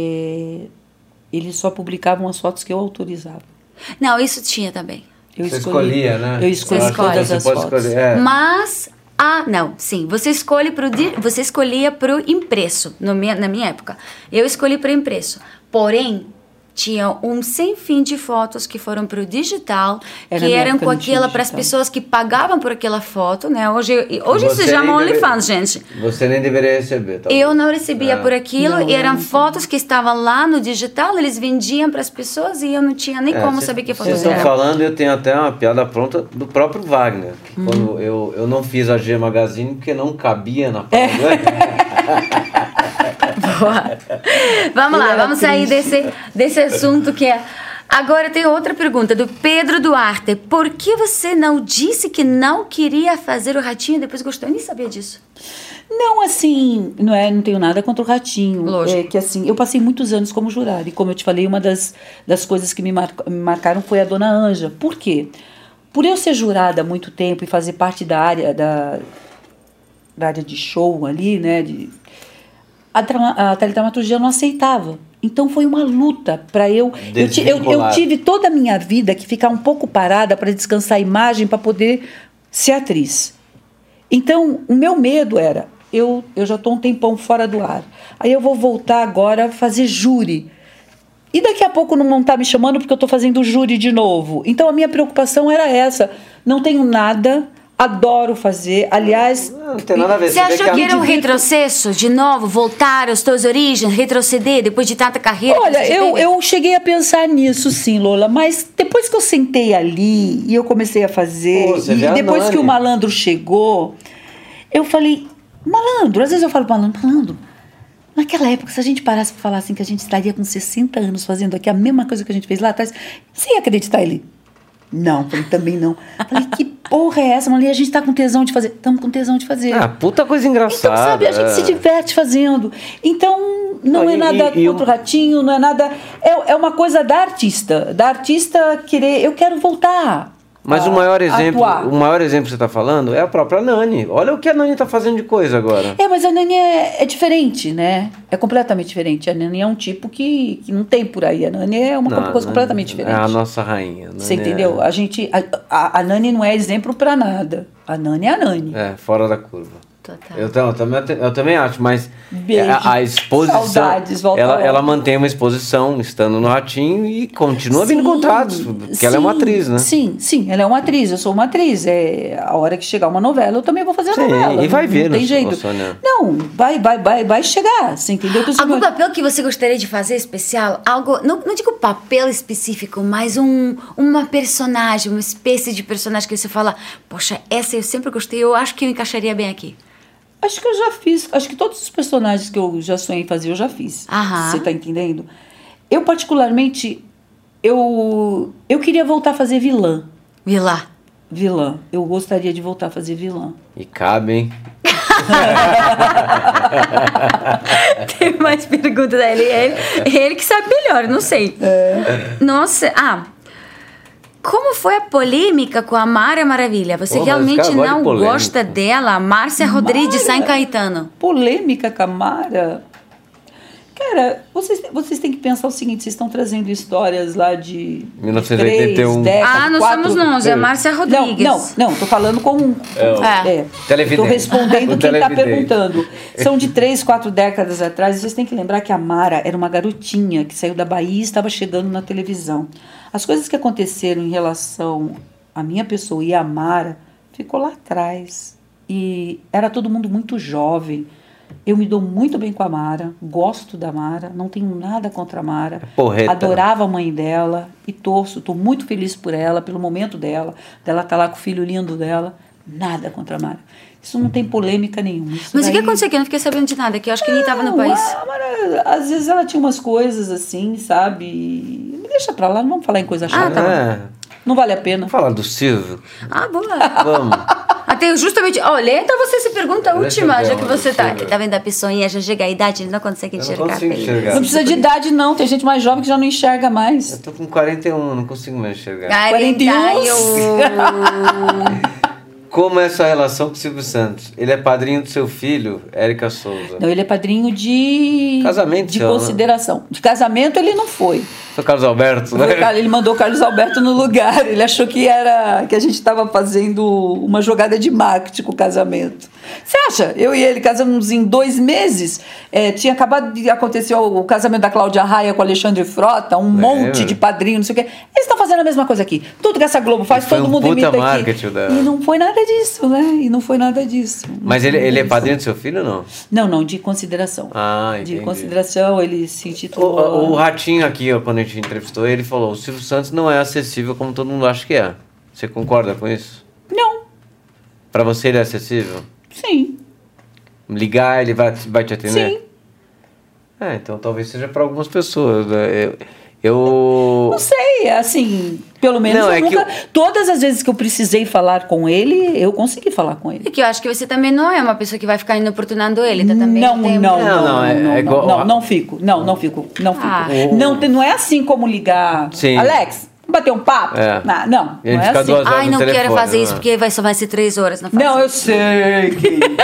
eles só publicavam as fotos que eu autorizava. Não, isso tinha também. Você escolhia, né? Eu escolhi todas as fotos. Mas, não, sim, você escolhia pro impresso, na minha época. Eu escolhi pro impresso. Porém, tinha um sem fim de fotos que foram para o digital, que eram com aquela para as pessoas que pagavam por aquela foto, né? Hoje se chama OnlyFans, gente. Você nem deveria receber, tá? Eu não recebia por aquilo, e eram fotos que estavam lá no digital, eles vendiam para as pessoas e eu não tinha nem como saber que fotos eram. Vocês estão eram. falando, eu tenho até uma piada pronta do próprio Wagner. Quando eu não fiz a G Magazine porque não cabia na página. Vamos lá, vamos sair desse assunto que é... Agora tem outra pergunta do Pedro Duarte. Por que você não disse que não queria fazer o Ratinho e depois gostou? Eu nem sabia disso. Não, assim, não tenho nada contra o Ratinho. Lógico. É que assim, eu passei muitos anos como jurada. E como eu te falei, uma das coisas que me marcaram foi a Dona Anja. Por quê? Por eu ser jurada há muito tempo e fazer parte da área de show ali, né, a teledramaturgia não aceitava. Então foi uma luta para eu tive toda a minha vida que ficar um pouco parada para descansar a imagem, para poder ser atriz. Então o meu medo era, eu já estou um tempão fora do ar, aí eu vou voltar agora a fazer júri. E daqui a pouco não está me chamando porque eu estou fazendo júri de novo. Então a minha preocupação era essa. Não tenho nada... Adoro fazer, aliás... Não tem nada a ver. Você achou que era um retrocesso, de novo, voltar às tuas origens, retroceder depois de tanta carreira? Olha, eu cheguei a pensar nisso sim, Lola, mas depois que eu sentei ali e eu comecei a fazer, e depois que o Malandro chegou, eu falei, Malandro, às vezes eu falo, Malandro, naquela época, se a gente parasse para falar assim que a gente estaria com 60 anos fazendo aqui a mesma coisa que a gente fez lá atrás, você ia acreditar ele? Não, falei, também não. Falei, que porra é essa? Falei, a gente tá com tesão de fazer. Estamos com tesão de fazer. Puta coisa engraçada. Então, sabe, a gente se diverte fazendo. Então, não é nada contra o Ratinho, não é nada... É uma coisa da artista. Da artista querer... Eu quero voltar. Mas o maior exemplo que você está falando é a própria Nani. Olha o que a Nani está fazendo de coisa agora. Mas a Nani é diferente, né? É completamente diferente. A Nani é um tipo que não tem por aí. A Nani é uma coisa completamente diferente. É a nossa rainha. Você entendeu? A Nani não é exemplo para nada. A Nani é a Nani. Fora da curva. Total. Eu também acho, mas a exposição, saudades, ela mantém uma exposição estando no Ratinho e continua vindo contratos, porque ela é uma atriz, né? Sim, ela é uma atriz, eu sou uma atriz. A hora que chegar uma novela, eu também vou fazer a novela. E vai ver, não tem jeito. Não, vai chegar, você entendeu? Algum papel que você gostaria de fazer especial? Algo, não digo papel específico, mas uma personagem, uma espécie de personagem que você fala, poxa, essa eu sempre gostei, eu acho que eu encaixaria bem aqui. Acho que eu já fiz. Acho que todos os personagens que eu já sonhei fazer, eu já fiz. Você tá entendendo? Eu, particularmente, eu queria voltar a fazer vilã. Vilã. Eu gostaria de voltar a fazer vilã. E cabe, hein? Tem mais perguntas dele. Ele que sabe melhor, não sei. Nossa, como foi a polêmica com a Mara Maravilha? Você realmente não gosta dela? Márcia Rodrigues de São Caetano. Polêmica com a Mara? Cara, vocês têm que pensar o seguinte, vocês estão trazendo histórias lá de 1981. 3 décadas, não 4... somos nós, é a Márcia Rodrigues. Não, tô falando com... Televidente. Tô respondendo quem tá Televidente. perguntando. São de 3, 4 décadas atrás, vocês têm que lembrar que a Mara era uma garotinha que saiu da Bahia e estava chegando na televisão. As coisas que aconteceram em relação à minha pessoa e à Mara ficou lá atrás. E era todo mundo muito jovem. Eu me dou muito bem com a Mara, gosto da Mara, não tenho nada contra a Mara. Porreta. Adorava a mãe dela e estou muito feliz por ela, pelo momento dela estar lá com o filho lindo dela. Nada contra a Mara. Isso não tem polêmica nenhuma. Mas o que aconteceu aqui? Eu não fiquei sabendo de nada, que eu acho que nem estava no país. A Mara, às vezes ela tinha umas coisas assim, sabe? Me deixa pra lá, não vamos falar em coisa chata. Tá. Não vale a pena. Vamos falar do Silvio? Boa. Vamos. Até justamente, olha, então você se pergunta a última, já que você tá Silvio. Tá vendo a pessoinha, já chega a idade, ele não consegue Eu enxergar. não consigo enxergar. Não precisa de idade, não. Tem gente mais jovem que já não enxerga mais. Eu tô com 41, não consigo mais enxergar. 41. Como é a sua relação com o Silvio Santos? Ele é padrinho do seu filho, Érica Souza. Não, ele é padrinho de... Casamento, de senhora. consideração. De casamento ele não foi. Foi Carlos Alberto, né? Ele mandou o Carlos Alberto no lugar. Ele achou que a gente estava fazendo uma jogada de marketing com o casamento. Você acha? Eu e ele casamos em 2 meses. Tinha acabado de acontecer o casamento da Cláudia Raia com o Alexandre Frota, um monte de padrinho, não sei o quê. Eles estão fazendo a mesma coisa aqui. Tudo que essa Globo faz, todo mundo imita aqui. Marketing dela. E não foi nada disso, né? E não foi nada disso. Mas ele é padrinho do seu filho ou não? Não, de consideração. Entendi. De consideração, ele se intitulou... O Ratinho aqui, ó, quando a gente entrevistou ele, falou: o Silvio Santos não é acessível como todo mundo acha que é. Você concorda com isso? Não. Pra você ele é acessível? Sim. Ligar, ele vai te atender? Sim. Então talvez seja pra algumas pessoas. Né? Eu... Não sei, assim, pelo menos Não, eu nunca... Todas as vezes que eu precisei falar com ele, eu consegui falar com ele. É que eu acho que você também não é uma pessoa que vai ficar importunando ele, tá também? Não fico. Não fico. Não é assim como ligar. Sim. Alex, bater um papo? Não E a gente é fica assim. 2 horas no não telefone, quero fazer né? isso, porque só vai ser 3 horas na Não, eu sei,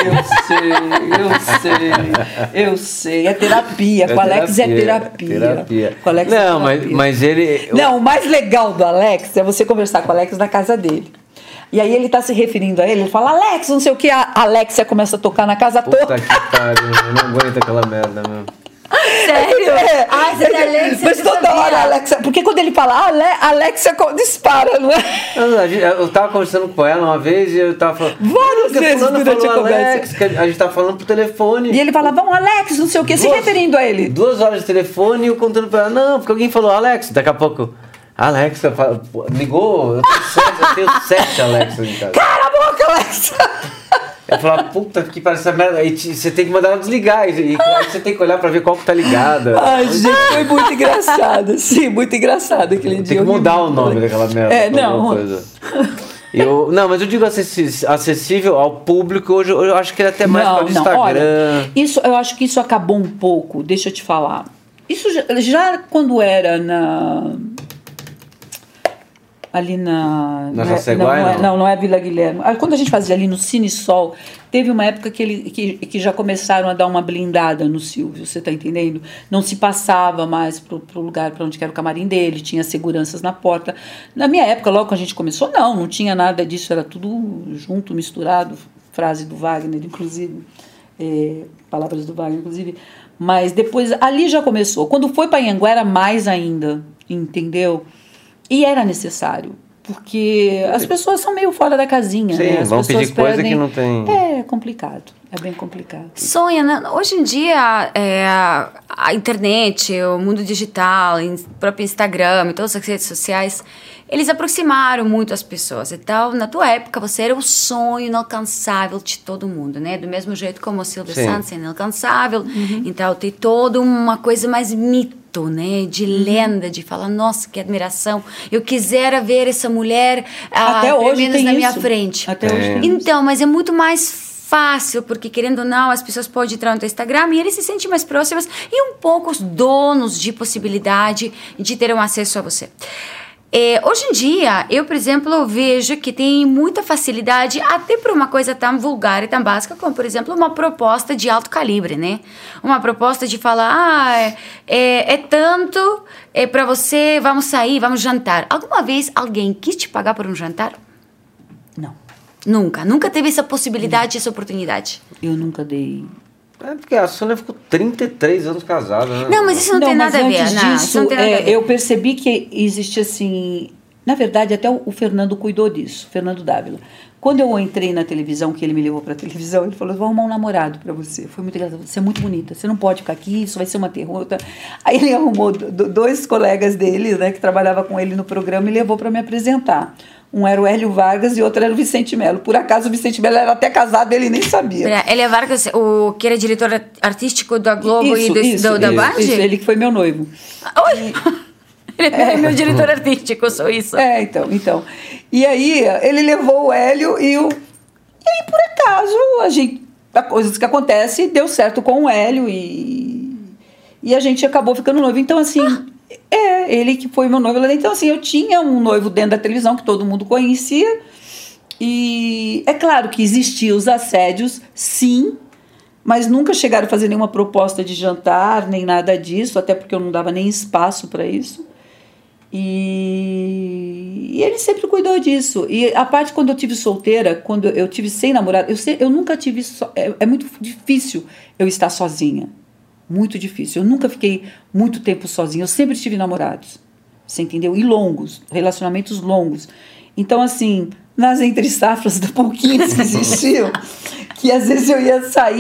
eu sei. É terapia. Com o Alex é terapia. Com o Alex não, é terapia. mas ele... Não, o mais legal do Alex é você conversar com o Alex na casa dele. E aí ele tá se referindo a ele fala, Alex, não sei o que, a Alexia começa a tocar na casa toda. Puta que pariu, eu não aguento aquela merda mesmo. Sério? Você da Alexia, mas toda hora a Alexia, porque quando ele fala, Alexia dispara, não é? Eu tava conversando com ela uma vez e eu tava falando... Várias vezes durante a conversa. Alex, que a gente tava falando pro telefone. E ele fala, vamos, Alex, não sei o que, se referindo a ele. 2 horas de telefone e eu contando pra ela, não, porque alguém falou, Alex, daqui a pouco... Alexa, ligou, eu tenho 7 Alexas em casa. Cala a boca, Alexa! Eu falava, puta que parece essa merda. Aí você tem que mandar ela desligar. E aí você tem que olhar pra ver qual que tá ligada. Ai, gente, foi muito engraçado. Sim, muito engraçado aquele dia. Tem que mudar o nome daquela merda. Não. Coisa. Não, mas eu digo acessível ao público. Hoje eu acho que ele é até mais para o Instagram. Olha, eu acho que isso acabou um pouco. Deixa eu te falar. Isso já quando era ali na Jaceguai, não é Vila Guilherme. Quando a gente fazia ali no Cine Sol, teve uma época que já começaram a dar uma blindada no Silvio, você tá entendendo? Não se passava mais pro lugar para onde era o camarim dele, tinha seguranças na porta. Na minha época, logo que a gente começou, não tinha nada disso, era tudo junto, misturado, frase do Wagner, inclusive, palavras do Wagner, inclusive. Mas depois, ali já começou. Quando foi para Anhanguera, era mais ainda, entendeu? E era necessário, porque as pessoas são meio fora da casinha. Sim, né? As vão pessoas pedir coisa que não tem... É complicado, é bem complicado. Sonha, né? Hoje em dia, a internet, o mundo digital, o próprio Instagram e todas as redes sociais, eles aproximaram muito as pessoas. Então, na tua época, você era o sonho inalcançável de todo mundo, né? Do mesmo jeito como o Silvio Santos é inalcançável. Então, tem toda uma coisa mais mito, né, de lenda, de falar, nossa, que admiração, eu quisera ver essa mulher Até pelo hoje menos tem na minha isso. frente. Até hoje tem isso. Então, mas é muito mais fácil, porque querendo ou não, as pessoas podem entrar no teu Instagram e eles se sentem mais próximas e um pouco os donos de possibilidade de ter um acesso a você. Hoje em dia, eu, por exemplo, vejo que tem muita facilidade até por uma coisa tão vulgar e tão básica como, por exemplo, uma proposta de alto calibre, né? Uma proposta de falar, tanto, para você, vamos sair, vamos jantar. Alguma vez alguém quis te pagar por um jantar? Não. Nunca teve essa possibilidade, essa oportunidade. Eu nunca dei. Porque a Sônia ficou 33 anos casada, né? Não, mas isso não tem mas nada a ver. antes Não, disso, isso não tem nada a ver. eu percebi que existia assim... Na verdade, até o Fernando cuidou disso, Fernando Dávila. Quando eu entrei na televisão, que ele me levou para a televisão, ele falou, vou arrumar um namorado para você. Foi muito engraçado, você é muito bonita, você não pode ficar aqui, isso vai ser uma derrota. Aí ele arrumou dois colegas dele, né, que trabalhavam com ele no programa, e levou para me apresentar. Um era o Hélio Vargas e outro era o Vicente Mello. Por acaso o Vicente Mello era até casado, ele nem sabia. Hélio Vargas, o que era diretor artístico da Globo da Band? Isso, ele que foi meu noivo. Oi! Ele é meu diretor artístico, sou isso. Então. E aí ele levou o Hélio e aí por acaso coisas que acontecem, deu certo com o Hélio e a gente acabou ficando noivo. Então assim, ele que foi meu noivo. Então assim, eu tinha um noivo dentro da televisão que todo mundo conhecia e é claro que existiam os assédios, sim, mas nunca chegaram a fazer nenhuma proposta de jantar, nem nada disso, até porque eu não dava nem espaço para isso. E ele sempre cuidou disso. E a parte quando eu tive solteira, quando eu tive sem namorado, eu nunca tive... É muito difícil eu estar sozinha. Muito difícil. Eu nunca fiquei muito tempo sozinha. Eu sempre tive namorados. Você entendeu? E longos. Relacionamentos longos. Então, assim, nas entre-safras da pouquinhas que existiam, que às vezes eu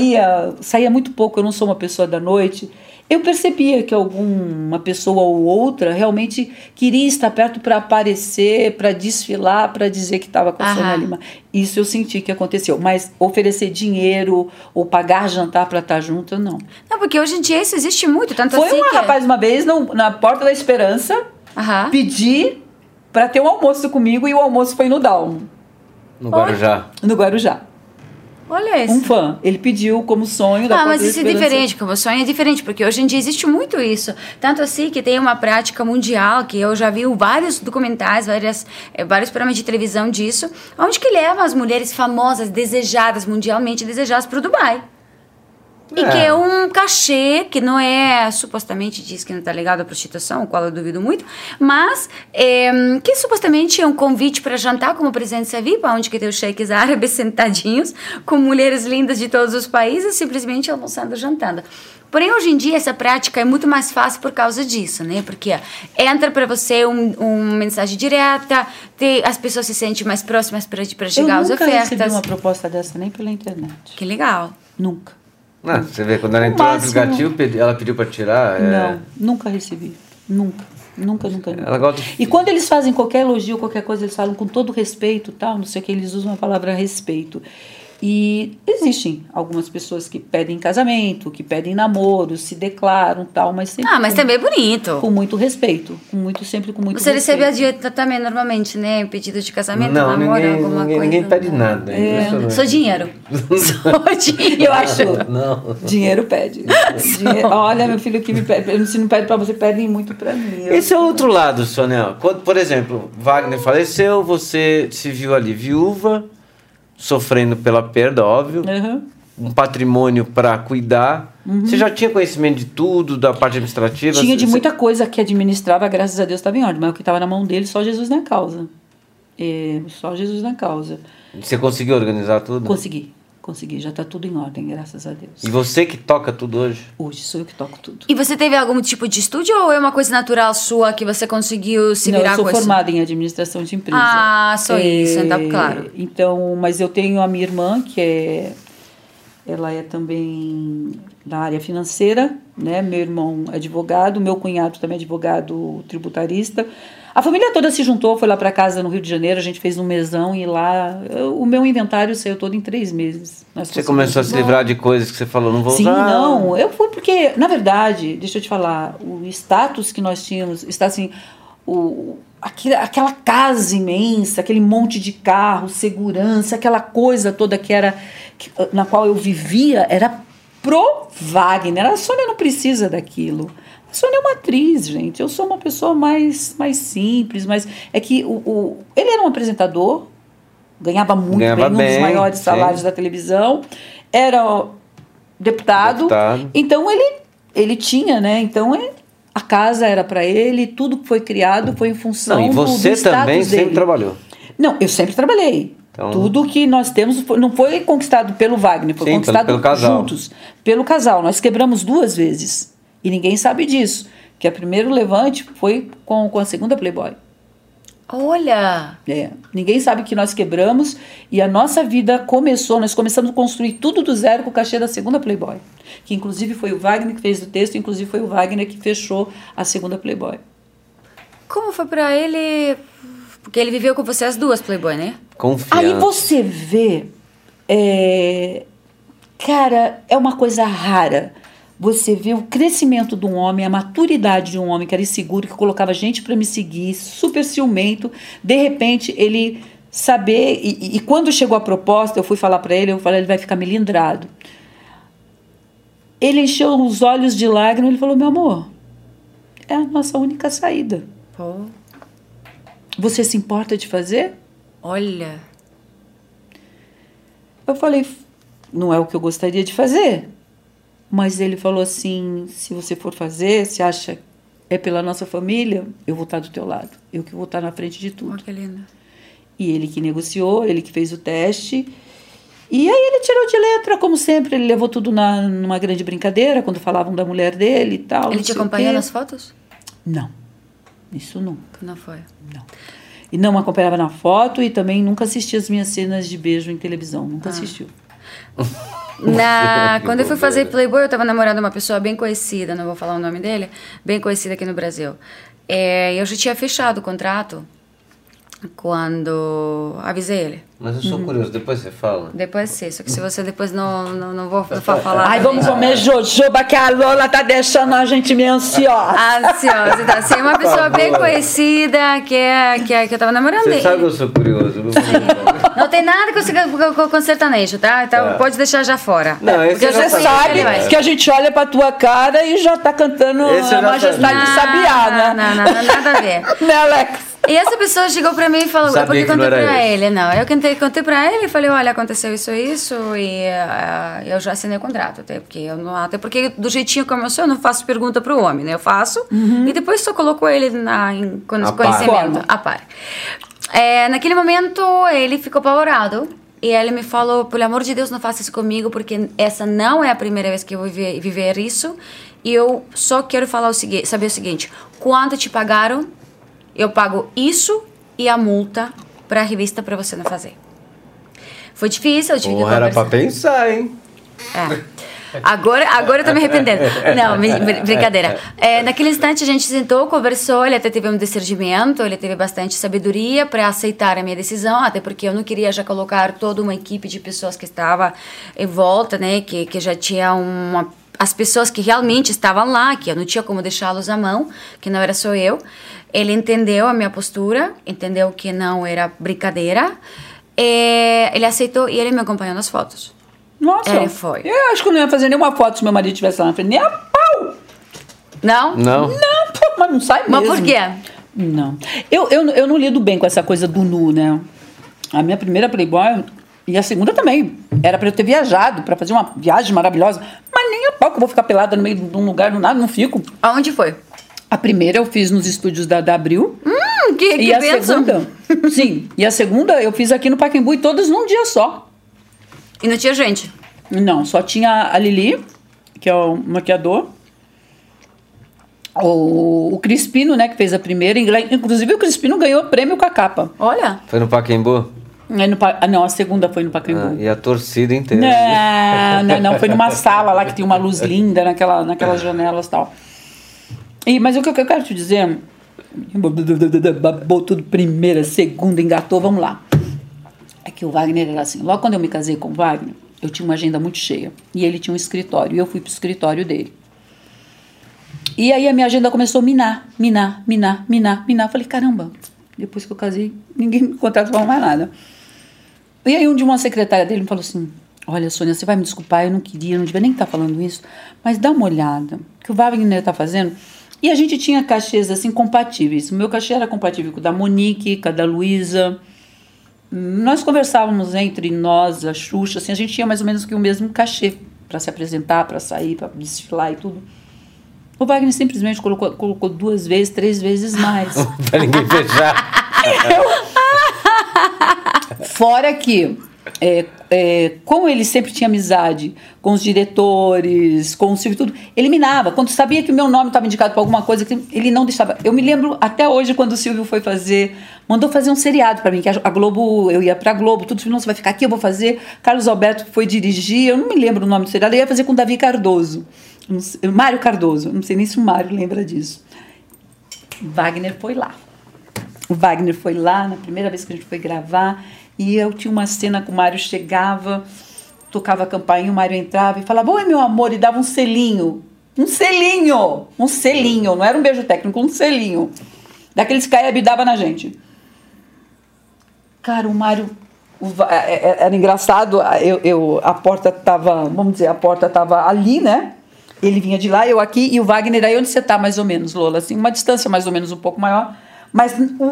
saía muito pouco, eu não sou uma pessoa da noite, eu percebia que alguma pessoa ou outra realmente queria estar perto para aparecer, para desfilar, para dizer que estava com a Sônia Lima. Isso eu senti que aconteceu. Mas oferecer dinheiro ou pagar jantar para estar junto, não. Não, porque hoje em dia isso existe muito. Tanto Foi assim um rapaz uma vez na Porta da Esperança pedir para ter um almoço comigo e o almoço foi no Dalmo. No Guarujá. No Guarujá. Olha isso. Um fã. Ele pediu como sonho da Porta mas da isso Esperança. é diferente, como sonho é diferente, porque hoje em dia existe muito isso. Tanto assim que tem uma prática mundial, que eu já vi vários documentários, vários programas de televisão disso, onde que levam as mulheres famosas, desejadas, mundialmente desejadas, para o Dubai. E que é um cachê que não é, supostamente diz que não está ligado à prostituição, o qual eu duvido muito, mas que supostamente é um convite para jantar como presença VIP, onde que tem os sheiks árabes sentadinhos, com mulheres lindas de todos os países, simplesmente almoçando, jantando. Porém, hoje em dia, essa prática é muito mais fácil por causa disso, né? Porque entra para você uma mensagem direta, as pessoas se sentem mais próximas para chegar às ofertas. Eu nunca recebi uma proposta dessa, nem pela internet. Que legal. Nunca. Você vê, quando ela entrou no aplicativo, ela pediu para tirar. Não, nunca recebi. Nunca. Ela gosta E quando eles fazem qualquer elogio, qualquer coisa, eles falam com todo respeito, tal, não sei o que, eles usam a palavra respeito. E existem algumas pessoas que pedem casamento, que pedem namoro, se declaram, tal, mas sempre mas também é bonito. Com muito respeito, sempre com muito Você respeito. recebe a dieta também normalmente, né? Pedido de casamento, não, namoro, alguma coisa. Ninguém pede nada. Só dinheiro. Só dinheiro. Eu acho. Não. Dinheiro pede. Olha, meu filho, que me pede. Se não pede pra você, pedem muito pra mim. Esse é o outro lado, Sônia. Quando, por exemplo, Wagner faleceu, você se viu ali viúva, sofrendo pela perda, óbvio, um patrimônio para cuidar. Você já tinha conhecimento de tudo, da parte administrativa? Tinha de muita coisa que administrava, graças a Deus estava em ordem, mas o que estava na mão dele, só Jesus na causa. Só Jesus na causa. Você conseguiu organizar tudo? Consegui, já está tudo em ordem, graças a Deus. E você que toca tudo hoje? Hoje sou eu que toco tudo. E você teve algum tipo de estúdio ou é uma coisa natural sua que você conseguiu se virar com isso? Eu sou formada em administração de empresa. Só isso, então, claro. Então, mas eu tenho a minha irmã, ela é também da área financeira, né? Meu irmão é advogado, meu cunhado também é advogado tributarista. A família toda se juntou, foi lá para casa no Rio de Janeiro, a gente fez um mesão e lá o meu inventário saiu todo em 3 meses. Você começou a se livrar de coisas que você falou, não vou Sim, usar. não, eu fui porque, na verdade, deixa eu te falar, o status que nós tínhamos, está assim, aquela casa imensa, aquele monte de carro, segurança, aquela coisa toda na qual eu vivia, era pro Wagner. A Sônia não precisa daquilo. A Sônia é uma atriz, gente. Eu sou uma pessoa mais simples, mas é que ele era um apresentador, ganhava muito bem, um dos maiores salários da televisão, era deputado. Então ele tinha, né? Então a casa era para ele, tudo que foi criado foi em função e você do também sempre dele. trabalhou? Não, eu sempre trabalhei. Então, tudo que nós temos não foi conquistado pelo Wagner, foi conquistado pelo casal. Juntos, pelo casal. Nós quebramos 2 vezes e ninguém sabe disso, que o primeiro levante foi com a segunda Playboy. Olha! Ninguém sabe que nós quebramos e a nossa vida começou, nós começamos a construir tudo do zero com o cachê da segunda Playboy, que inclusive foi o Wagner que fez o texto, inclusive foi o Wagner que fechou a segunda Playboy. Como foi pra ele? Porque ele viveu com você as 2 Playboy, né? Confiança. Aí você vê, cara, é uma coisa rara. Você vê o crescimento de um homem, a maturidade de um homem que era inseguro, que colocava gente para me seguir, super ciumento. De repente, ele saber... E quando chegou a proposta, eu fui falar para ele, ele vai ficar melindrado. Ele encheu os olhos de lágrimas, ele falou, meu amor, é a nossa única saída. Pô. Você se importa de fazer? Olha. Eu falei, não é o que eu gostaria de fazer. Mas ele falou assim, se você for fazer, você acha é pela nossa família, eu vou estar do teu lado. Eu que vou estar na frente de tudo. Oh, que lindo. E ele que negociou, ele que fez o teste. E aí ele tirou de letra, como sempre. Ele levou tudo numa grande brincadeira, quando falavam da mulher dele e tal. Ele te acompanhou nas fotos? Não. Isso nunca. Não foi? Não. E não me acompanhava na foto e também nunca assistia as minhas cenas de beijo em televisão. Nunca assistiu. Quando eu fui fazer Playboy, eu estava namorando uma pessoa bem conhecida, não vou falar o nome dele, bem conhecida aqui no Brasil. Eu já tinha fechado o contrato quando avisei ele. Mas eu sou curioso, depois você fala. Depois sim, só que se você depois não vou falar. Ai, vamos comer jojoba, que a Lola tá deixando a gente meio ansiosa. Ansiosa, tá? Assim, uma pessoa bem conhecida que eu tava namorando. Você sabe que eu sou curioso. Não tem nada com sertanejo, tá? Então pode deixar já fora. Não, esse porque você sabe que a gente olha pra tua cara e já tá cantando a Majestade de Sabiá, né? Não, nada a ver. Né, Alex? E essa pessoa chegou pra mim e falou, porque eu contei pra ele. Não, eu contei pra ele e falei, olha, aconteceu isso e eu já assinei o contrato, até porque do jeitinho como eu sou, eu não faço pergunta pro homem, né? Eu faço e depois só coloco ele em conhecimento, a par. Naquele momento, ele ficou apavorado e ele me falou, pelo amor de Deus, não faça isso comigo, porque essa não é a primeira vez que eu vou viver isso e eu só quero saber o seguinte, quanto te pagaram? Eu pago isso e a multa pra revista pra você não fazer. Foi difícil, eu tive que conversar. Era pra pensar, hein? Agora eu tô me arrependendo. Não, brincadeira. Naquele instante a gente sentou, conversou, ele até teve um discernimento, ele teve bastante sabedoria para aceitar a minha decisão, até porque eu não queria já colocar toda uma equipe de pessoas que estava em volta, né, que já tinha as pessoas que realmente estavam lá, que eu não tinha como deixá-los à mão, que não era só eu. Ele entendeu a minha postura, entendeu que não era brincadeira, ele aceitou e ele me acompanhou nas fotos. Nossa, ele foi. Eu acho que eu não ia fazer nenhuma foto se meu marido estivesse lá na frente, nem a pau! Não? Não, pô, mas não sai mesmo. Mas por quê? Não. Eu não lido bem com essa coisa do nu, né? A minha primeira Playboy e a segunda também. Era pra eu ter viajado, pra fazer uma viagem maravilhosa. Mas nem a pau que eu vou ficar pelada no meio de um lugar, do nada, não fico. Aonde foi? A primeira eu fiz nos estúdios da Abril. Que a segunda, sim. E a segunda eu fiz aqui no Pacaembu e todas num dia só. E não tinha gente? Não, só tinha a Lili, que é o maquiador. O Crispino, né, que fez a primeira. Inclusive o Crispino ganhou prêmio com a capa. Olha. Foi no Pacaembu? Não, a segunda foi no Pacaembu. E a torcida inteira. Não. Foi numa sala lá que tem uma luz linda naquelas janelas e tal. Mas o que eu quero te dizer Babou tudo, primeira, segunda, engatou, vamos lá. É que o Wagner era assim. Logo quando eu me casei com o Wagner, eu tinha uma agenda muito cheia. E ele tinha um escritório. E eu fui pro escritório dele. E aí a minha agenda começou a minar. Falei, caramba, depois que eu casei, ninguém me contratou mais nada. E aí um dia uma secretária dele me falou assim, olha, Sônia, você vai me desculpar, eu não devia nem estar falando isso, mas dá uma olhada, que o Wagner está fazendo. E a gente tinha cachês assim compatíveis. O meu cachê era compatível com o da Monique, com a da Luísa. Nós conversávamos entre nós, a Xuxa, assim, a gente tinha mais ou menos que o mesmo cachê para se apresentar, para sair, para desfilar e tudo. O Wagner simplesmente colocou 2 vezes, 3 vezes mais. Pra ninguém fechar. Fora que, como ele sempre tinha amizade com os diretores, com o Silvio e tudo, eliminava. Quando sabia que o meu nome estava indicado para alguma coisa, ele não deixava. Eu me lembro até hoje quando o Silvio mandou fazer um seriado para mim, que a Globo, eu ia para a Globo, tudo, não, você vai ficar aqui, eu vou fazer. Carlos Alberto foi dirigir, eu não me lembro o nome do seriado, eu ia fazer com o Davi Cardoso. Mário Cardoso, não sei nem se o Mário lembra disso. Wagner foi lá. O Wagner foi lá, na primeira vez que a gente foi gravar, e eu tinha uma cena que o Mário chegava, tocava a campainha, o Mário entrava e falava, oi, meu amor, e dava um selinho. Um selinho, não era um beijo técnico, um selinho. Daqueles que a Hebe dava na gente. Cara, o Mário... Era engraçado, a porta estava, vamos dizer, a porta estava ali, né? Ele vinha de lá, eu aqui, e o Wagner, aí onde você está mais ou menos, Lola? Assim, uma distância mais ou menos um pouco maior, mas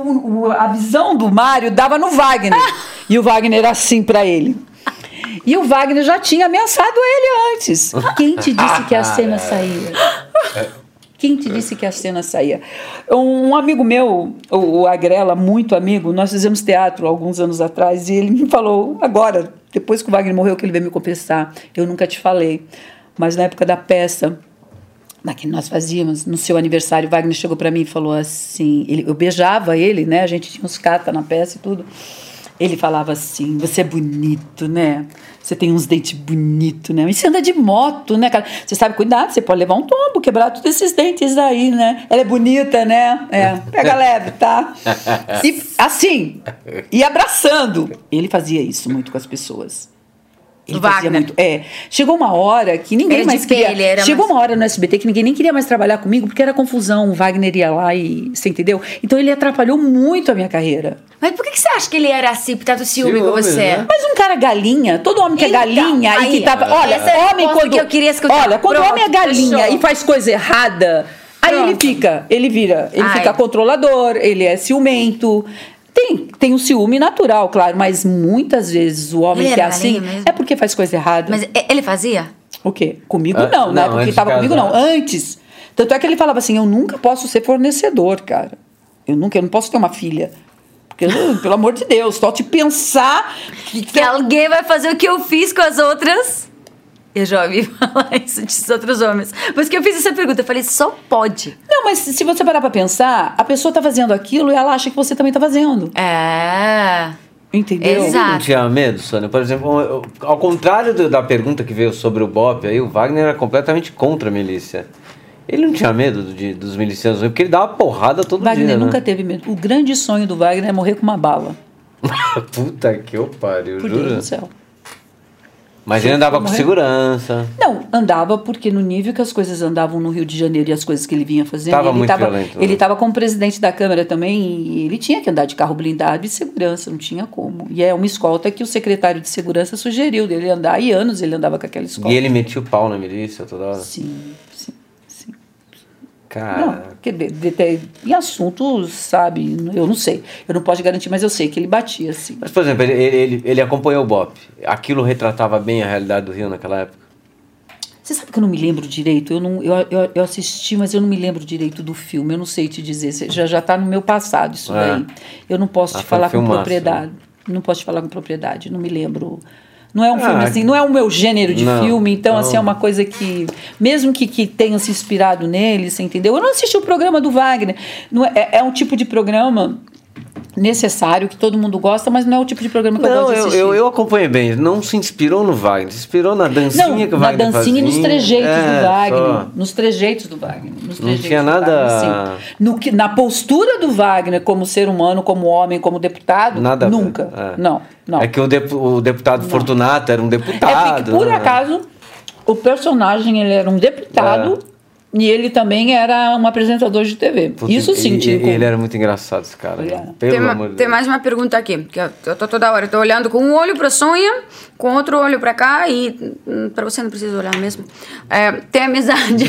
a visão do Mário dava no Wagner, e o Wagner era assim para ele. E o Wagner já tinha ameaçado ele antes. Quem te disse que a cena saía? Quem te disse que a cena saía? Um amigo meu, o Agrela, muito amigo, nós fizemos teatro alguns anos atrás, e ele me falou, agora, depois que o Wagner morreu, que ele veio me confessar, eu nunca te falei. Mas na época da peça, na que nós fazíamos, no seu aniversário, o Wagner chegou para mim e falou assim, eu beijava ele, né? A gente tinha uns cata na peça e tudo. Ele falava assim, você é bonito, né? Você tem uns dentes bonitos, né? E você anda de moto, né, cara? Você sabe cuidar, você pode levar um tombo, quebrar todos esses dentes aí, né? Ela é bonita, né? Pega leve, tá? E assim, e abraçando. Ele fazia isso muito com as pessoas. Ele fazia muito. Chegou uma hora que ninguém mais queria. Chegou uma hora no SBT que ninguém nem queria mais trabalhar comigo porque era confusão. O Wagner ia lá e. Você entendeu? Então ele atrapalhou muito a minha carreira. Mas por que você acha que ele era assim, por causa do ciúme com você? Né? Mas um cara galinha, todo homem que é galinha aí, e que tava. Olha, homem quando. Que eu queria escutar. Olha, quando o homem é galinha e faz coisa errada, aí ele fica controlador, ele é ciumento. Tem um ciúme natural, claro, mas muitas vezes o homem que é assim é porque faz coisa errada. Mas ele fazia? O quê? Comigo não, né? Porque estava comigo não, antes. Tanto é que ele falava assim, eu nunca posso ser fornecedor, cara. Eu não posso ter uma filha. Porque, pelo amor de Deus, só te pensar que alguém vai fazer o que eu fiz com as outras... Eu já ouvi falar isso de outros homens. Mas que eu fiz essa pergunta, eu falei, só pode. Não, mas se você parar pra pensar, a pessoa tá fazendo aquilo e ela acha que você também tá fazendo. Entendeu? Exato. Não tinha medo, Sônia? Por exemplo, ao contrário da pergunta que veio sobre o Bop, aí o Wagner era completamente contra a milícia. Ele não tinha medo dos milicianos, porque ele dava porrada todo dia, Wagner nunca teve medo. O grande sonho do Wagner é morrer com uma bala. Puta que eu pariu, Por jura? Deus do céu. Mas ele andava com segurança. Não, andava porque no nível que as coisas andavam no Rio de Janeiro e as coisas que ele vinha fazendo... Ele estava como presidente da Câmara também e ele tinha que andar de carro blindado e segurança, não tinha como. E é uma escolta que o secretário de segurança sugeriu dele andar, e anos ele andava com aquela escolta. E ele metia o pau na milícia toda hora? Sim. Cara... Não, porque em assuntos, sabe, eu não sei. Eu não posso garantir, mas eu sei que ele batia, assim. Mas, por exemplo, ele acompanhou o Bop. Aquilo retratava bem a realidade do Rio naquela época? Você sabe que eu não me lembro direito? Eu assisti, mas eu não me lembro direito do filme. Eu não sei te dizer. Já está no meu passado isso daí. Eu não posso te falar com propriedade. Não posso te falar com propriedade. Não me lembro... Não é um filme assim, não é o meu gênero de filme, então assim, é uma coisa que, mesmo que tenha se inspirado nele, você entendeu? Eu não assisti o programa do Wagner, não é um tipo de programa necessário, que todo mundo gosta, mas não é o tipo de programa que eu gosto de assistir. Eu acompanhei bem. Não se inspirou no Wagner, se inspirou na dancinha que o Wagner fazia. Na dancinha e nos trejeitos do Wagner. Só. Nos trejeitos do Wagner. Não tinha nada... Na postura do Wagner como ser humano, como homem, como deputado, nada nunca. Não. É que o deputado Fortunato era um deputado. É porque, por acaso, o personagem ele era um deputado... E ele também era um apresentador de TV. Isso sim, ele era muito engraçado, esse cara. Tem mais uma pergunta aqui, que eu tô toda hora, eu tô olhando com um olho pra Sônia, com outro olho pra cá, e pra você não precisa olhar mesmo. Tem amizade.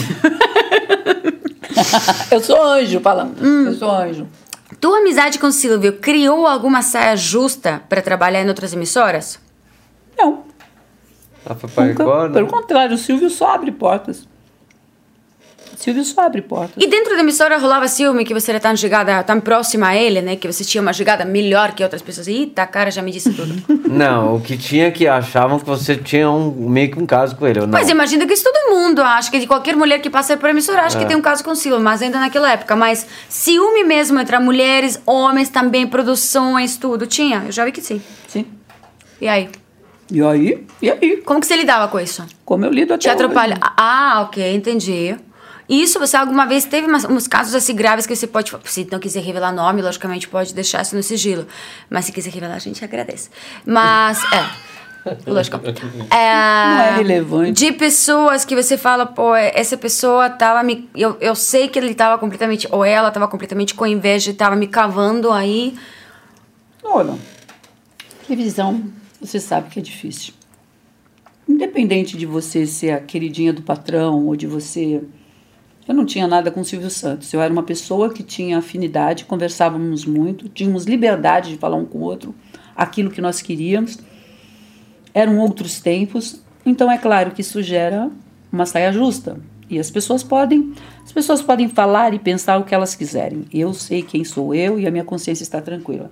Eu sou anjo, falando. Eu sou anjo. Tua amizade com o Silvio criou alguma saia justa pra trabalhar em outras emissoras? Não. Record, pelo contrário, o Silvio só abre portas. Silvio só abre portas. E dentro da emissora rolava ciúme que você era tão chegada, tão próxima a ele, né? Que você tinha uma chegada melhor que outras pessoas. Eita, cara, já me disse tudo. Não, o que tinha que achavam que você tinha meio que um caso com ele. Ou não. Mas imagina que isso todo mundo acha, que de qualquer mulher que passa por emissora acha que tem um caso com o Silvio, mas ainda naquela época. Mas ciúme mesmo entre mulheres, homens também, produções, tudo. Tinha? Eu já vi que sim. Sim. E aí? E aí? Como que você lidava com isso? Como eu lido até Te atrapalha? hoje. Ok, entendi. Isso, você alguma vez teve uns casos assim graves que você pode... Se não quiser revelar nome, logicamente pode deixar isso no sigilo. Mas se quiser revelar, a gente agradece. Mas, lógico. Não é relevante. De pessoas que você fala, pô, essa pessoa tava me... Eu sei que ele tava completamente... Ou ela tava completamente com inveja e tava me cavando aí. Olha, televisão, você sabe que é difícil. Independente de você ser a queridinha do patrão ou de você... Eu não tinha nada com o Silvio Santos. Eu era uma pessoa que tinha afinidade, conversávamos muito, tínhamos liberdade de falar um com o outro, aquilo que nós queríamos. Eram outros tempos, então é claro que isso gera uma saia justa. E as pessoas podem falar e pensar o que elas quiserem. Eu sei quem sou eu e a minha consciência está tranquila.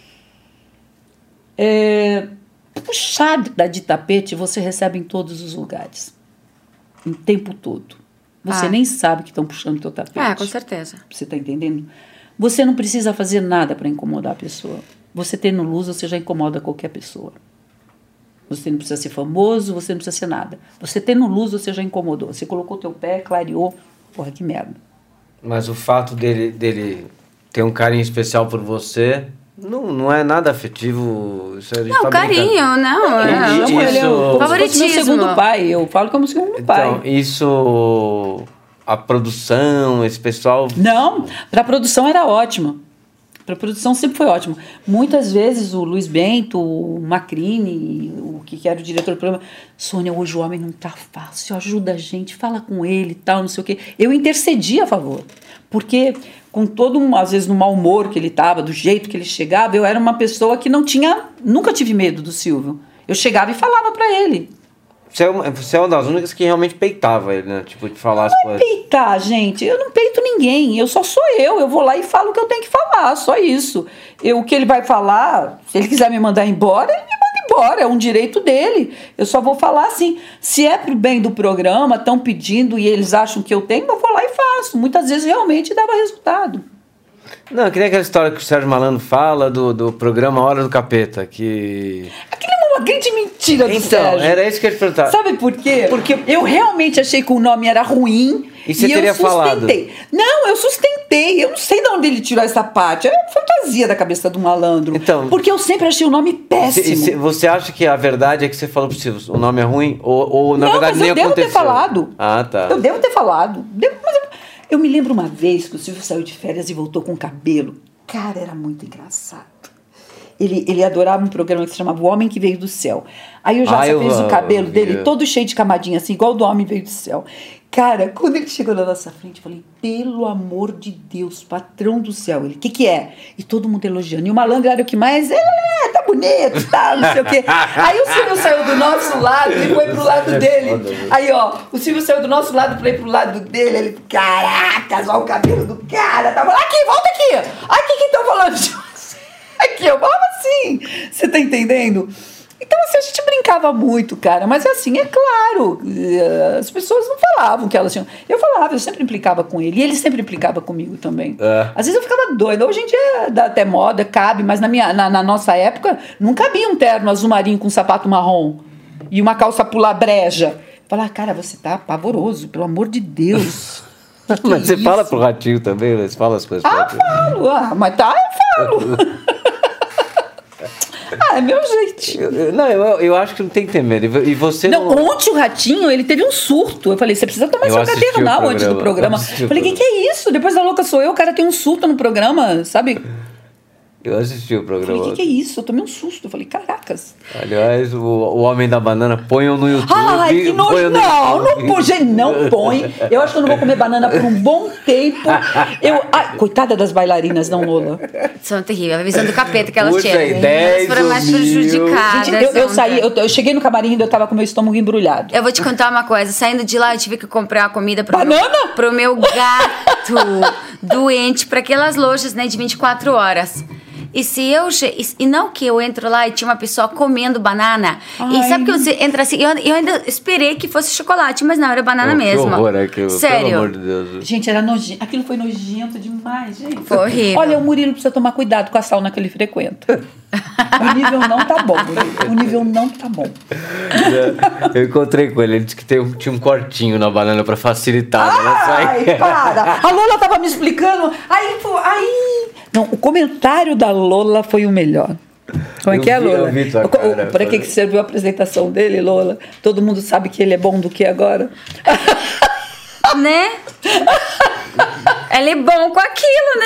Puxada de tapete você recebe em todos os lugares, o tempo todo. Você nem sabe que estão puxando o teu tapete. Com certeza. Você está entendendo? Você não precisa fazer nada para incomodar a pessoa. Você tendo luz, você já incomoda qualquer pessoa. Você não precisa ser famoso, você não precisa ser nada. Você tendo luz, você já incomodou. Você colocou teu pé, clareou. Porra, que merda. Mas o fato dele ter um carinho especial por você... Não é nada afetivo. Isso não, carinho, não. Ele é o favoritismo. Meu segundo pai. Eu falo como segundo pai. Então, isso... A produção, esse pessoal... Não, para a produção era ótimo. Para a produção sempre foi ótimo. Muitas vezes o Luiz Bento, o Macrini, o que era o diretor do programa... Sônia, hoje o homem não tá fácil, ajuda a gente, fala com ele e tal, não sei o quê. Eu intercedia a favor. Porque... com todo, às vezes, no mau humor que ele estava, do jeito que ele chegava, eu era uma pessoa que nunca tive medo do Silvio. Eu chegava e falava para ele. Você é uma das únicas que realmente peitava ele, né? Tipo, de falar as coisas. Não é peitar, gente. Eu não peito ninguém. Eu só sou eu. Eu vou lá e falo o que eu tenho que falar. Só isso. O que ele vai falar, se ele quiser me mandar embora, ele me manda embora. É um direito dele. Eu só vou falar assim. Se é pro bem do programa, estão pedindo e eles acham que eu tenho, eu vou lá e faço. Muitas vezes realmente dava resultado. Não, que nem aquela história que o Sérgio Malandro fala do programa Hora do Capeta, que... Aquilo é uma grande mentira do Sérgio. Então, era isso que eu ia te perguntar. Sabe por quê? Porque eu realmente achei que o nome era ruim. E você teria falado? Não, eu sustentei. Eu não sei de onde ele tirou essa parte. É fantasia da cabeça do malandro. Então, porque eu sempre achei o nome péssimo. Você acha que a verdade é que você falou pro Silvio, o nome é ruim? Ou na verdade nem aconteceu? Eu devo ter falado. Ah, tá. Eu devo ter falado. Eu me lembro uma vez que o Silvio saiu de férias e voltou com cabelo. Cara, era muito engraçado. Ele adorava um programa que se chamava O Homem que Veio do Céu. Aí o Jaça fez o cabelo dele todo cheio de camadinha, assim, igual o do Homem Veio do Céu. Cara, quando ele chegou na nossa frente, eu falei, pelo amor de Deus, patrão do céu. Ele, o que é? E todo mundo elogiando. E o malandro era o que mais, tá bonito, tá, não sei o quê. Aí o Silvio saiu do nosso lado e foi pro lado dele. Aí, ó, o Silvio saiu do nosso lado e foi pro lado dele. Ele, caracas, olha o cabelo do cara. Tava lá, aqui, volta aqui. Aqui que estão falando de você. Aqui, eu falava assim. Você tá entendendo? Então, assim, a gente brincava muito, cara. Mas, assim, é claro, as pessoas não falavam que elas tinham... Eu falava, eu sempre implicava com ele. E ele sempre implicava comigo também. Às vezes eu ficava doida. Hoje em dia dá até moda, cabe. Mas na nossa época, não cabia um terno azul marinho com um sapato marrom. E uma calça pular breja. Falar, cara, você tá pavoroso, pelo amor de Deus. Mas você fala pro Ratinho também? Você fala as coisas pro Ratinho? Falo. Mas tá, eu falo. É meu jeito. Eu acho que não tem que ter medo. E você não... Ontem o Ratinho, ele teve um surto. Eu falei, você precisa tomar seu caternal antes do programa. Eu falei, o que é isso? Depois da louca sou eu, o cara tem um surto no programa, sabe? Eu assisti o programa. Eu falei, o que é isso? Eu tomei um susto. Eu falei, caracas. Aliás, o Homem da Banana, ponham no YouTube. Ai, que nojo. Não põe, gente, não põe. Eu acho que eu não vou comer banana por um bom tempo. Ai, coitada das bailarinas, não, Lola. São terríveis. A visão do capeta que elas tinham. Elas foram mais prejudicadas. Gente, eu cheguei no camarim e eu tava com meu estômago embrulhado. Eu vou te contar uma coisa. Saindo de lá, eu tive que comprar comida pro meu gato doente, para aquelas lojas, né, de 24 horas. E não que eu entro lá e tinha uma pessoa comendo banana. Ai. E sabe que você entra assim... Eu ainda esperei que fosse chocolate, mas não, era banana mesmo. Que horror aquilo, sério. Pelo amor de Deus. Gente, era nojento. Aquilo foi nojento demais, gente. Foi horrível. Olha, o Murilo precisa tomar cuidado com a sauna que ele frequenta. O nível não tá bom, Murilo. O nível não tá bom. Eu encontrei com ele disse que tinha um cortinho na banana pra facilitar. Ai, para! A Lola tava me explicando. Aí... Não, o comentário da Lola foi o melhor. Como é que é, Lola? Para que serviu a apresentação dele, Lola? Todo mundo sabe que ele é bom do que agora? Né? Ele é bom com aquilo,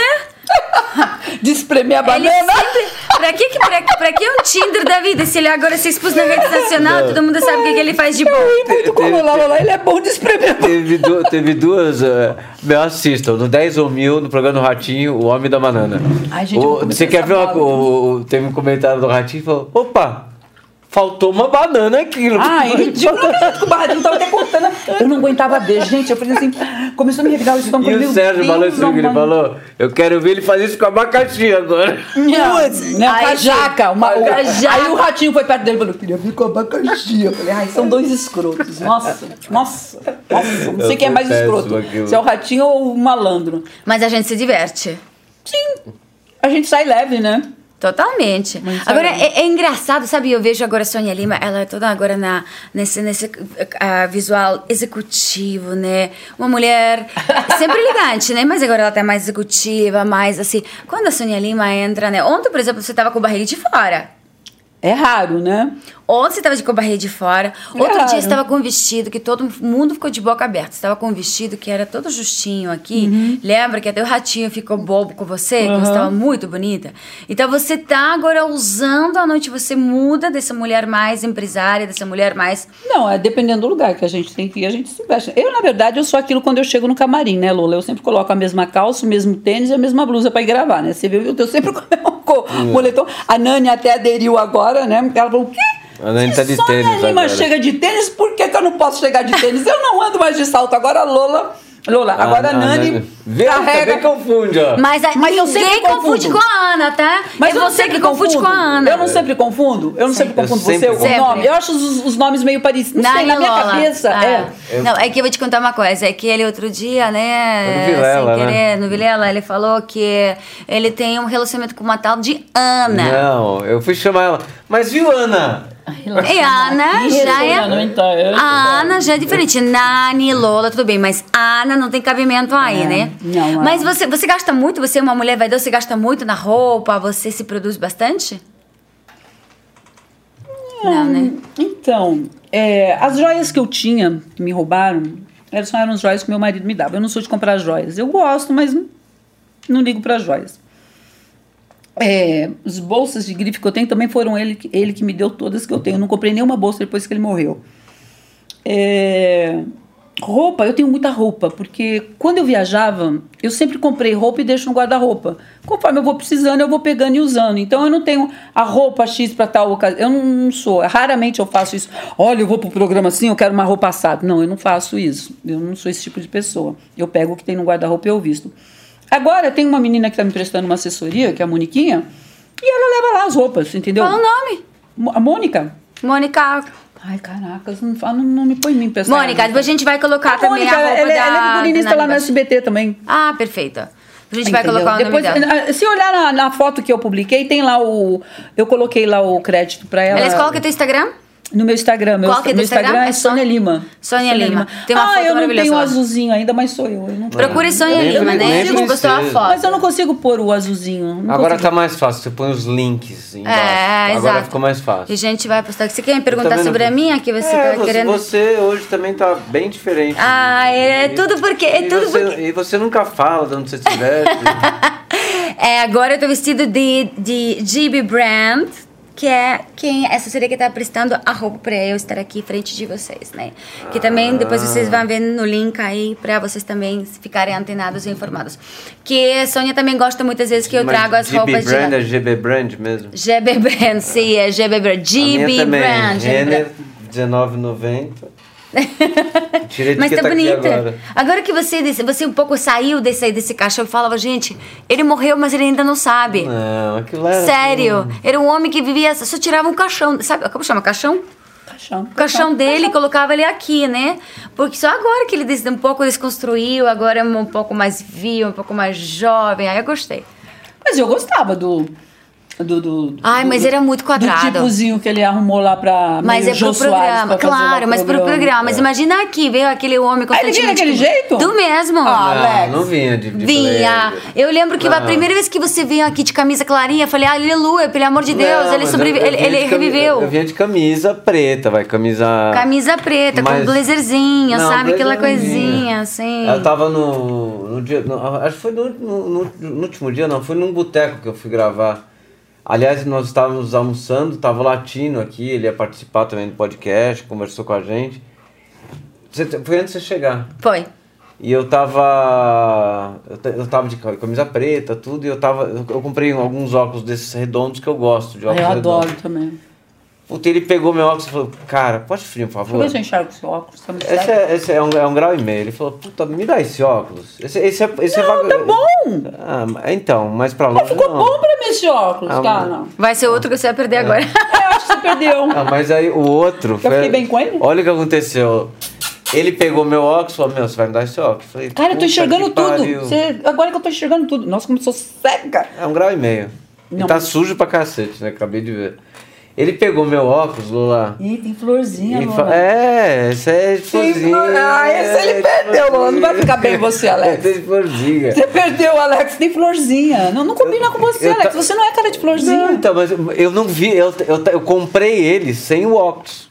né? De espremer a banana? Pra que um Tinder da vida? Se ele agora se expôs na rede nacional, todo mundo sabe o que ele faz de bom. Muito como Lola, ele é bom de espremer a banana. Teve duas... assistam, no 10 ou 1000, no programa do Ratinho, o Homem da Banana. Ai, gente, você quer ver teve um comentário do Ratinho e falou, opa, faltou uma banana aqui. Ridículo, não acredito que o Barradinho tava até contando. Eu não aguentava ver, gente. Eu falei assim, começou a me revirar o estômago. E o Sérgio Balanço, ele falou, eu quero ver ele fazer isso com abacaxi agora. Não, com a jaca. Aí o Ratinho foi perto dele e falou, queria ver com abacaxi. Eu falei, são dois escrotos. Nossa. Não sei quem é mais escroto. Se é o Ratinho ou o malandro. Mas a gente se diverte. Sim. A gente sai leve, né? Totalmente. Agora, é engraçado, sabe? Eu vejo agora a Sônia Lima, ela é toda agora nesse visual executivo, né? Uma mulher sempre elegante, né? Mas agora ela tá mais executiva, mais assim... Quando a Sônia Lima entra, né? Ontem, por exemplo, você tava com o barriga de fora. É raro, né? Ontem você estava com a barriga de fora. Outro dia você estava com um vestido que todo mundo ficou de boca aberta. Você estava com um vestido que era todo justinho aqui. Lembra que até o Ratinho ficou bobo com você? Que você estava muito bonita. Então você tá agora usando a noite. Você muda dessa mulher mais empresária, dessa mulher mais... Não, é dependendo do lugar que a gente tem que ir, a gente se veste. Eu, na verdade, eu sou aquilo quando eu chego no camarim, né, Lola? Eu sempre coloco a mesma calça, o mesmo tênis e a mesma blusa para ir gravar, né? Você viu? Eu sempre coloco moletom. A Nani até aderiu agora, né? Ela falou, o quê? A Nani tá de tênis agora. Sônia Lima chega de tênis, por que eu não posso chegar de tênis? Eu não ando mais de salto. Agora a Lola, agora a Nani carrega... Também confunde, ó. Mas ninguém confunde com a Ana, tá? Mas é você que confunde com a Ana. Eu não sempre confundo? Eu não sempre confundo você, o nome? Eu acho os nomes meio parecidos. Não sei, na minha cabeça. Não, é que eu vou te contar uma coisa. É que ele outro dia, né? No Vilela, sem querer, no Vilela, ele falou que ele tem um relacionamento com uma tal de Ana. Não, eu fui chamar ela. Mas viu, Ana? E a Ana já é... A Ana já é diferente. Nani, Lola, tudo bem. Mas a Ana não tem cabimento aí, né? Não, mas você gasta muito? Você é uma mulher vaidosa, você gasta muito na roupa? Você se produz bastante? Não, né? Então, as joias que eu tinha, que me roubaram, eram as joias que meu marido me dava. Eu não sou de comprar joias. Eu gosto, mas não ligo para joias. Os bolsas de grife que eu tenho também foram ele que me deu todas que eu tenho. Eu não comprei nenhuma bolsa depois que ele morreu. Roupa, eu tenho muita roupa, porque quando eu viajava, eu sempre comprei roupa e deixo no guarda-roupa. Conforme eu vou precisando, eu vou pegando e usando. Então eu não tenho a roupa X para tal ocasião. Eu não sou, raramente eu faço isso. Olha, eu vou pro programa assim, eu quero uma roupa assada. Não, eu não faço isso. Eu não sou esse tipo de pessoa. Eu pego o que tem no guarda-roupa e eu visto. Agora, tem uma menina que está me prestando uma assessoria, que é a Moniquinha, e ela leva lá as roupas, entendeu? Qual o nome? A Mônica. Mônica. Ai, caracas, não me põe em mim, pessoal. Mônica, depois a gente vai colocar também Mônica, a roupa ela é da figurinista lá no SBT também. Ah, perfeito. A gente vai Entendeu? colocar o nome Depois, dela. se olhar na foto que eu publiquei, tem lá eu coloquei lá o crédito pra ela. Aliás, qual que é o teu Instagram? No meu Instagram. Qual que é meu teu Instagram? é Sônia Lima. Sônia Lima. Tem uma foto eu não maravilhosa tenho o lá. azulzinho ainda, mas sou eu. não Procure Sônia Nem Lima, né? A gente postou a precisa. foto. Mas eu não consigo pôr o azulzinho. Não Agora consigo. tá mais fácil, você põe os links embaixo. Agora exato. ficou mais E a fácil. gente vai postar. Você quer me perguntar também sobre não- a minha? Que você tá querendo... Você hoje também tá bem diferente. É tudo porque... E você nunca fala de onde você estiver. Agora eu tô vestido de GB Brand, que é quem essa assessoria que tá prestando a roupa pra eu estar aqui frente de vocês, né? Que também depois vocês vão ver no link aí pra vocês também ficarem antenados e informados. Que a Sônia também gosta muitas vezes que eu trago as roupas de... GB Brand é GB Brand mesmo? GB Brand, sim, é GB Brand. A minha GB também, Brand. Renner, R$19,90. Tirei Mas tá etiqueta aqui bonita. Agora que você um pouco saiu desse caixão e falava, gente, ele morreu, mas ele ainda não sabe. Não, aquilo era... Sério. Era um homem que vivia, só tirava um caixão. Sabe como chama? Caixão? Caixão. O caixão dele, colocava ele aqui, né? Porque só agora que ele um pouco desconstruiu, agora é um pouco mais vivo, um pouco mais jovem. Aí eu gostei. Mas eu gostava do Ai, mas era muito quadrado. Do tipozinho que ele arrumou lá pra Mas meio é pro Jô Soares programa, pra fazer lá claro, o mas pro programa. Mas imagina aqui, veio aquele homem Ah, ele vinha constantemente... daquele jeito? Do mesmo. Alex. Não vinha de Vinha. blazer. Eu lembro que a Não. primeira vez que você veio aqui de camisa clarinha, eu falei, aleluia, pelo amor de Deus, Não, ele mas sobrevive, eu vinha ele de reviveu. Eu vinha de camisa preta, camisa... Camisa preta, com Mas- blazerzinho, Não, sabe? Aquela blazerzinho. coisinha, assim. Eu tava no dia... acho que foi no último dia, não. Foi num boteco que eu fui gravar. Aliás, nós estávamos almoçando, tava o Latino aqui, ele ia participar também do podcast, conversou com a gente. Foi antes de você chegar. Foi. E eu tava de camisa preta, tudo, e eu comprei alguns óculos desses redondos que eu gosto de óculos Eu adoro redondos. também. Puta, ele pegou meu óculos e falou, cara, pode frio, por Deixa eu favor? ver se eu enxergo esse óculos. Tá muito Esse sério. esse é um grau e meio. Ele falou, puta, me dá esse óculos. Esse Não, tá bom. Então, mas pra longe Ficou não. bom pra mim esse óculos, Ah, cara. Vai ser outro que você vai perder agora. Eu acho que você perdeu. Ah, mas aí o outro... Eu fiquei bem com ele? Olha o que aconteceu. Ele pegou meu óculos e falou, você vai me dar esse óculos? Eu falei, Cara, eu tô "Puta enxergando que tudo. pariu." Agora que eu tô enxergando tudo. Nossa, como eu sou cega. É um grau e meio. Não, E tá mas- sujo pra cacete, né? Acabei de ver. Ele pegou meu óculos, Lula. Ih, tem florzinha, E Lola. esse é de florzinha. Esse ele perdeu, Lola. Não vai ficar bem você, Alex. É de florzinha. Você perdeu, Alex. Tem florzinha. Não combina com você, eu Alex. ta- Você não é cara de florzinha. Não, então, mas eu não vi, eu comprei ele sem o óculos.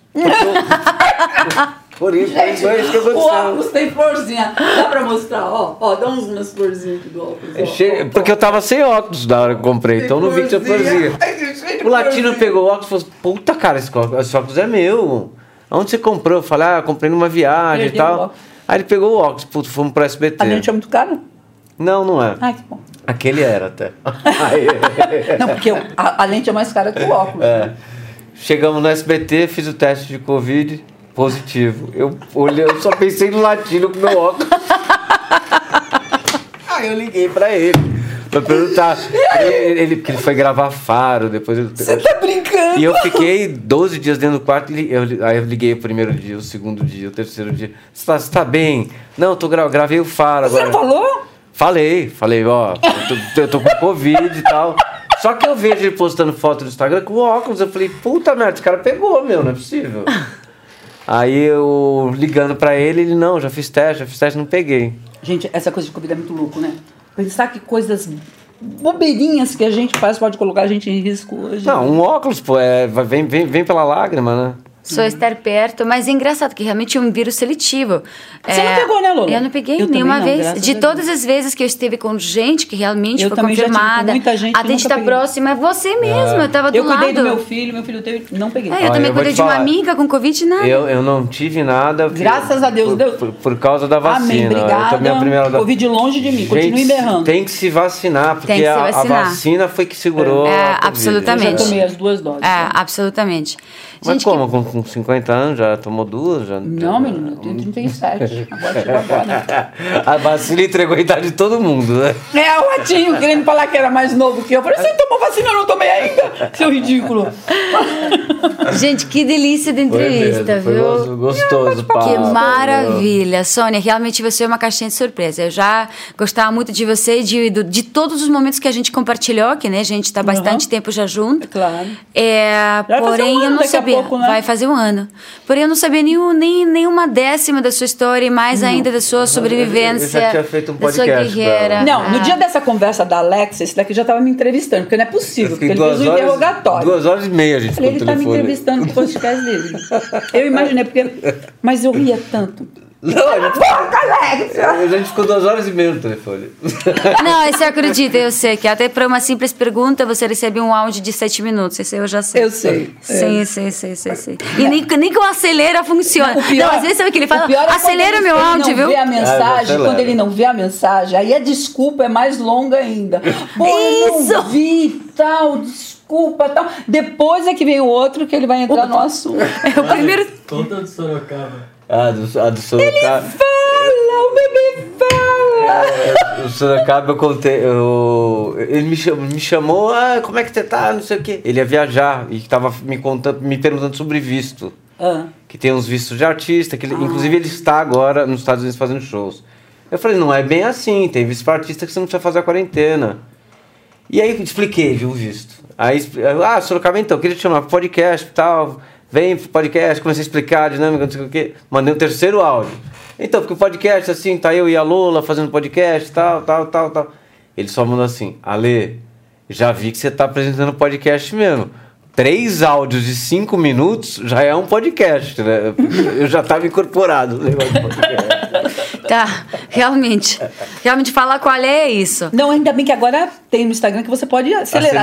Por isso, foi isso que O aconteceu. óculos tem florzinha. Dá pra mostrar, ó. Dá umas florzinhas aqui do óculos. Porque eu tava sem óculos da hora que eu comprei, então eu não vi que tinha florzinha. O Latino pegou o óculos e falou, puta cara, esse óculos é meu. Onde você comprou? Eu falei, eu comprei numa viagem e Perdeu o tal. óculos. Aí ele pegou o óculos, puto, fomos pro SBT. A lente é muito cara? Não é. Ai, que bom. Aquele era até. Não, porque a lente é mais cara que o óculos. É. Chegamos no SBT, fiz o teste de Covid, positivo. Eu olhei, eu só pensei no Latino com meu óculos. Aí eu liguei pra ele, pra perguntar. Porque ele foi gravar Faro, depois ele... Você tá brincando? E eu fiquei 12 dias dentro do quarto, aí eu liguei o primeiro dia, o segundo dia, o terceiro dia. Você tá bem? Não, gravei o Faro Você agora. não falou? Falei, ó, eu tô com Covid e tal. Só que eu vejo ele postando foto no Instagram com óculos, eu falei, puta merda, esse cara pegou, meu, não é possível. Aí eu ligando pra ele, não, já fiz teste, não peguei. Gente, essa coisa de Covid é muito louco, né? Pensar que coisas bobeirinhas que a gente faz pode colocar a gente em risco hoje. Não, um óculos, pô, vem pela lágrima, né? Só estar perto, mas é engraçado que realmente é um vírus seletivo. Você não pegou, né, Lola? Eu não peguei Eu nenhuma também não, vez. graças De a todas Deus. as vezes que eu esteve com gente que realmente Eu foi também já tive com confirmada, muita gente que a gente nunca tá peguei. próxima, é você mesmo, eu tava do Eu lado. cuidei do meu filho teve... Não peguei. É, eu Olha, também eu vou cuidei te de uma falar. amiga com Covid e nada. Eu não tive nada. Graças a Deus, Deus. Por causa da vacina. Amém, Eu obrigada. tomei a primeira dose. Covid longe de mim, Gente, continue berrando. Tem que se vacinar, porque Tem que se a vacinar. vacina foi que segurou. É, a Covid. absolutamente. Eu já tomei as 2 doses. É, absolutamente. Mas Gente, como? Com com 50 anos, já tomou 2? Já... Não, menino, eu tenho 37. Agora chegou agora. A vacina entregou a idade de todo mundo, né? O Ratinho querendo falar que era mais novo que eu. Eu falei, você tomou vacina? Eu não tomei ainda. Seu ridículo. Gente, que delícia de entrevista, Foi viu? gostoso, papo. Que maravilha. Sônia, realmente você é uma caixinha de surpresa. Eu já gostava muito de você e de todos os momentos que a gente compartilhou, que né, a gente está bastante tempo já junto. Claro. Porém, eu não sabia. Pouco, né? Vai fazer um ano. Porém, eu não sabia nem uma décima da sua história e mais ainda da sua sobrevivência. Eu já tinha feito um da sua podcast guerreira. Não, no dia dessa conversa da Alexa, esse daqui já estava me entrevistando, porque não é possível, porque ele fez um interrogatório. 2h30 a gente Falei, ele ficou tá no me telefone. entrevistando pro podcast dele. Eu imaginei, porque... Mas eu ria tanto. Não, a gente, Alexa! a gente ficou 2h30 no telefone. Não, esse eu acredito, eu sei que até para uma simples pergunta você recebe um áudio de 7 minutos. Esse eu já sei. Eu sei. Sim. E nem com o acelera funciona. Não, às vezes sabe o que ele fala? Acelera o meu áudio, viu? Vê a mensagem, acelera. quando ele não vê a mensagem, aí a desculpa é mais longa ainda. Pô, eu Isso! não vi, tal, desculpa, tal. Depois é que vem o outro que ele vai entrar no assunto. É o primeiro. Conta do Sorocaba. Do Sorocaba. Fala, o bebê fala! O Sorocaba eu contei. Ele me chamou, como é que você tá? Não sei o quê. Ele ia viajar e tava me perguntando sobre visto. Que tem uns vistos de artista, inclusive ele está agora nos Estados Unidos fazendo shows. Eu falei, não é bem assim, tem visto para artista que você não precisa fazer a quarentena. E aí eu expliquei, viu, o visto. Aí, Sorocaba, então, queria te chamar pro podcast e tal. Vem pro podcast, comecei a explicar a dinâmica, não sei o quê. Mandei um terceiro áudio. Então, porque o podcast, assim, tá eu e a Lola fazendo podcast, tal. Ele só mandou assim, Ale, já vi que você tá apresentando podcast mesmo. 3 áudios de 5 minutos já é um podcast, né? Eu já tava incorporado no negócio de podcast. Tá, realmente. Realmente falar com a Ale é isso. Não, ainda bem que agora tem no Instagram que você pode acelerar.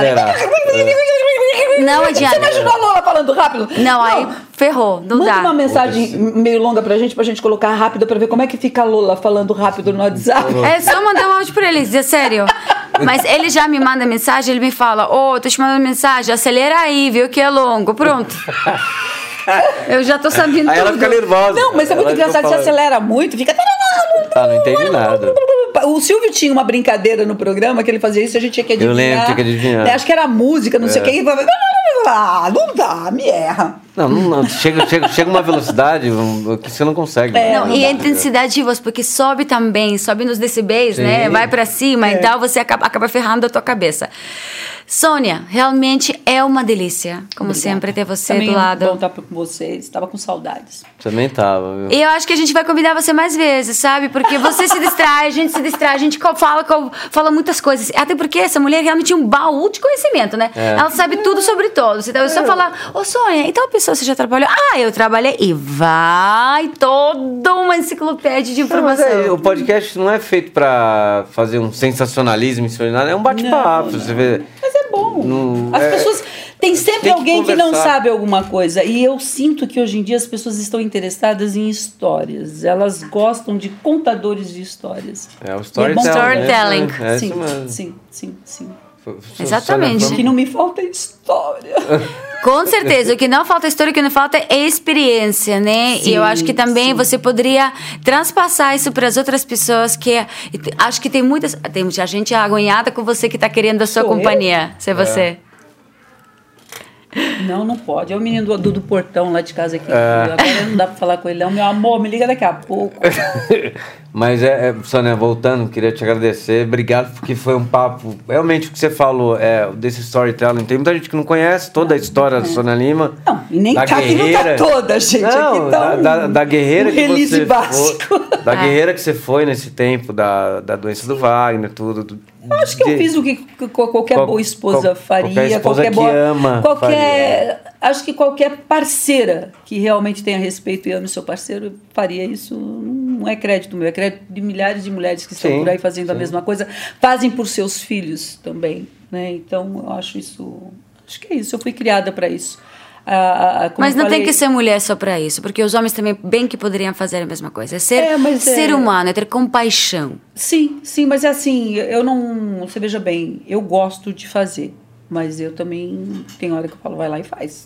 Não adianta. Você imaginou a Lola falando rápido? Não, aí ferrou, não Manda dá. uma mensagem meio longa pra gente colocar rápido, pra ver como é que fica a Lola falando rápido no WhatsApp. É só mandar um áudio pra ele, dizer sério. Mas ele já me manda mensagem, ele me fala, tô te mandando mensagem, acelera aí, viu, que é longo. Pronto. Eu já tô sabendo Aí tudo. ela fica nervosa. Não, mas é muito engraçado, você acelera muito, fica... Não entendi nada. O Silvio tinha uma brincadeira no programa que ele fazia isso, a gente tinha que adivinhar. Eu lembro, tinha que adivinhar. Acho que era música, não sei o que. Não dá, me erra. Não, chega uma velocidade que você não consegue. Não, e a intensidade de voz, porque sobe também, sobe nos decibéis, né? Vai pra cima, então você acaba ferrando a tua cabeça. Sônia, realmente é uma delícia, como sempre, ter você Também do lado. Bom estar com vocês, estava com saudades. Também tava, viu? E eu acho que a gente vai convidar você mais vezes, sabe? Porque você se distrai, a gente fala muitas coisas. Até porque essa mulher realmente é um baú de conhecimento, né? Ela sabe tudo sobre todos. Então, eu só falar, Sônia, então a pessoa você já trabalhou? Eu trabalhei. E vai toda uma enciclopédia de informação. O podcast não é feito pra fazer um sensacionalismo, é um bate-papo. Você vê. Mas é bom. As pessoas... Tem sempre Tem que alguém que não conversar. sabe alguma coisa. E eu sinto que hoje em dia as pessoas estão interessadas em histórias. Elas gostam de contadores de histórias. É o E storytelling. Storytelling. É sim, isso mesmo. sim. Exatamente. Que não me falta história. Com certeza, o que não falta é história, o que não falta é experiência, né? Sim, e eu acho que também você poderia transpassar isso para as outras pessoas, que acho que tem muita gente agonhada com você que está querendo a sua Sou companhia, ser você. Não pode. É o menino do portão lá de casa aqui. Agora não dá pra falar com ele, não. Meu amor, me liga daqui a pouco. Mas, Sônia, voltando, queria te agradecer. Obrigado, porque foi um papo. Realmente, o que você falou desse storytelling. Tem muita gente que não conhece toda a história da Sônia Lima. Não, e nem da cá que não tá toda, gente. Não, aqui tá da guerreira que release você básico. foi. Da guerreira que você foi nesse tempo, da doença do Wagner, tudo. Eu acho que eu fiz o que qualquer boa esposa faria. Qualquer esposa que ama Acho que qualquer parceira que realmente tenha respeito e ame o seu parceiro faria isso. Não é crédito meu, é crédito de milhares de mulheres que estão por aí fazendo a mesma coisa. Fazem por seus filhos também, né? Então, eu acho isso... Acho que é isso, eu fui criada para isso. Mas não tem que ser mulher só para isso, porque os homens também bem que poderiam fazer a mesma coisa. É ser humano, é ter compaixão. Sim, mas é assim, eu não... Você veja bem, eu gosto de fazer, mas eu também... Tem hora que eu falo, vai lá e faz.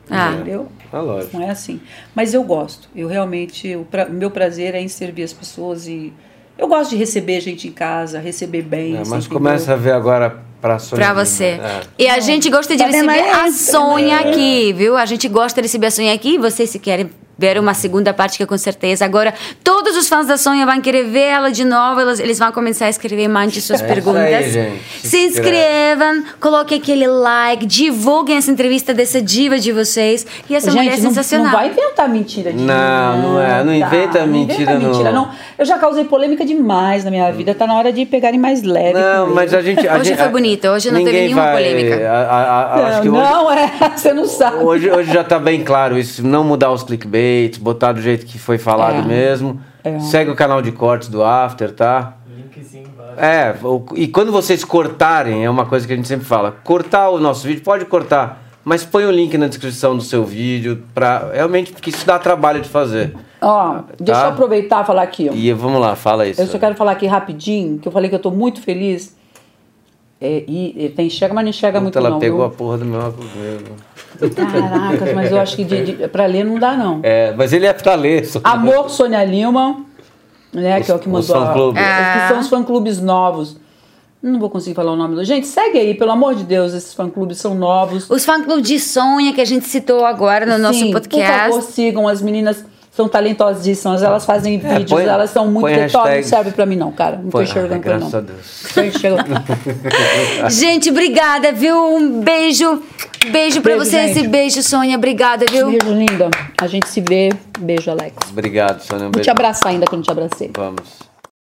Entendeu? Lógico. Não é assim. Mas eu gosto. Eu realmente, o meu prazer é em servir as pessoas e eu gosto de receber gente em casa, receber bem. Mas começa a ver agora pra Sônia. Pra você. E a gente gosta de Tá vendo receber aí? a Sônia aqui, viu? A gente gosta de receber a Sônia aqui. Vocês se querem ver uma segunda parte, que com certeza agora todos os fãs da Sônia vão querer ver ela de novo. Eles vão começar a escrever, mande suas perguntas. Aí, gente. Se inscrevam, coloquem aquele like, divulguem essa entrevista dessa diva de vocês. E essa mulher é sensacional. Não vai inventar mentira de Não é. Não inventa mentira, não. Eu já causei polêmica demais na minha vida. Tá na hora de pegarem mais leve. Não, mas a gente... Hoje foi bonito. Hoje não teve nenhuma polêmica. Acho que hoje, você não sabe. Hoje já tá bem claro isso. Não mudar os clickbaits, botar do jeito que foi falado mesmo. Segue o canal de cortes do After, tá? Linkzinho embaixo. E quando vocês cortarem, é uma coisa que a gente sempre fala, cortar o nosso vídeo, pode cortar, mas põe o link na descrição do seu vídeo, realmente, porque isso dá trabalho de fazer. Deixa eu aproveitar e falar aqui. E vamos lá, fala isso. Eu só quero falar aqui rapidinho, que eu falei que eu tô muito feliz. Enxerga, mas não enxerga muito ela não. Pegou a porra do meu óculos mesmo. Caracas, mas eu acho que pra ler não dá não. Mas ele é pra ler. Amor Sônia Lima, né, que é o que mandou. Que são os fã-clubes novos. Não vou conseguir falar o nome do... Gente, segue aí, pelo amor de Deus, esses fã-clubes são novos. Os fã-clubes de Sônia, que a gente citou agora no nosso podcast. Por favor, sigam, as meninas são talentosíssimas, elas fazem vídeos, elas são muito... TikTok não serve pra mim não, cara. Não tô enxergando pra não. Graças a Deus. Tô enxergando. Gente, obrigada, viu? Um beijo. Beijo pra você, gente. esse beijo, Sônia. Obrigada, viu? Beijo, linda. A gente se vê. Beijo, Alex. Obrigado, Sônia. Vou te abraçar ainda que eu não te abracei. Vamos.